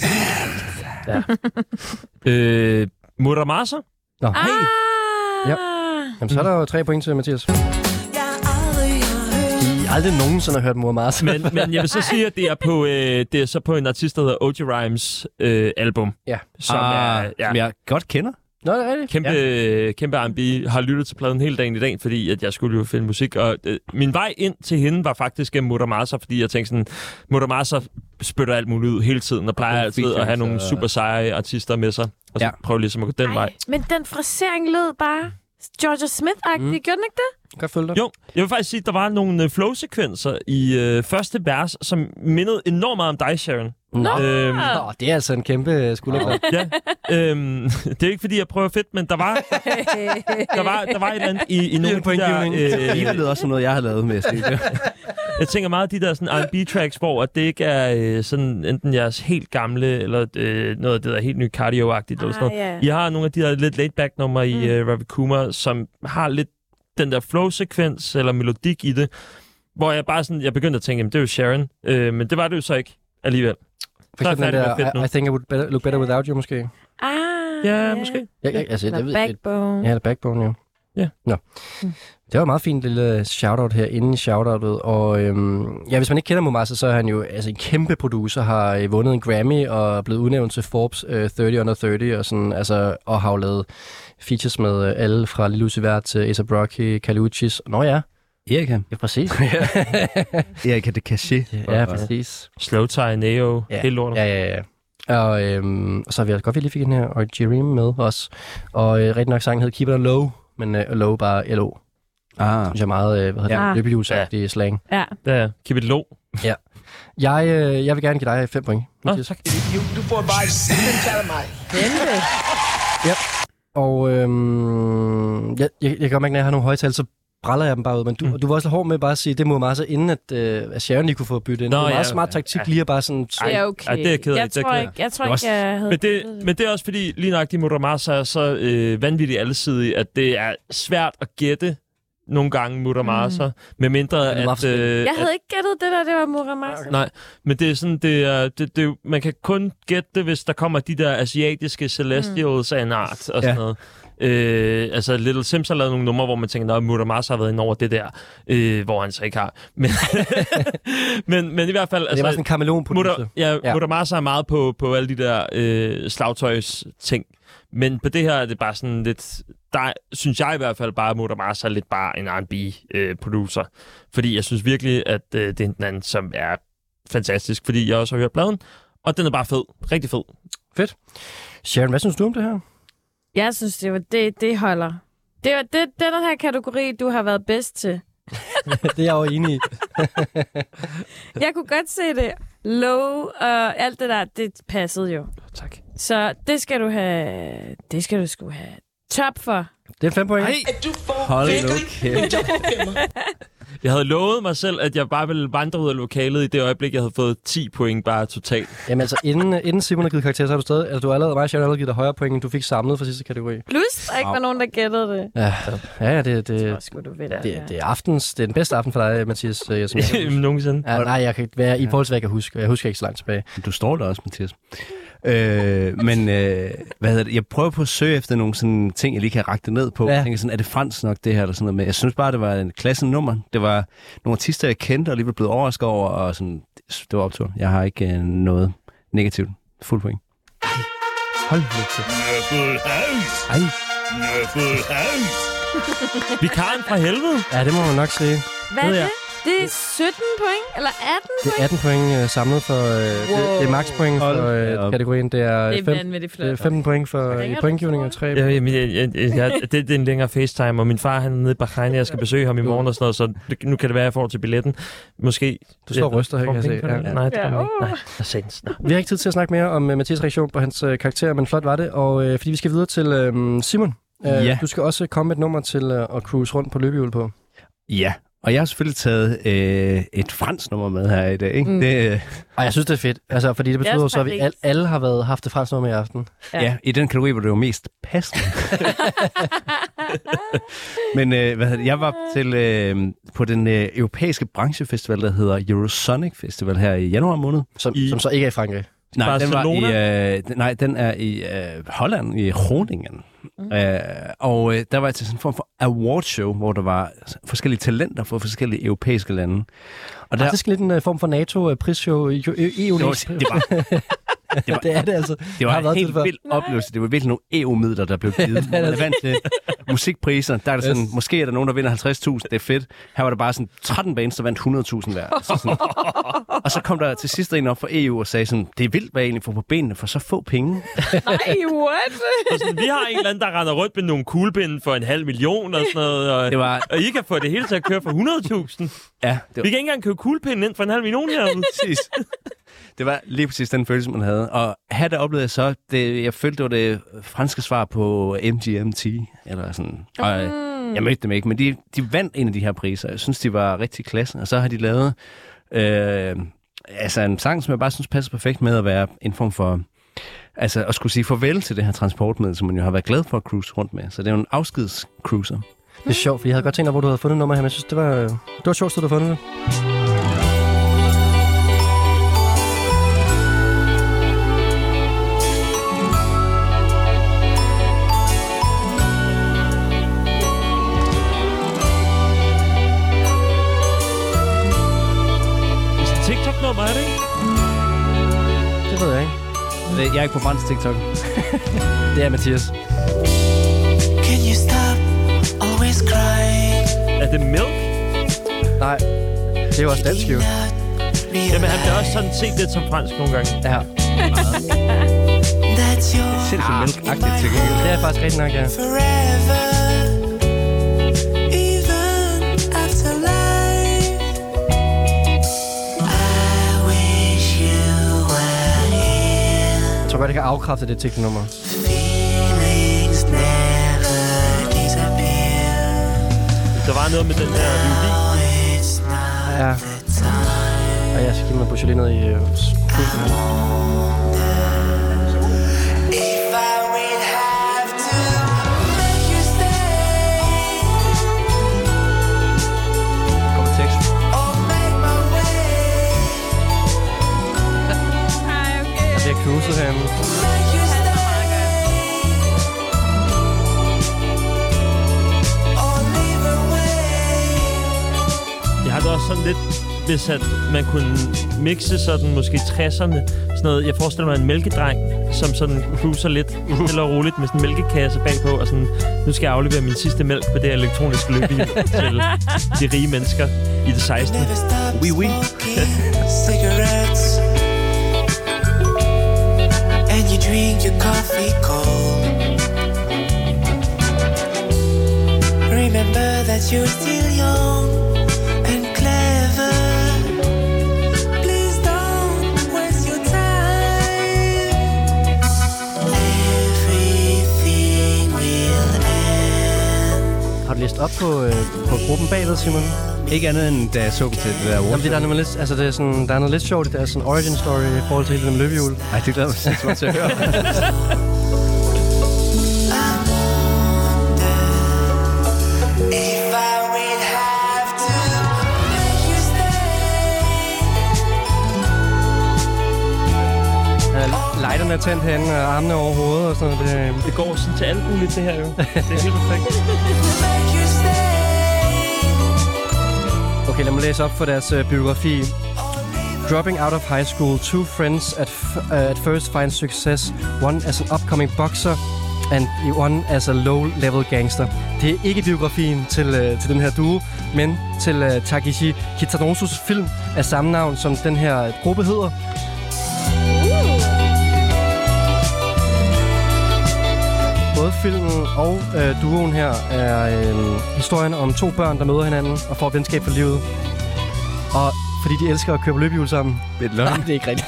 Speaker 5: Ja. Muramasa?
Speaker 2: Nå. Ja. Jamen, så er der jo 3 point til Mathias. I aldrig nogensinde har hørt Muramasa.
Speaker 5: Men jeg vil så sige, at det er så på en artist, der hedder O.G. Rhymes album.
Speaker 2: Ja.
Speaker 5: Som
Speaker 3: jeg godt kender.
Speaker 2: Nå, det er rigtigt.
Speaker 5: Kæmpe R&B. Har lyttet til pladen hele dagen i dag, fordi at jeg skulle jo finde musik. Og min vej ind til hende var faktisk gennem Muramasa, fordi jeg tænkte sådan, Muramasa spytter alt muligt ud hele tiden, og plejer altid at have nogle super seje artister med sig. Og så prøve ligesom at gå den vej.
Speaker 4: Men den frasering lød bare Georgia Smith-agtig. Gjorde den ikke det?
Speaker 2: Godt følge dig.
Speaker 5: Jo, jeg vil faktisk sige, at der var nogle flow-sekvenser i første vers, som mindede enormt meget om dig, Sharon.
Speaker 2: Nå, det er altså en kæmpe skuldergrad.
Speaker 5: Ja, det er ikke fordi, jeg prøver fedt, men der var et eller andet i nogle af de der...
Speaker 3: Det lyder også som noget, jeg har lavet med.
Speaker 5: Jeg tænker meget af de der sådan R&B-tracks, hvor det ikke er sådan enten jeres helt gamle, eller noget af det der helt nye cardio-agtigt, eller sådan noget.
Speaker 4: Yeah.
Speaker 5: I har nogle af de der lidt laid-back-nummer i Ravi Kumar, som har lidt den der flow-sekvens, eller melodik i det, hvor jeg bare sådan, jeg begyndte at tænke, jamen det er jo Sharon, men det var det jo så ikke alligevel.
Speaker 2: For eksempel den der, I think I would look better without you, måske.
Speaker 5: Ja, måske.
Speaker 2: Altså,
Speaker 4: eller Backbone.
Speaker 2: Ja, Backbone, jo.
Speaker 5: Ja.
Speaker 2: Nå. Det var et meget fint lille shoutout her, inden shoutoutet. Og hvis man ikke kender Muramasa, så er han jo altså en kæmpe producer, har vundet en Grammy og blevet udnævnt til Forbes 30 under 30, og, sådan, altså, og har jo lavet features med alle fra Lil Uzi Vert til A$AP Rocky, Kali Uchis. Nå ja.
Speaker 3: Erika.
Speaker 2: Ja, præcis.
Speaker 3: Erika de Caché.
Speaker 2: Ja, præcis.
Speaker 5: Slow Tie, Neo, helt lortet.
Speaker 2: Ja. Og så har vi godt, vi lige fik den her, og Jeremy med os. Og rigtig nok sangen hed Keep It On Low, men Low bare L-O. Synes jeg meget, løbehjulsagtig slang.
Speaker 5: Ja, keep it low.
Speaker 2: Ja. Jeg vil gerne give dig 5 point.
Speaker 5: Nå, tak.
Speaker 7: Du får bare en mig.
Speaker 2: Ja. Og jeg kan godt mærke, når jeg har nogle højtal, så bræller jeg dem bare ud. Men du var også hård med bare at sige, det må meget så inden, at Sharon lige kunne få byttet ind. Det var meget smart taktik lige at bare sådan...
Speaker 4: Ja, okay.
Speaker 5: Ja, det er kedeligt.
Speaker 4: Jeg tror ikke, jeg havde...
Speaker 5: Men det er også fordi, lige nok de Muramasa er så vanvittigt allesidige, at det er svært at gætte nogle gange Muramasa, med mindre at...
Speaker 4: jeg havde ikke gættet det der, det var Muramasa.
Speaker 5: Nej, men det er sådan, det man kan kun gætte det, hvis der kommer de der asiatiske celestials af en art, og sådan noget. Altså Little Sims har lavet nogle numre, hvor man tænker, at Muramasa har været inde over det der, hvor han så ikke har. Men i hvert fald...
Speaker 2: Det var sådan en kameleonproducer.
Speaker 5: Muramasa er meget på alle de der slagtøjs ting. Men på det her er det bare sådan lidt... Der synes jeg i hvert fald bare, at Motor Mars er lidt bare en R&B-producer. Fordi jeg synes virkelig, at det er en anden, som er fantastisk. Fordi jeg også har hørt pladen, og den er bare fed. Rigtig fed.
Speaker 2: Fedt. Sharon, hvad synes du om det her?
Speaker 4: Jeg synes, det holder. Det er den her kategori, du har været bedst til.
Speaker 2: Det er jeg jo enig i.
Speaker 4: Jeg kunne godt se det. Low og alt det der, det passede jo.
Speaker 5: Tak.
Speaker 4: Så det skal du have... Det skal du sgu have top for.
Speaker 2: Det er 5 point.
Speaker 3: Hold nu kæft.
Speaker 5: Jeg havde lovet mig selv, at jeg bare ville vandre ud af lokalet i det øjeblik, jeg havde fået 10 point bare totalt.
Speaker 2: Jamen altså, inden Simon har givet karakter, så har du stadig... Altså, du har allerede, Sharon, allerede givet dig højere point, end du fik samlet for sidste kategori.
Speaker 4: Plus, der ikke var nogen, der gættede det.
Speaker 2: Ja, det er aftens... Det er den bedste aften for dig, Mathias.
Speaker 5: Nogensinde.
Speaker 2: Ja, nej, jeg kan være i forhold til, hvad jeg kan huske. Jeg husker ikke så langt tilbage.
Speaker 3: Du står der også, Mathias. Jeg prøver på at søge efter nogle sådan ting, jeg lige kan række det ned på. Ja. Jeg tænker sådan, er det fransk nok, det her? Eller sådan noget med. Jeg synes bare, det var en klassenummer. Det var nogle artister, jeg kendte, og lige blev overrasket over, og sådan, det var optur. Jeg har ikke noget negativt. Fuld point.
Speaker 2: Hold nu til.
Speaker 5: Vikaren fra helvede.
Speaker 2: Ja, det må man nok sige.
Speaker 4: Hvad er det? Det er 17 point, eller 18 point?
Speaker 2: Det er 18 point samlet for... Det er max-point for kategorien. Det er 15 point for pointgivning og 3
Speaker 5: det er en længere FaceTime, og min far han er nede i Bahrain, jeg skal besøge ham i morgen og sådan noget, så nu kan det være, at jeg får til billetten. Måske...
Speaker 2: Du står og ryster her, kan jeg se.
Speaker 5: Nej, det kommer ikke. Nej.
Speaker 2: Vi har ikke tid til at snakke mere om Mathias' reaktion på hans karakter, men flot var det. Og fordi vi skal videre til Simon. Du skal også komme med et nummer til at cruise rundt på løbehjul på.
Speaker 3: Ja. Og jeg har selvfølgelig taget et fransk nummer med her i dag, ikke?
Speaker 2: Og jeg synes, det er fedt. Altså, fordi det betyder så, at vi alle har haft et fransk nummer i aften.
Speaker 3: Ja, i den kategori, hvor det var mest passende. Men jeg var til på den europæiske branchefestival, der hedder Eurosonic Festival her i januar måned.
Speaker 2: Som så ikke er i Frankrig.
Speaker 3: Nej, den er i Holland, i Groningen. Og der var jeg til sådan en form for awardshow, hvor der var forskellige talenter fra forskellige europæiske lande. Og der... Det er lidt en form for NATO-prisshow i EU. Det er det altså. Det var en helt vild oplevelse. Det var virkelig nogle EU-midler, der blev givet. Man er vant til musikpriser. Der er det sådan, måske er der nogen, der vinder 50.000. Det er fedt. Her var der bare sådan 13 bands, der vandt 100.000 hver. Og så kom der til sidst en op fra EU og sagde sådan, det er vildt, hvad jeg egentlig får på benene for så få penge.
Speaker 4: Nej, what?
Speaker 5: Sådan, vi har en eller anden, der render rundt med nogle kuglepinde for 500.000 og sådan noget. Og I kan få det hele til at køre for 100.000. Ja, vi kan ikke engang købe kuglepinde ind for 500.000 herude.
Speaker 3: Præcis. Det var lige præcis den følelse, man havde. Og her der oplevede jeg så, jeg følte, det var det franske svar på MGMT. Eller sådan. Og jeg mødte dem ikke, men de vandt en af de her priser. Jeg synes, de var rigtig klasse. Og så har de lavet en sang, som jeg bare synes passer perfekt med at være en form for... Altså at skulle sige farvel til det her transportmiddel, som man jo har været glad for at cruise rundt med. Så det er jo en afskedscruiser.
Speaker 2: Det er sjovt, for jeg havde godt tænkt dig, hvor du havde fundet nummer her, men jeg synes, det var sjovt, at du havde fundet det.
Speaker 5: TikTok-nummer, er det ikke?
Speaker 2: Det ved jeg ikke.
Speaker 3: Jeg er ikke på fransk TikTok.
Speaker 2: Det er Mathias.
Speaker 6: Can you stop always crying?
Speaker 5: Er det Milk?
Speaker 2: Nej, det er jo også dansk jo.
Speaker 5: Jamen, han bliver også sådan set lidt som fransk nogle gange.
Speaker 2: Ja.
Speaker 3: Det er sindssygt Milk-agtigt til gengæld.
Speaker 2: Det er faktisk rigtig nok, ja. Jeg tror godt, jeg kan afkræfte det TikTok-nummer.
Speaker 5: Der var noget med den der violin.
Speaker 2: Ja. Og jeg skal give mig Beaujolais ned i kulten her. Cruiset herinde.
Speaker 5: Jeg har det også sådan lidt hvis at man kunne mixe sådan måske 60'erne, sådan noget. Jeg forestiller mig en mælkedreng, som sådan cruiser lidt stille og roligt med sådan en mælkekasse bagpå, og sådan, nu skal jeg aflevere min sidste mælk på det elektroniske løbehjul til de rige mennesker i det 16.
Speaker 9: Oui, oui. Cigarettes. And you drink your coffee cold. Remember that you're still young and clever. Please don't waste your time. Everything will end.
Speaker 2: Har du læst op på gruppen bagved, Simon?
Speaker 3: Ikke andet end da jeg så dem til det der
Speaker 2: Jamen, der er noget lidt, altså det er sådan, der er noget lidt sjovt, det er sådan origin story i forhold til hele den løbehjul.
Speaker 3: Ej, det glæder mig sindssygt til at høre.
Speaker 2: Lighterne er tændt herinde, og armene over hovedet og sådan noget.
Speaker 5: Det går sådan til alt muligt, det her jo. Det er helt perfekt.
Speaker 2: Okay, lad mig læse op for deres biografi. Dropping out of high school, two friends at first find success. One as an upcoming boxer, and one as a low-level gangster. Det er ikke biografien til den her duo, men til Takeshi Kitanosus film af samme navn, som den her gruppe hedder. Både filmen og duoen her er historien om to børn, der møder hinanden og får venskab for livet. Og fordi de elsker at køre på løbehjul sammen.
Speaker 3: Det er løgn.
Speaker 2: Nej, det er ikke rigtigt.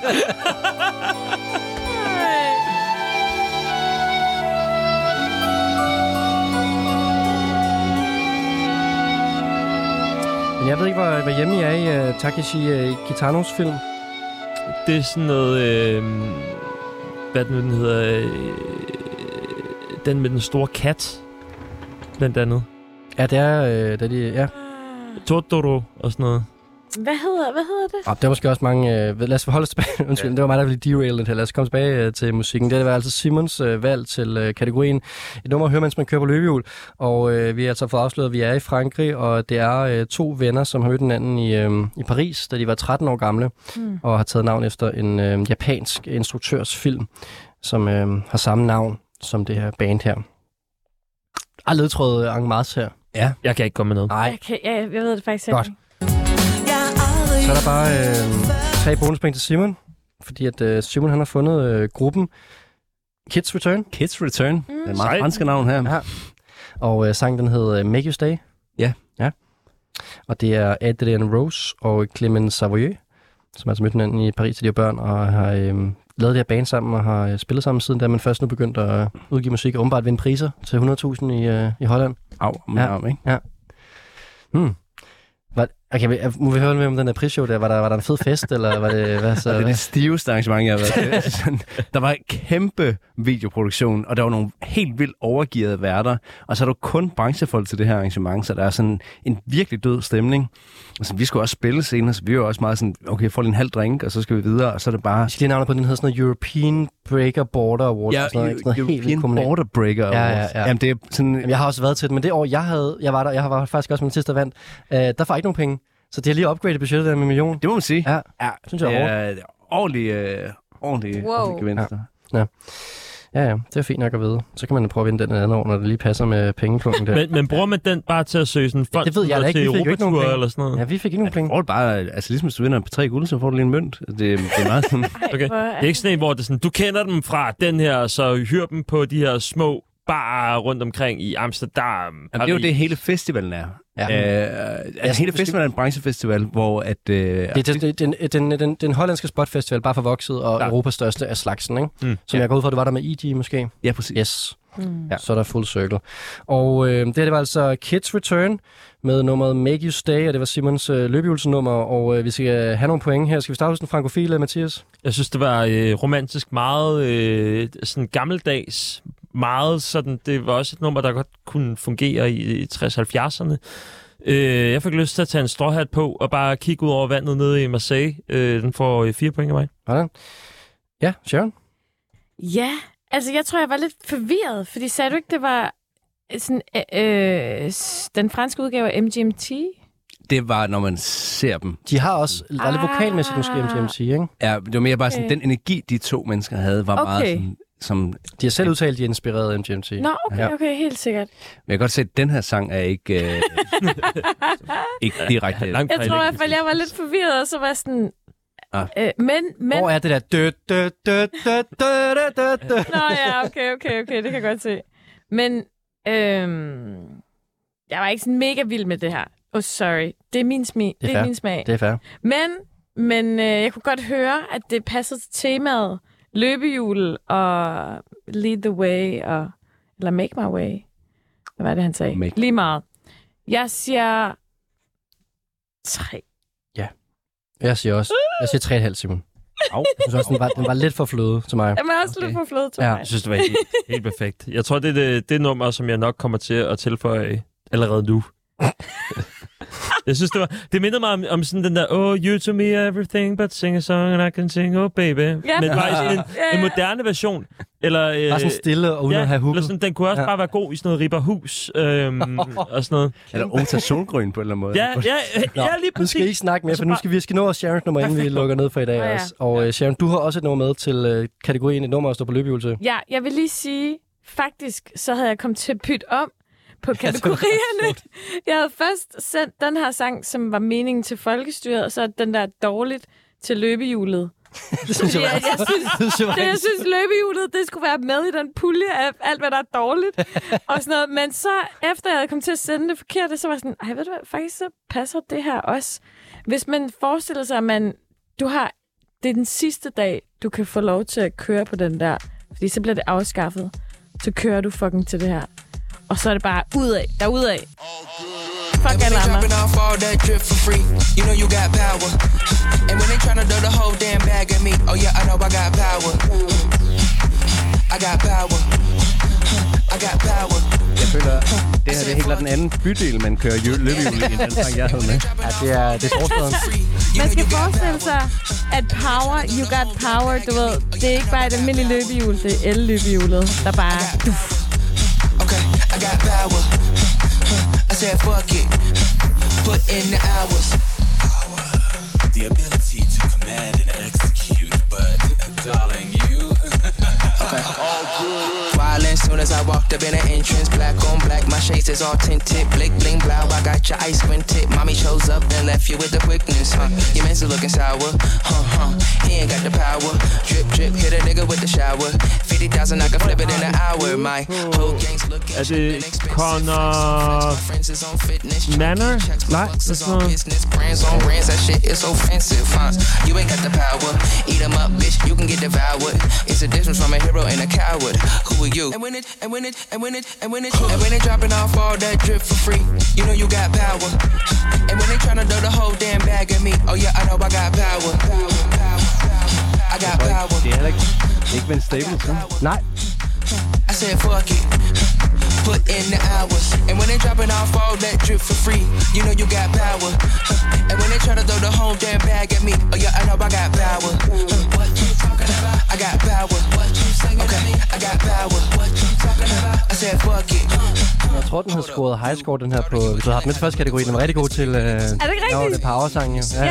Speaker 2: Men jeg ved ikke, hvor hjemme I er i Takeshi Kitanos film.
Speaker 5: Det er sådan noget... hvad den hedder... den med den store kat, blandt andet.
Speaker 2: Ja, det er ja.
Speaker 5: Totoro og sådan noget.
Speaker 4: Hvad hedder det?
Speaker 2: Der er måske også mange... lad os forholde os tilbage. Undskyld, det var mig, der ville derail lidt her. Lad os komme tilbage til musikken. Det var altså Simons valg til kategorien. Et nummer at høre, mens man kører på løbehjul. Og vi har altså fået afsløret, at vi er i Frankrig, og det er to venner, som har mødt hinanden i Paris, da de var 13 år gamle, og har taget navn efter en japansk instruktørsfilm, som har samme navn som det her band her. Ledtråd en marts her.
Speaker 5: Ja. Jeg kan ikke komme med noget.
Speaker 2: Nej.
Speaker 4: Jeg ved det faktisk ikke.
Speaker 2: Godt. Så er der bare 3 bonuspoint til Simon, fordi at Simon han har fundet gruppen Kids Return.
Speaker 3: Kids Return. Det er et meget franske navn her.
Speaker 2: Ja. Og sangen den hedder Make You Stay.
Speaker 3: Ja.
Speaker 2: Og det er Adrian Rose og Clement Savoyeux, som altså mødte hinanden i Paris til de her børn, og har lavet det her band sammen og har spillet sammen siden, da man først nu begyndt at udgive musik og åbenbart vinde priser til 100.000 i Holland.
Speaker 3: Ikke?
Speaker 2: Ja. Okay, må vi høre lidt mere om den der prisshow der? Var der en fed fest, eller var det... Hvad så?
Speaker 3: Det er det stiveste arrangement, jeg har været til. Der var en kæmpe videoproduktion, og der var nogle helt vildt overgearede værter, og så er der kun branchefolk til det her arrangement, så der er sådan en virkelig død stemning. Altså, vi skulle også spille senere, så vi var også meget sådan, okay, får lige en halv drink, og så skal vi videre, og så er det bare...
Speaker 2: Jeg skal lige navnet på den, hedder sådan noget European Breaker Border Awards.
Speaker 3: Ja,
Speaker 2: sådan noget
Speaker 3: European Border Breaker Awards.
Speaker 2: Ja.
Speaker 3: Jamen, det er sådan...
Speaker 2: Jamen, jeg har også været til det, men det år, jeg var der, jeg var faktisk også med sidste vandt, der får ikke nogen penge. Så det har lige upgradet budgettet der med 1 million.
Speaker 3: Det må man sige.
Speaker 2: Ja. Synes jeg er hårdt.
Speaker 3: Ordentlig gevinster.
Speaker 2: Ja, det er fint nok at vide. Så kan man prøve at vinde den anden år, når det lige passer med pengepunkten der.
Speaker 5: men bruger man den bare til at søge sådan folk
Speaker 2: det ved jeg ikke.
Speaker 5: til
Speaker 2: Vi fik ikke nogen penge.
Speaker 5: eller sådan noget?
Speaker 2: Ja, vi fik ikke nogen penge.
Speaker 3: Får du bare, altså ligesom hvis du vinder på 3 guld, så får du lige en mønt. Det er meget sådan...
Speaker 5: Okay. Det er ikke sådan en, hvor det er sådan, du kender dem fra den her, så hyr dem på de her små barer rundt omkring i Amsterdam.
Speaker 3: Jamen, det er jo det, hele festivalen er. Ja. Hele festivalen er en branchefestival, hvor at...
Speaker 2: Den hollandske spotfestival, bare for vokset, og Europas største af slagsen, ikke? Som jeg går ud fra, det var der med EG måske.
Speaker 3: Ja, præcis.
Speaker 2: Yes. Ja. Så er der full circle. Og det var altså Kids Return med nummeret Make You Stay, og det var Simons løbehjulsnummer, og vi skal have nogle point her. Skal vi starte hos den frankofile, Mathias?
Speaker 5: Jeg synes, det var romantisk meget sådan gammeldags, meget sådan, det var også et nummer, der godt kunne fungere i 60-70'erne. Jeg fik lyst til at tage en stråhat på og bare kigge ud over vandet nede i Marseille. Den får 4 point af mig.
Speaker 2: Hvordan? Ja, Sharon?
Speaker 4: Ja, altså jeg tror, jeg var lidt forvirret, fordi sagde du ikke, det var sådan, den franske udgave af MGMT?
Speaker 3: det var, når man ser dem.
Speaker 2: De har også, der er lidt vokalmæssigt måske MGMT, ikke?
Speaker 3: Ja, det var mere bare sådan, den energi, de to mennesker havde, var meget sådan... Som,
Speaker 2: de har selv udtalt, de er inspireret af MGMT.
Speaker 4: Nå, okay, helt sikkert.
Speaker 3: Men jeg kan godt se, at den her sang er ikke, ikke direkte...
Speaker 4: Jeg tror i hvert fald, jeg var lidt forvirret, og så var sådan... Men...
Speaker 2: Hvor er det der?
Speaker 4: Nå ja, okay, det kan jeg godt se. Men jeg var ikke sådan mega vild med det her. Sorry. Det er min smag.
Speaker 2: Det er min smag. Det er fair.
Speaker 4: Men jeg kunne godt høre, at det passer til temaet løbehjul og lead the way, eller make my way. Hvad var det, han sagde? Lige meget. Jeg siger 3.
Speaker 2: Ja. Jeg siger 3,5, Simon. Jeg synes også, den var lidt for fløde til mig.
Speaker 4: Den var også lidt for fløde til mig.
Speaker 5: Jeg synes, det var helt perfekt. Jeg tror, det er det nummer, som jeg nok kommer til at tilføje allerede nu. Jeg synes, det mindede mig om sådan den der, you to me everything, but sing a song and I can sing, baby. Ja, men bare sådan en moderne version. Eller,
Speaker 2: bare sådan stille og uden at have hooket.
Speaker 5: Den kunne også bare være god i sådan noget Ribberhus og sådan noget.
Speaker 3: Eller Ota Solgrøn på en eller anden måde.
Speaker 5: Ja, lige præcis.
Speaker 2: Nu skal I ikke snakke mere, for nu skal vi nå Sharon nummer, inden vi lukker ned for i dag også. Og Sharon, du har også et nummer med til kategorien et nummer at stå på løbehjul til.
Speaker 4: Ja, jeg vil lige sige, faktisk så havde jeg kommet til at bytte om på kategorierne. Jeg havde først sendt den her sang, som var meningen til folkestyret, og så den der dårligt til løbehjulet.
Speaker 2: Det synes jeg
Speaker 4: synes løbehjulet, det skulle være med i den pulje af alt, hvad der er dårligt. Og sådan noget. Men så, efter jeg havde kommet til at sende det forkerte, så var jeg sådan, ved du hvad, faktisk så passer det her også. Hvis man forestiller sig, at det er den sidste dag, du kan få lov til at køre på den der, fordi så bliver det afskaffet, så kører du fucking til det her. Og så er det bare derudad. Fuck alle andre. You know you got power. And when they tryna do the whole damn bag at me, oh yeah, I know I got power. I got power. I got power.
Speaker 3: Jeg føler, det her det er helt klart den anden bydel, man kører løbehjul i den sang, jeg havde med.
Speaker 2: Ja, det er forstaden.
Speaker 4: Man skal forestille sig, at you got power, du ved, det er ikke bare et almindeligt løbehjul, det er el-løbehjulet, der bare...
Speaker 7: Okay, I got power. I said fuck it. Put in the hours. The ability to command and execute, but darling, you. Okay. All good. Violent soon as I walked up in the entrance, black on black, my shades is all tinted, blick bling blow. I got your ice squinted. Mommy shows up and left you with the quickness, huh? Your man's looking sour, He ain't got the power. Drip drip, hit a nigga with the shower. 50,000, I can flip it in an hour. My whole gang's looking.
Speaker 5: Er det Connor Manor? Nej, det er sådan
Speaker 7: business brands on brands, that shit is offensive, huh? You ain't got the power. Eat 'em up, bitch. You can get devoured. It's a difference from a hero and a coward. Who are you? And when they dropping off all that drip for free, you know you got power. And when they tryna do the whole damn bag at me, oh yeah, I know I got power. I got power.
Speaker 3: Det er heller ikke Vince Staples, så?
Speaker 2: Nej.
Speaker 7: I said fuck it. Put in the hours. And when they dropping off all that drip for free, you know you got power. And when they try to throw the whole damn bag at me, oh yeah, I know I got power. What you talking about? I got power. What you singing to me? I got power. What you talking about? I said fuck it.
Speaker 2: Jeg tror, den havde scoret high score, den her på... Hvis du har haft med til første kategori, den var rigtig god til...
Speaker 4: Er det ikke rigtigt?
Speaker 2: Ja, det power-sang, ja.
Speaker 4: Styret.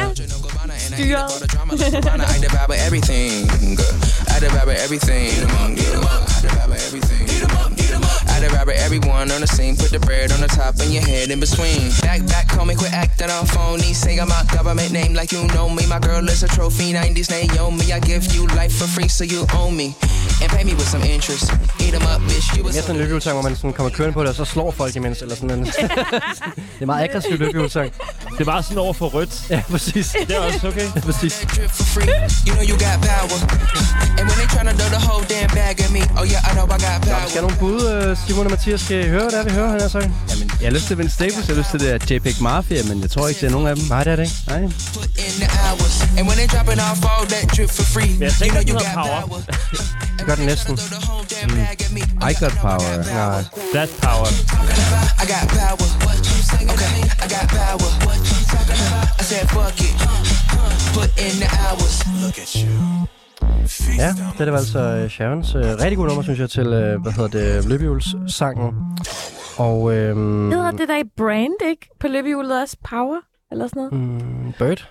Speaker 7: I devour everything. I devour everything. I devour everyone on the scene. Put the bread on the top and your head in between. Back, call me, quit acting on phony. Say I'm my government name like you know me. My girl is a trophy, 90s Naomi. I give you life for free, so you owe me. And pay me with some interest. Eat 'em up, bitch. You was
Speaker 2: sådan en løbehjulssang, hvor man sådan kommer kørende på det, og så slår folk imens, eller sådan noget. Det er meget aggressiv løbehjulssang.
Speaker 5: Det er bare sådan over for rødt.
Speaker 2: Ja, præcis.
Speaker 5: Det er også okay.
Speaker 2: Ja, præcis.
Speaker 7: You know you got power. And when they tryna do the whole damn bag at me, oh yeah, I know I got power.
Speaker 2: Skal nogle bud, Simon og Mathias, skal I høre, hvad vi hører, han har sagt?
Speaker 3: Jamen, jeg har lyst til Vince Staples, jeg har lyst til det der JPEG Mafia, men jeg tror ikke, det er nogen af dem.
Speaker 2: Nej, det er det ikke.
Speaker 3: Nej.
Speaker 7: And when they dropping off all that drip for free,
Speaker 5: jeg tænker, you got power.
Speaker 2: Det gør den næsten.
Speaker 3: I got power.
Speaker 2: Nej.
Speaker 5: That power.
Speaker 7: I got power. Okay, I got power. I said fuck it. Put in the hours. Look at you.
Speaker 2: Ja, det var altså Sharons rigtig god nummer, synes jeg, til, løbehjulssangen. Og
Speaker 4: hedder det der i brand, ikke? På løbehjulet også? Power? eller sådan noget?
Speaker 2: Bird?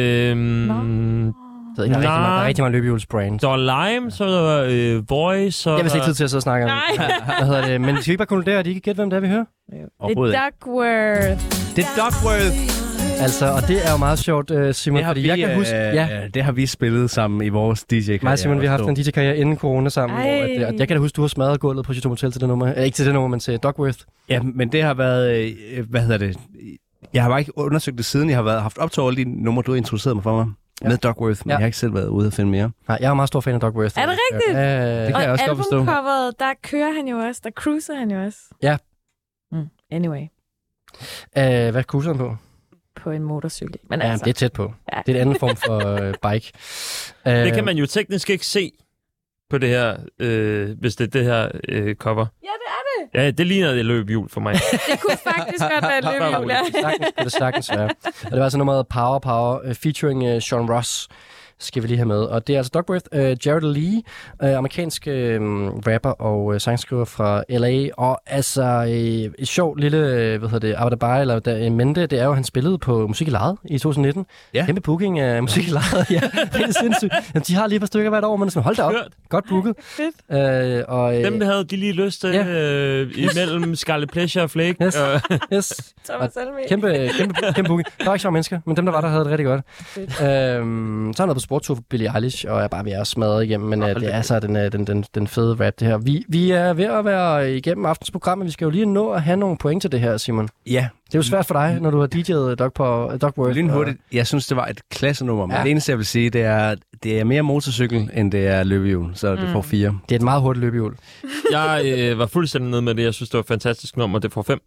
Speaker 4: Nå.
Speaker 2: Der er rigtig mange løbehjulsbrands.
Speaker 5: Der var Lime, så der var Voice.
Speaker 2: Jeg vil ikke tid til at sidde og snakke om Hvad hedder det? Men skal vi ikke bare konkludere, at I ikke gætte, hvem det er, vi hører?
Speaker 4: Det er Duckworth.
Speaker 3: Det er Duckworth.
Speaker 2: Altså, og det er jo meget sjovt, Simon,
Speaker 3: Det har,
Speaker 2: fordi
Speaker 3: vi,
Speaker 2: jeg kan huske...
Speaker 3: det har vi spillet sammen i vores DJ-karriere.
Speaker 2: Mig og Simon, vi har haft en DJ-karriere inden corona sammen. Og jeg kan da huske, du har smadret gulvet på Chateau Motel til det nummer. Ikke til det nummer, men til Duckworth.
Speaker 3: Ja, men det har været... Jeg har bare ikke undersøgt det siden. Jeg har haft op til alle de numre, du har introduceret mig for mig. Med Duckworth, men jeg har ikke selv været ude at finde mere.
Speaker 2: Nej, jeg er meget stor fan af Duckworth.
Speaker 4: Er det rigtigt?
Speaker 2: Det kan jeg også godt forstå.
Speaker 4: Og albumcoveret, der kører han jo også. Der cruiser han jo også.
Speaker 2: Ja.
Speaker 4: Anyway.
Speaker 2: Hvad cruiser han på?
Speaker 4: På en motorcykel. Men
Speaker 2: ja, det er tæt på. Ja. Det er en anden form for bike.
Speaker 5: Det kan man jo teknisk ikke se på det her, hvis det er det her cover.
Speaker 4: Ja, det er det.
Speaker 5: Ja, det ligner et løbehjul for mig.
Speaker 4: Det kunne faktisk godt være et løbehjul, ja.
Speaker 2: Det sagtens være. Og det var altså nummeret Power featuring Sean Ross. Skal vi lige have med. Og det er altså Duckworth, Jared Lee, amerikansk rapper og sangskriver fra LA. Og altså et sjovt lille, Abadabai, eller Mente, det er jo, han spillede på Musik i Lejet i 2019. Ja. Kæmpe booking af Musik i Lejet. Ja, det er sindssygt. Jamen, de har lige et par stykker hvert år, men sådan, hold da op. Godt booket.
Speaker 4: Fedt.
Speaker 5: Dem, der havde de lige lyst til imellem Scarlet Pleasure og Flake.
Speaker 2: Yes. Yes.
Speaker 4: Thomas Helmi.
Speaker 2: Kæmpe booking. Der var ikke så mange mennesker, men dem, der var der, havde det rigtig godt. Så er han på sportstur for Billie Eilish, og jeg er bare ved at smadre igennem, men det er så den fede rap, det her. Vi er ved at være igennem aftens program, men vi skal jo lige nå at have nogle point til det her, Simon. Ja. Det er jo svært for dig, når du har DJ'et Duckworth.
Speaker 3: Lynhurtigt. Jeg synes, det var et klassenummer, men det eneste, jeg vil sige, det er mere motorcykel, end det er løbehjul, så det får 4.
Speaker 2: Det er et meget hurtigt løbehjul.
Speaker 5: Jeg var fuldstændig nede med det. Jeg synes, det var et fantastisk nummer. Det får 5.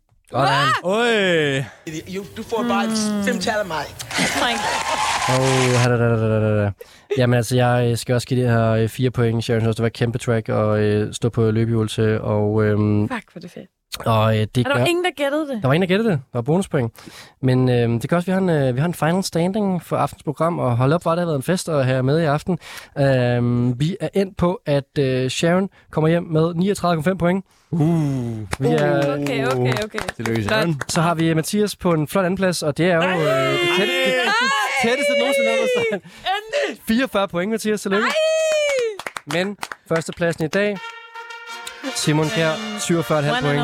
Speaker 10: Du får bare 5 tal af mig.
Speaker 2: Jamen altså, jeg skal også give det her 4 point, Sharon. Det var et kæmpe track at stå på løbehjul til. Og,
Speaker 4: fuck, hvor det fedt.
Speaker 2: Og
Speaker 4: der var ingen, der gættede det. Der
Speaker 2: var ingen, der gættede det. Der var bonuspoint. Men det kan også, vi har en final standing for aftens program, og hold op, hvor det har været en fest at have med i aften. Vi er endt på, at Sharon kommer hjem med 39,5 point.
Speaker 4: Okay.
Speaker 3: Det løser.
Speaker 2: Så har vi Mathias på en flot andenplads, og det er jo det tætteste nogensinde. 44 point, Mathias. Tillykke. Men førstepladsen i dag, Simon Kjær, 47,5 point.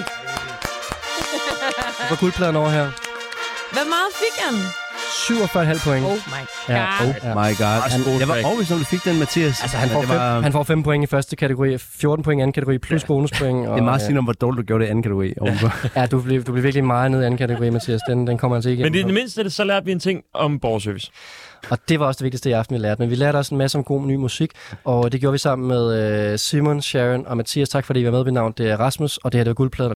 Speaker 2: Hvor guldpladen over her?
Speaker 4: Hvad meget fik han?
Speaker 2: 47,5 point.
Speaker 4: Oh my god.
Speaker 2: Ja,
Speaker 3: my god. Jeg var overbevist, om du fik den, Mathias.
Speaker 2: Altså, han får 5 point i første kategori, 14 point i anden kategori, plus bonuspoint.
Speaker 3: Det er meget sigende om, hvor dårligt du gjorde det i anden kategori.
Speaker 2: Ja, du blev virkelig meget nede i anden kategori, Mathias. Den kommer altså ikke
Speaker 5: igennem. Men i det mindste, så lærte vi en ting om borgerservice.
Speaker 2: Og det var også det vigtigste i aften, vi lærte. Men vi lærte også en masse om god ny musik, og det gjorde vi sammen med Simon, Sharon og Mathias. Tak fordi I var med. Mit navn det er Rasmus, og det her det var guldpladen.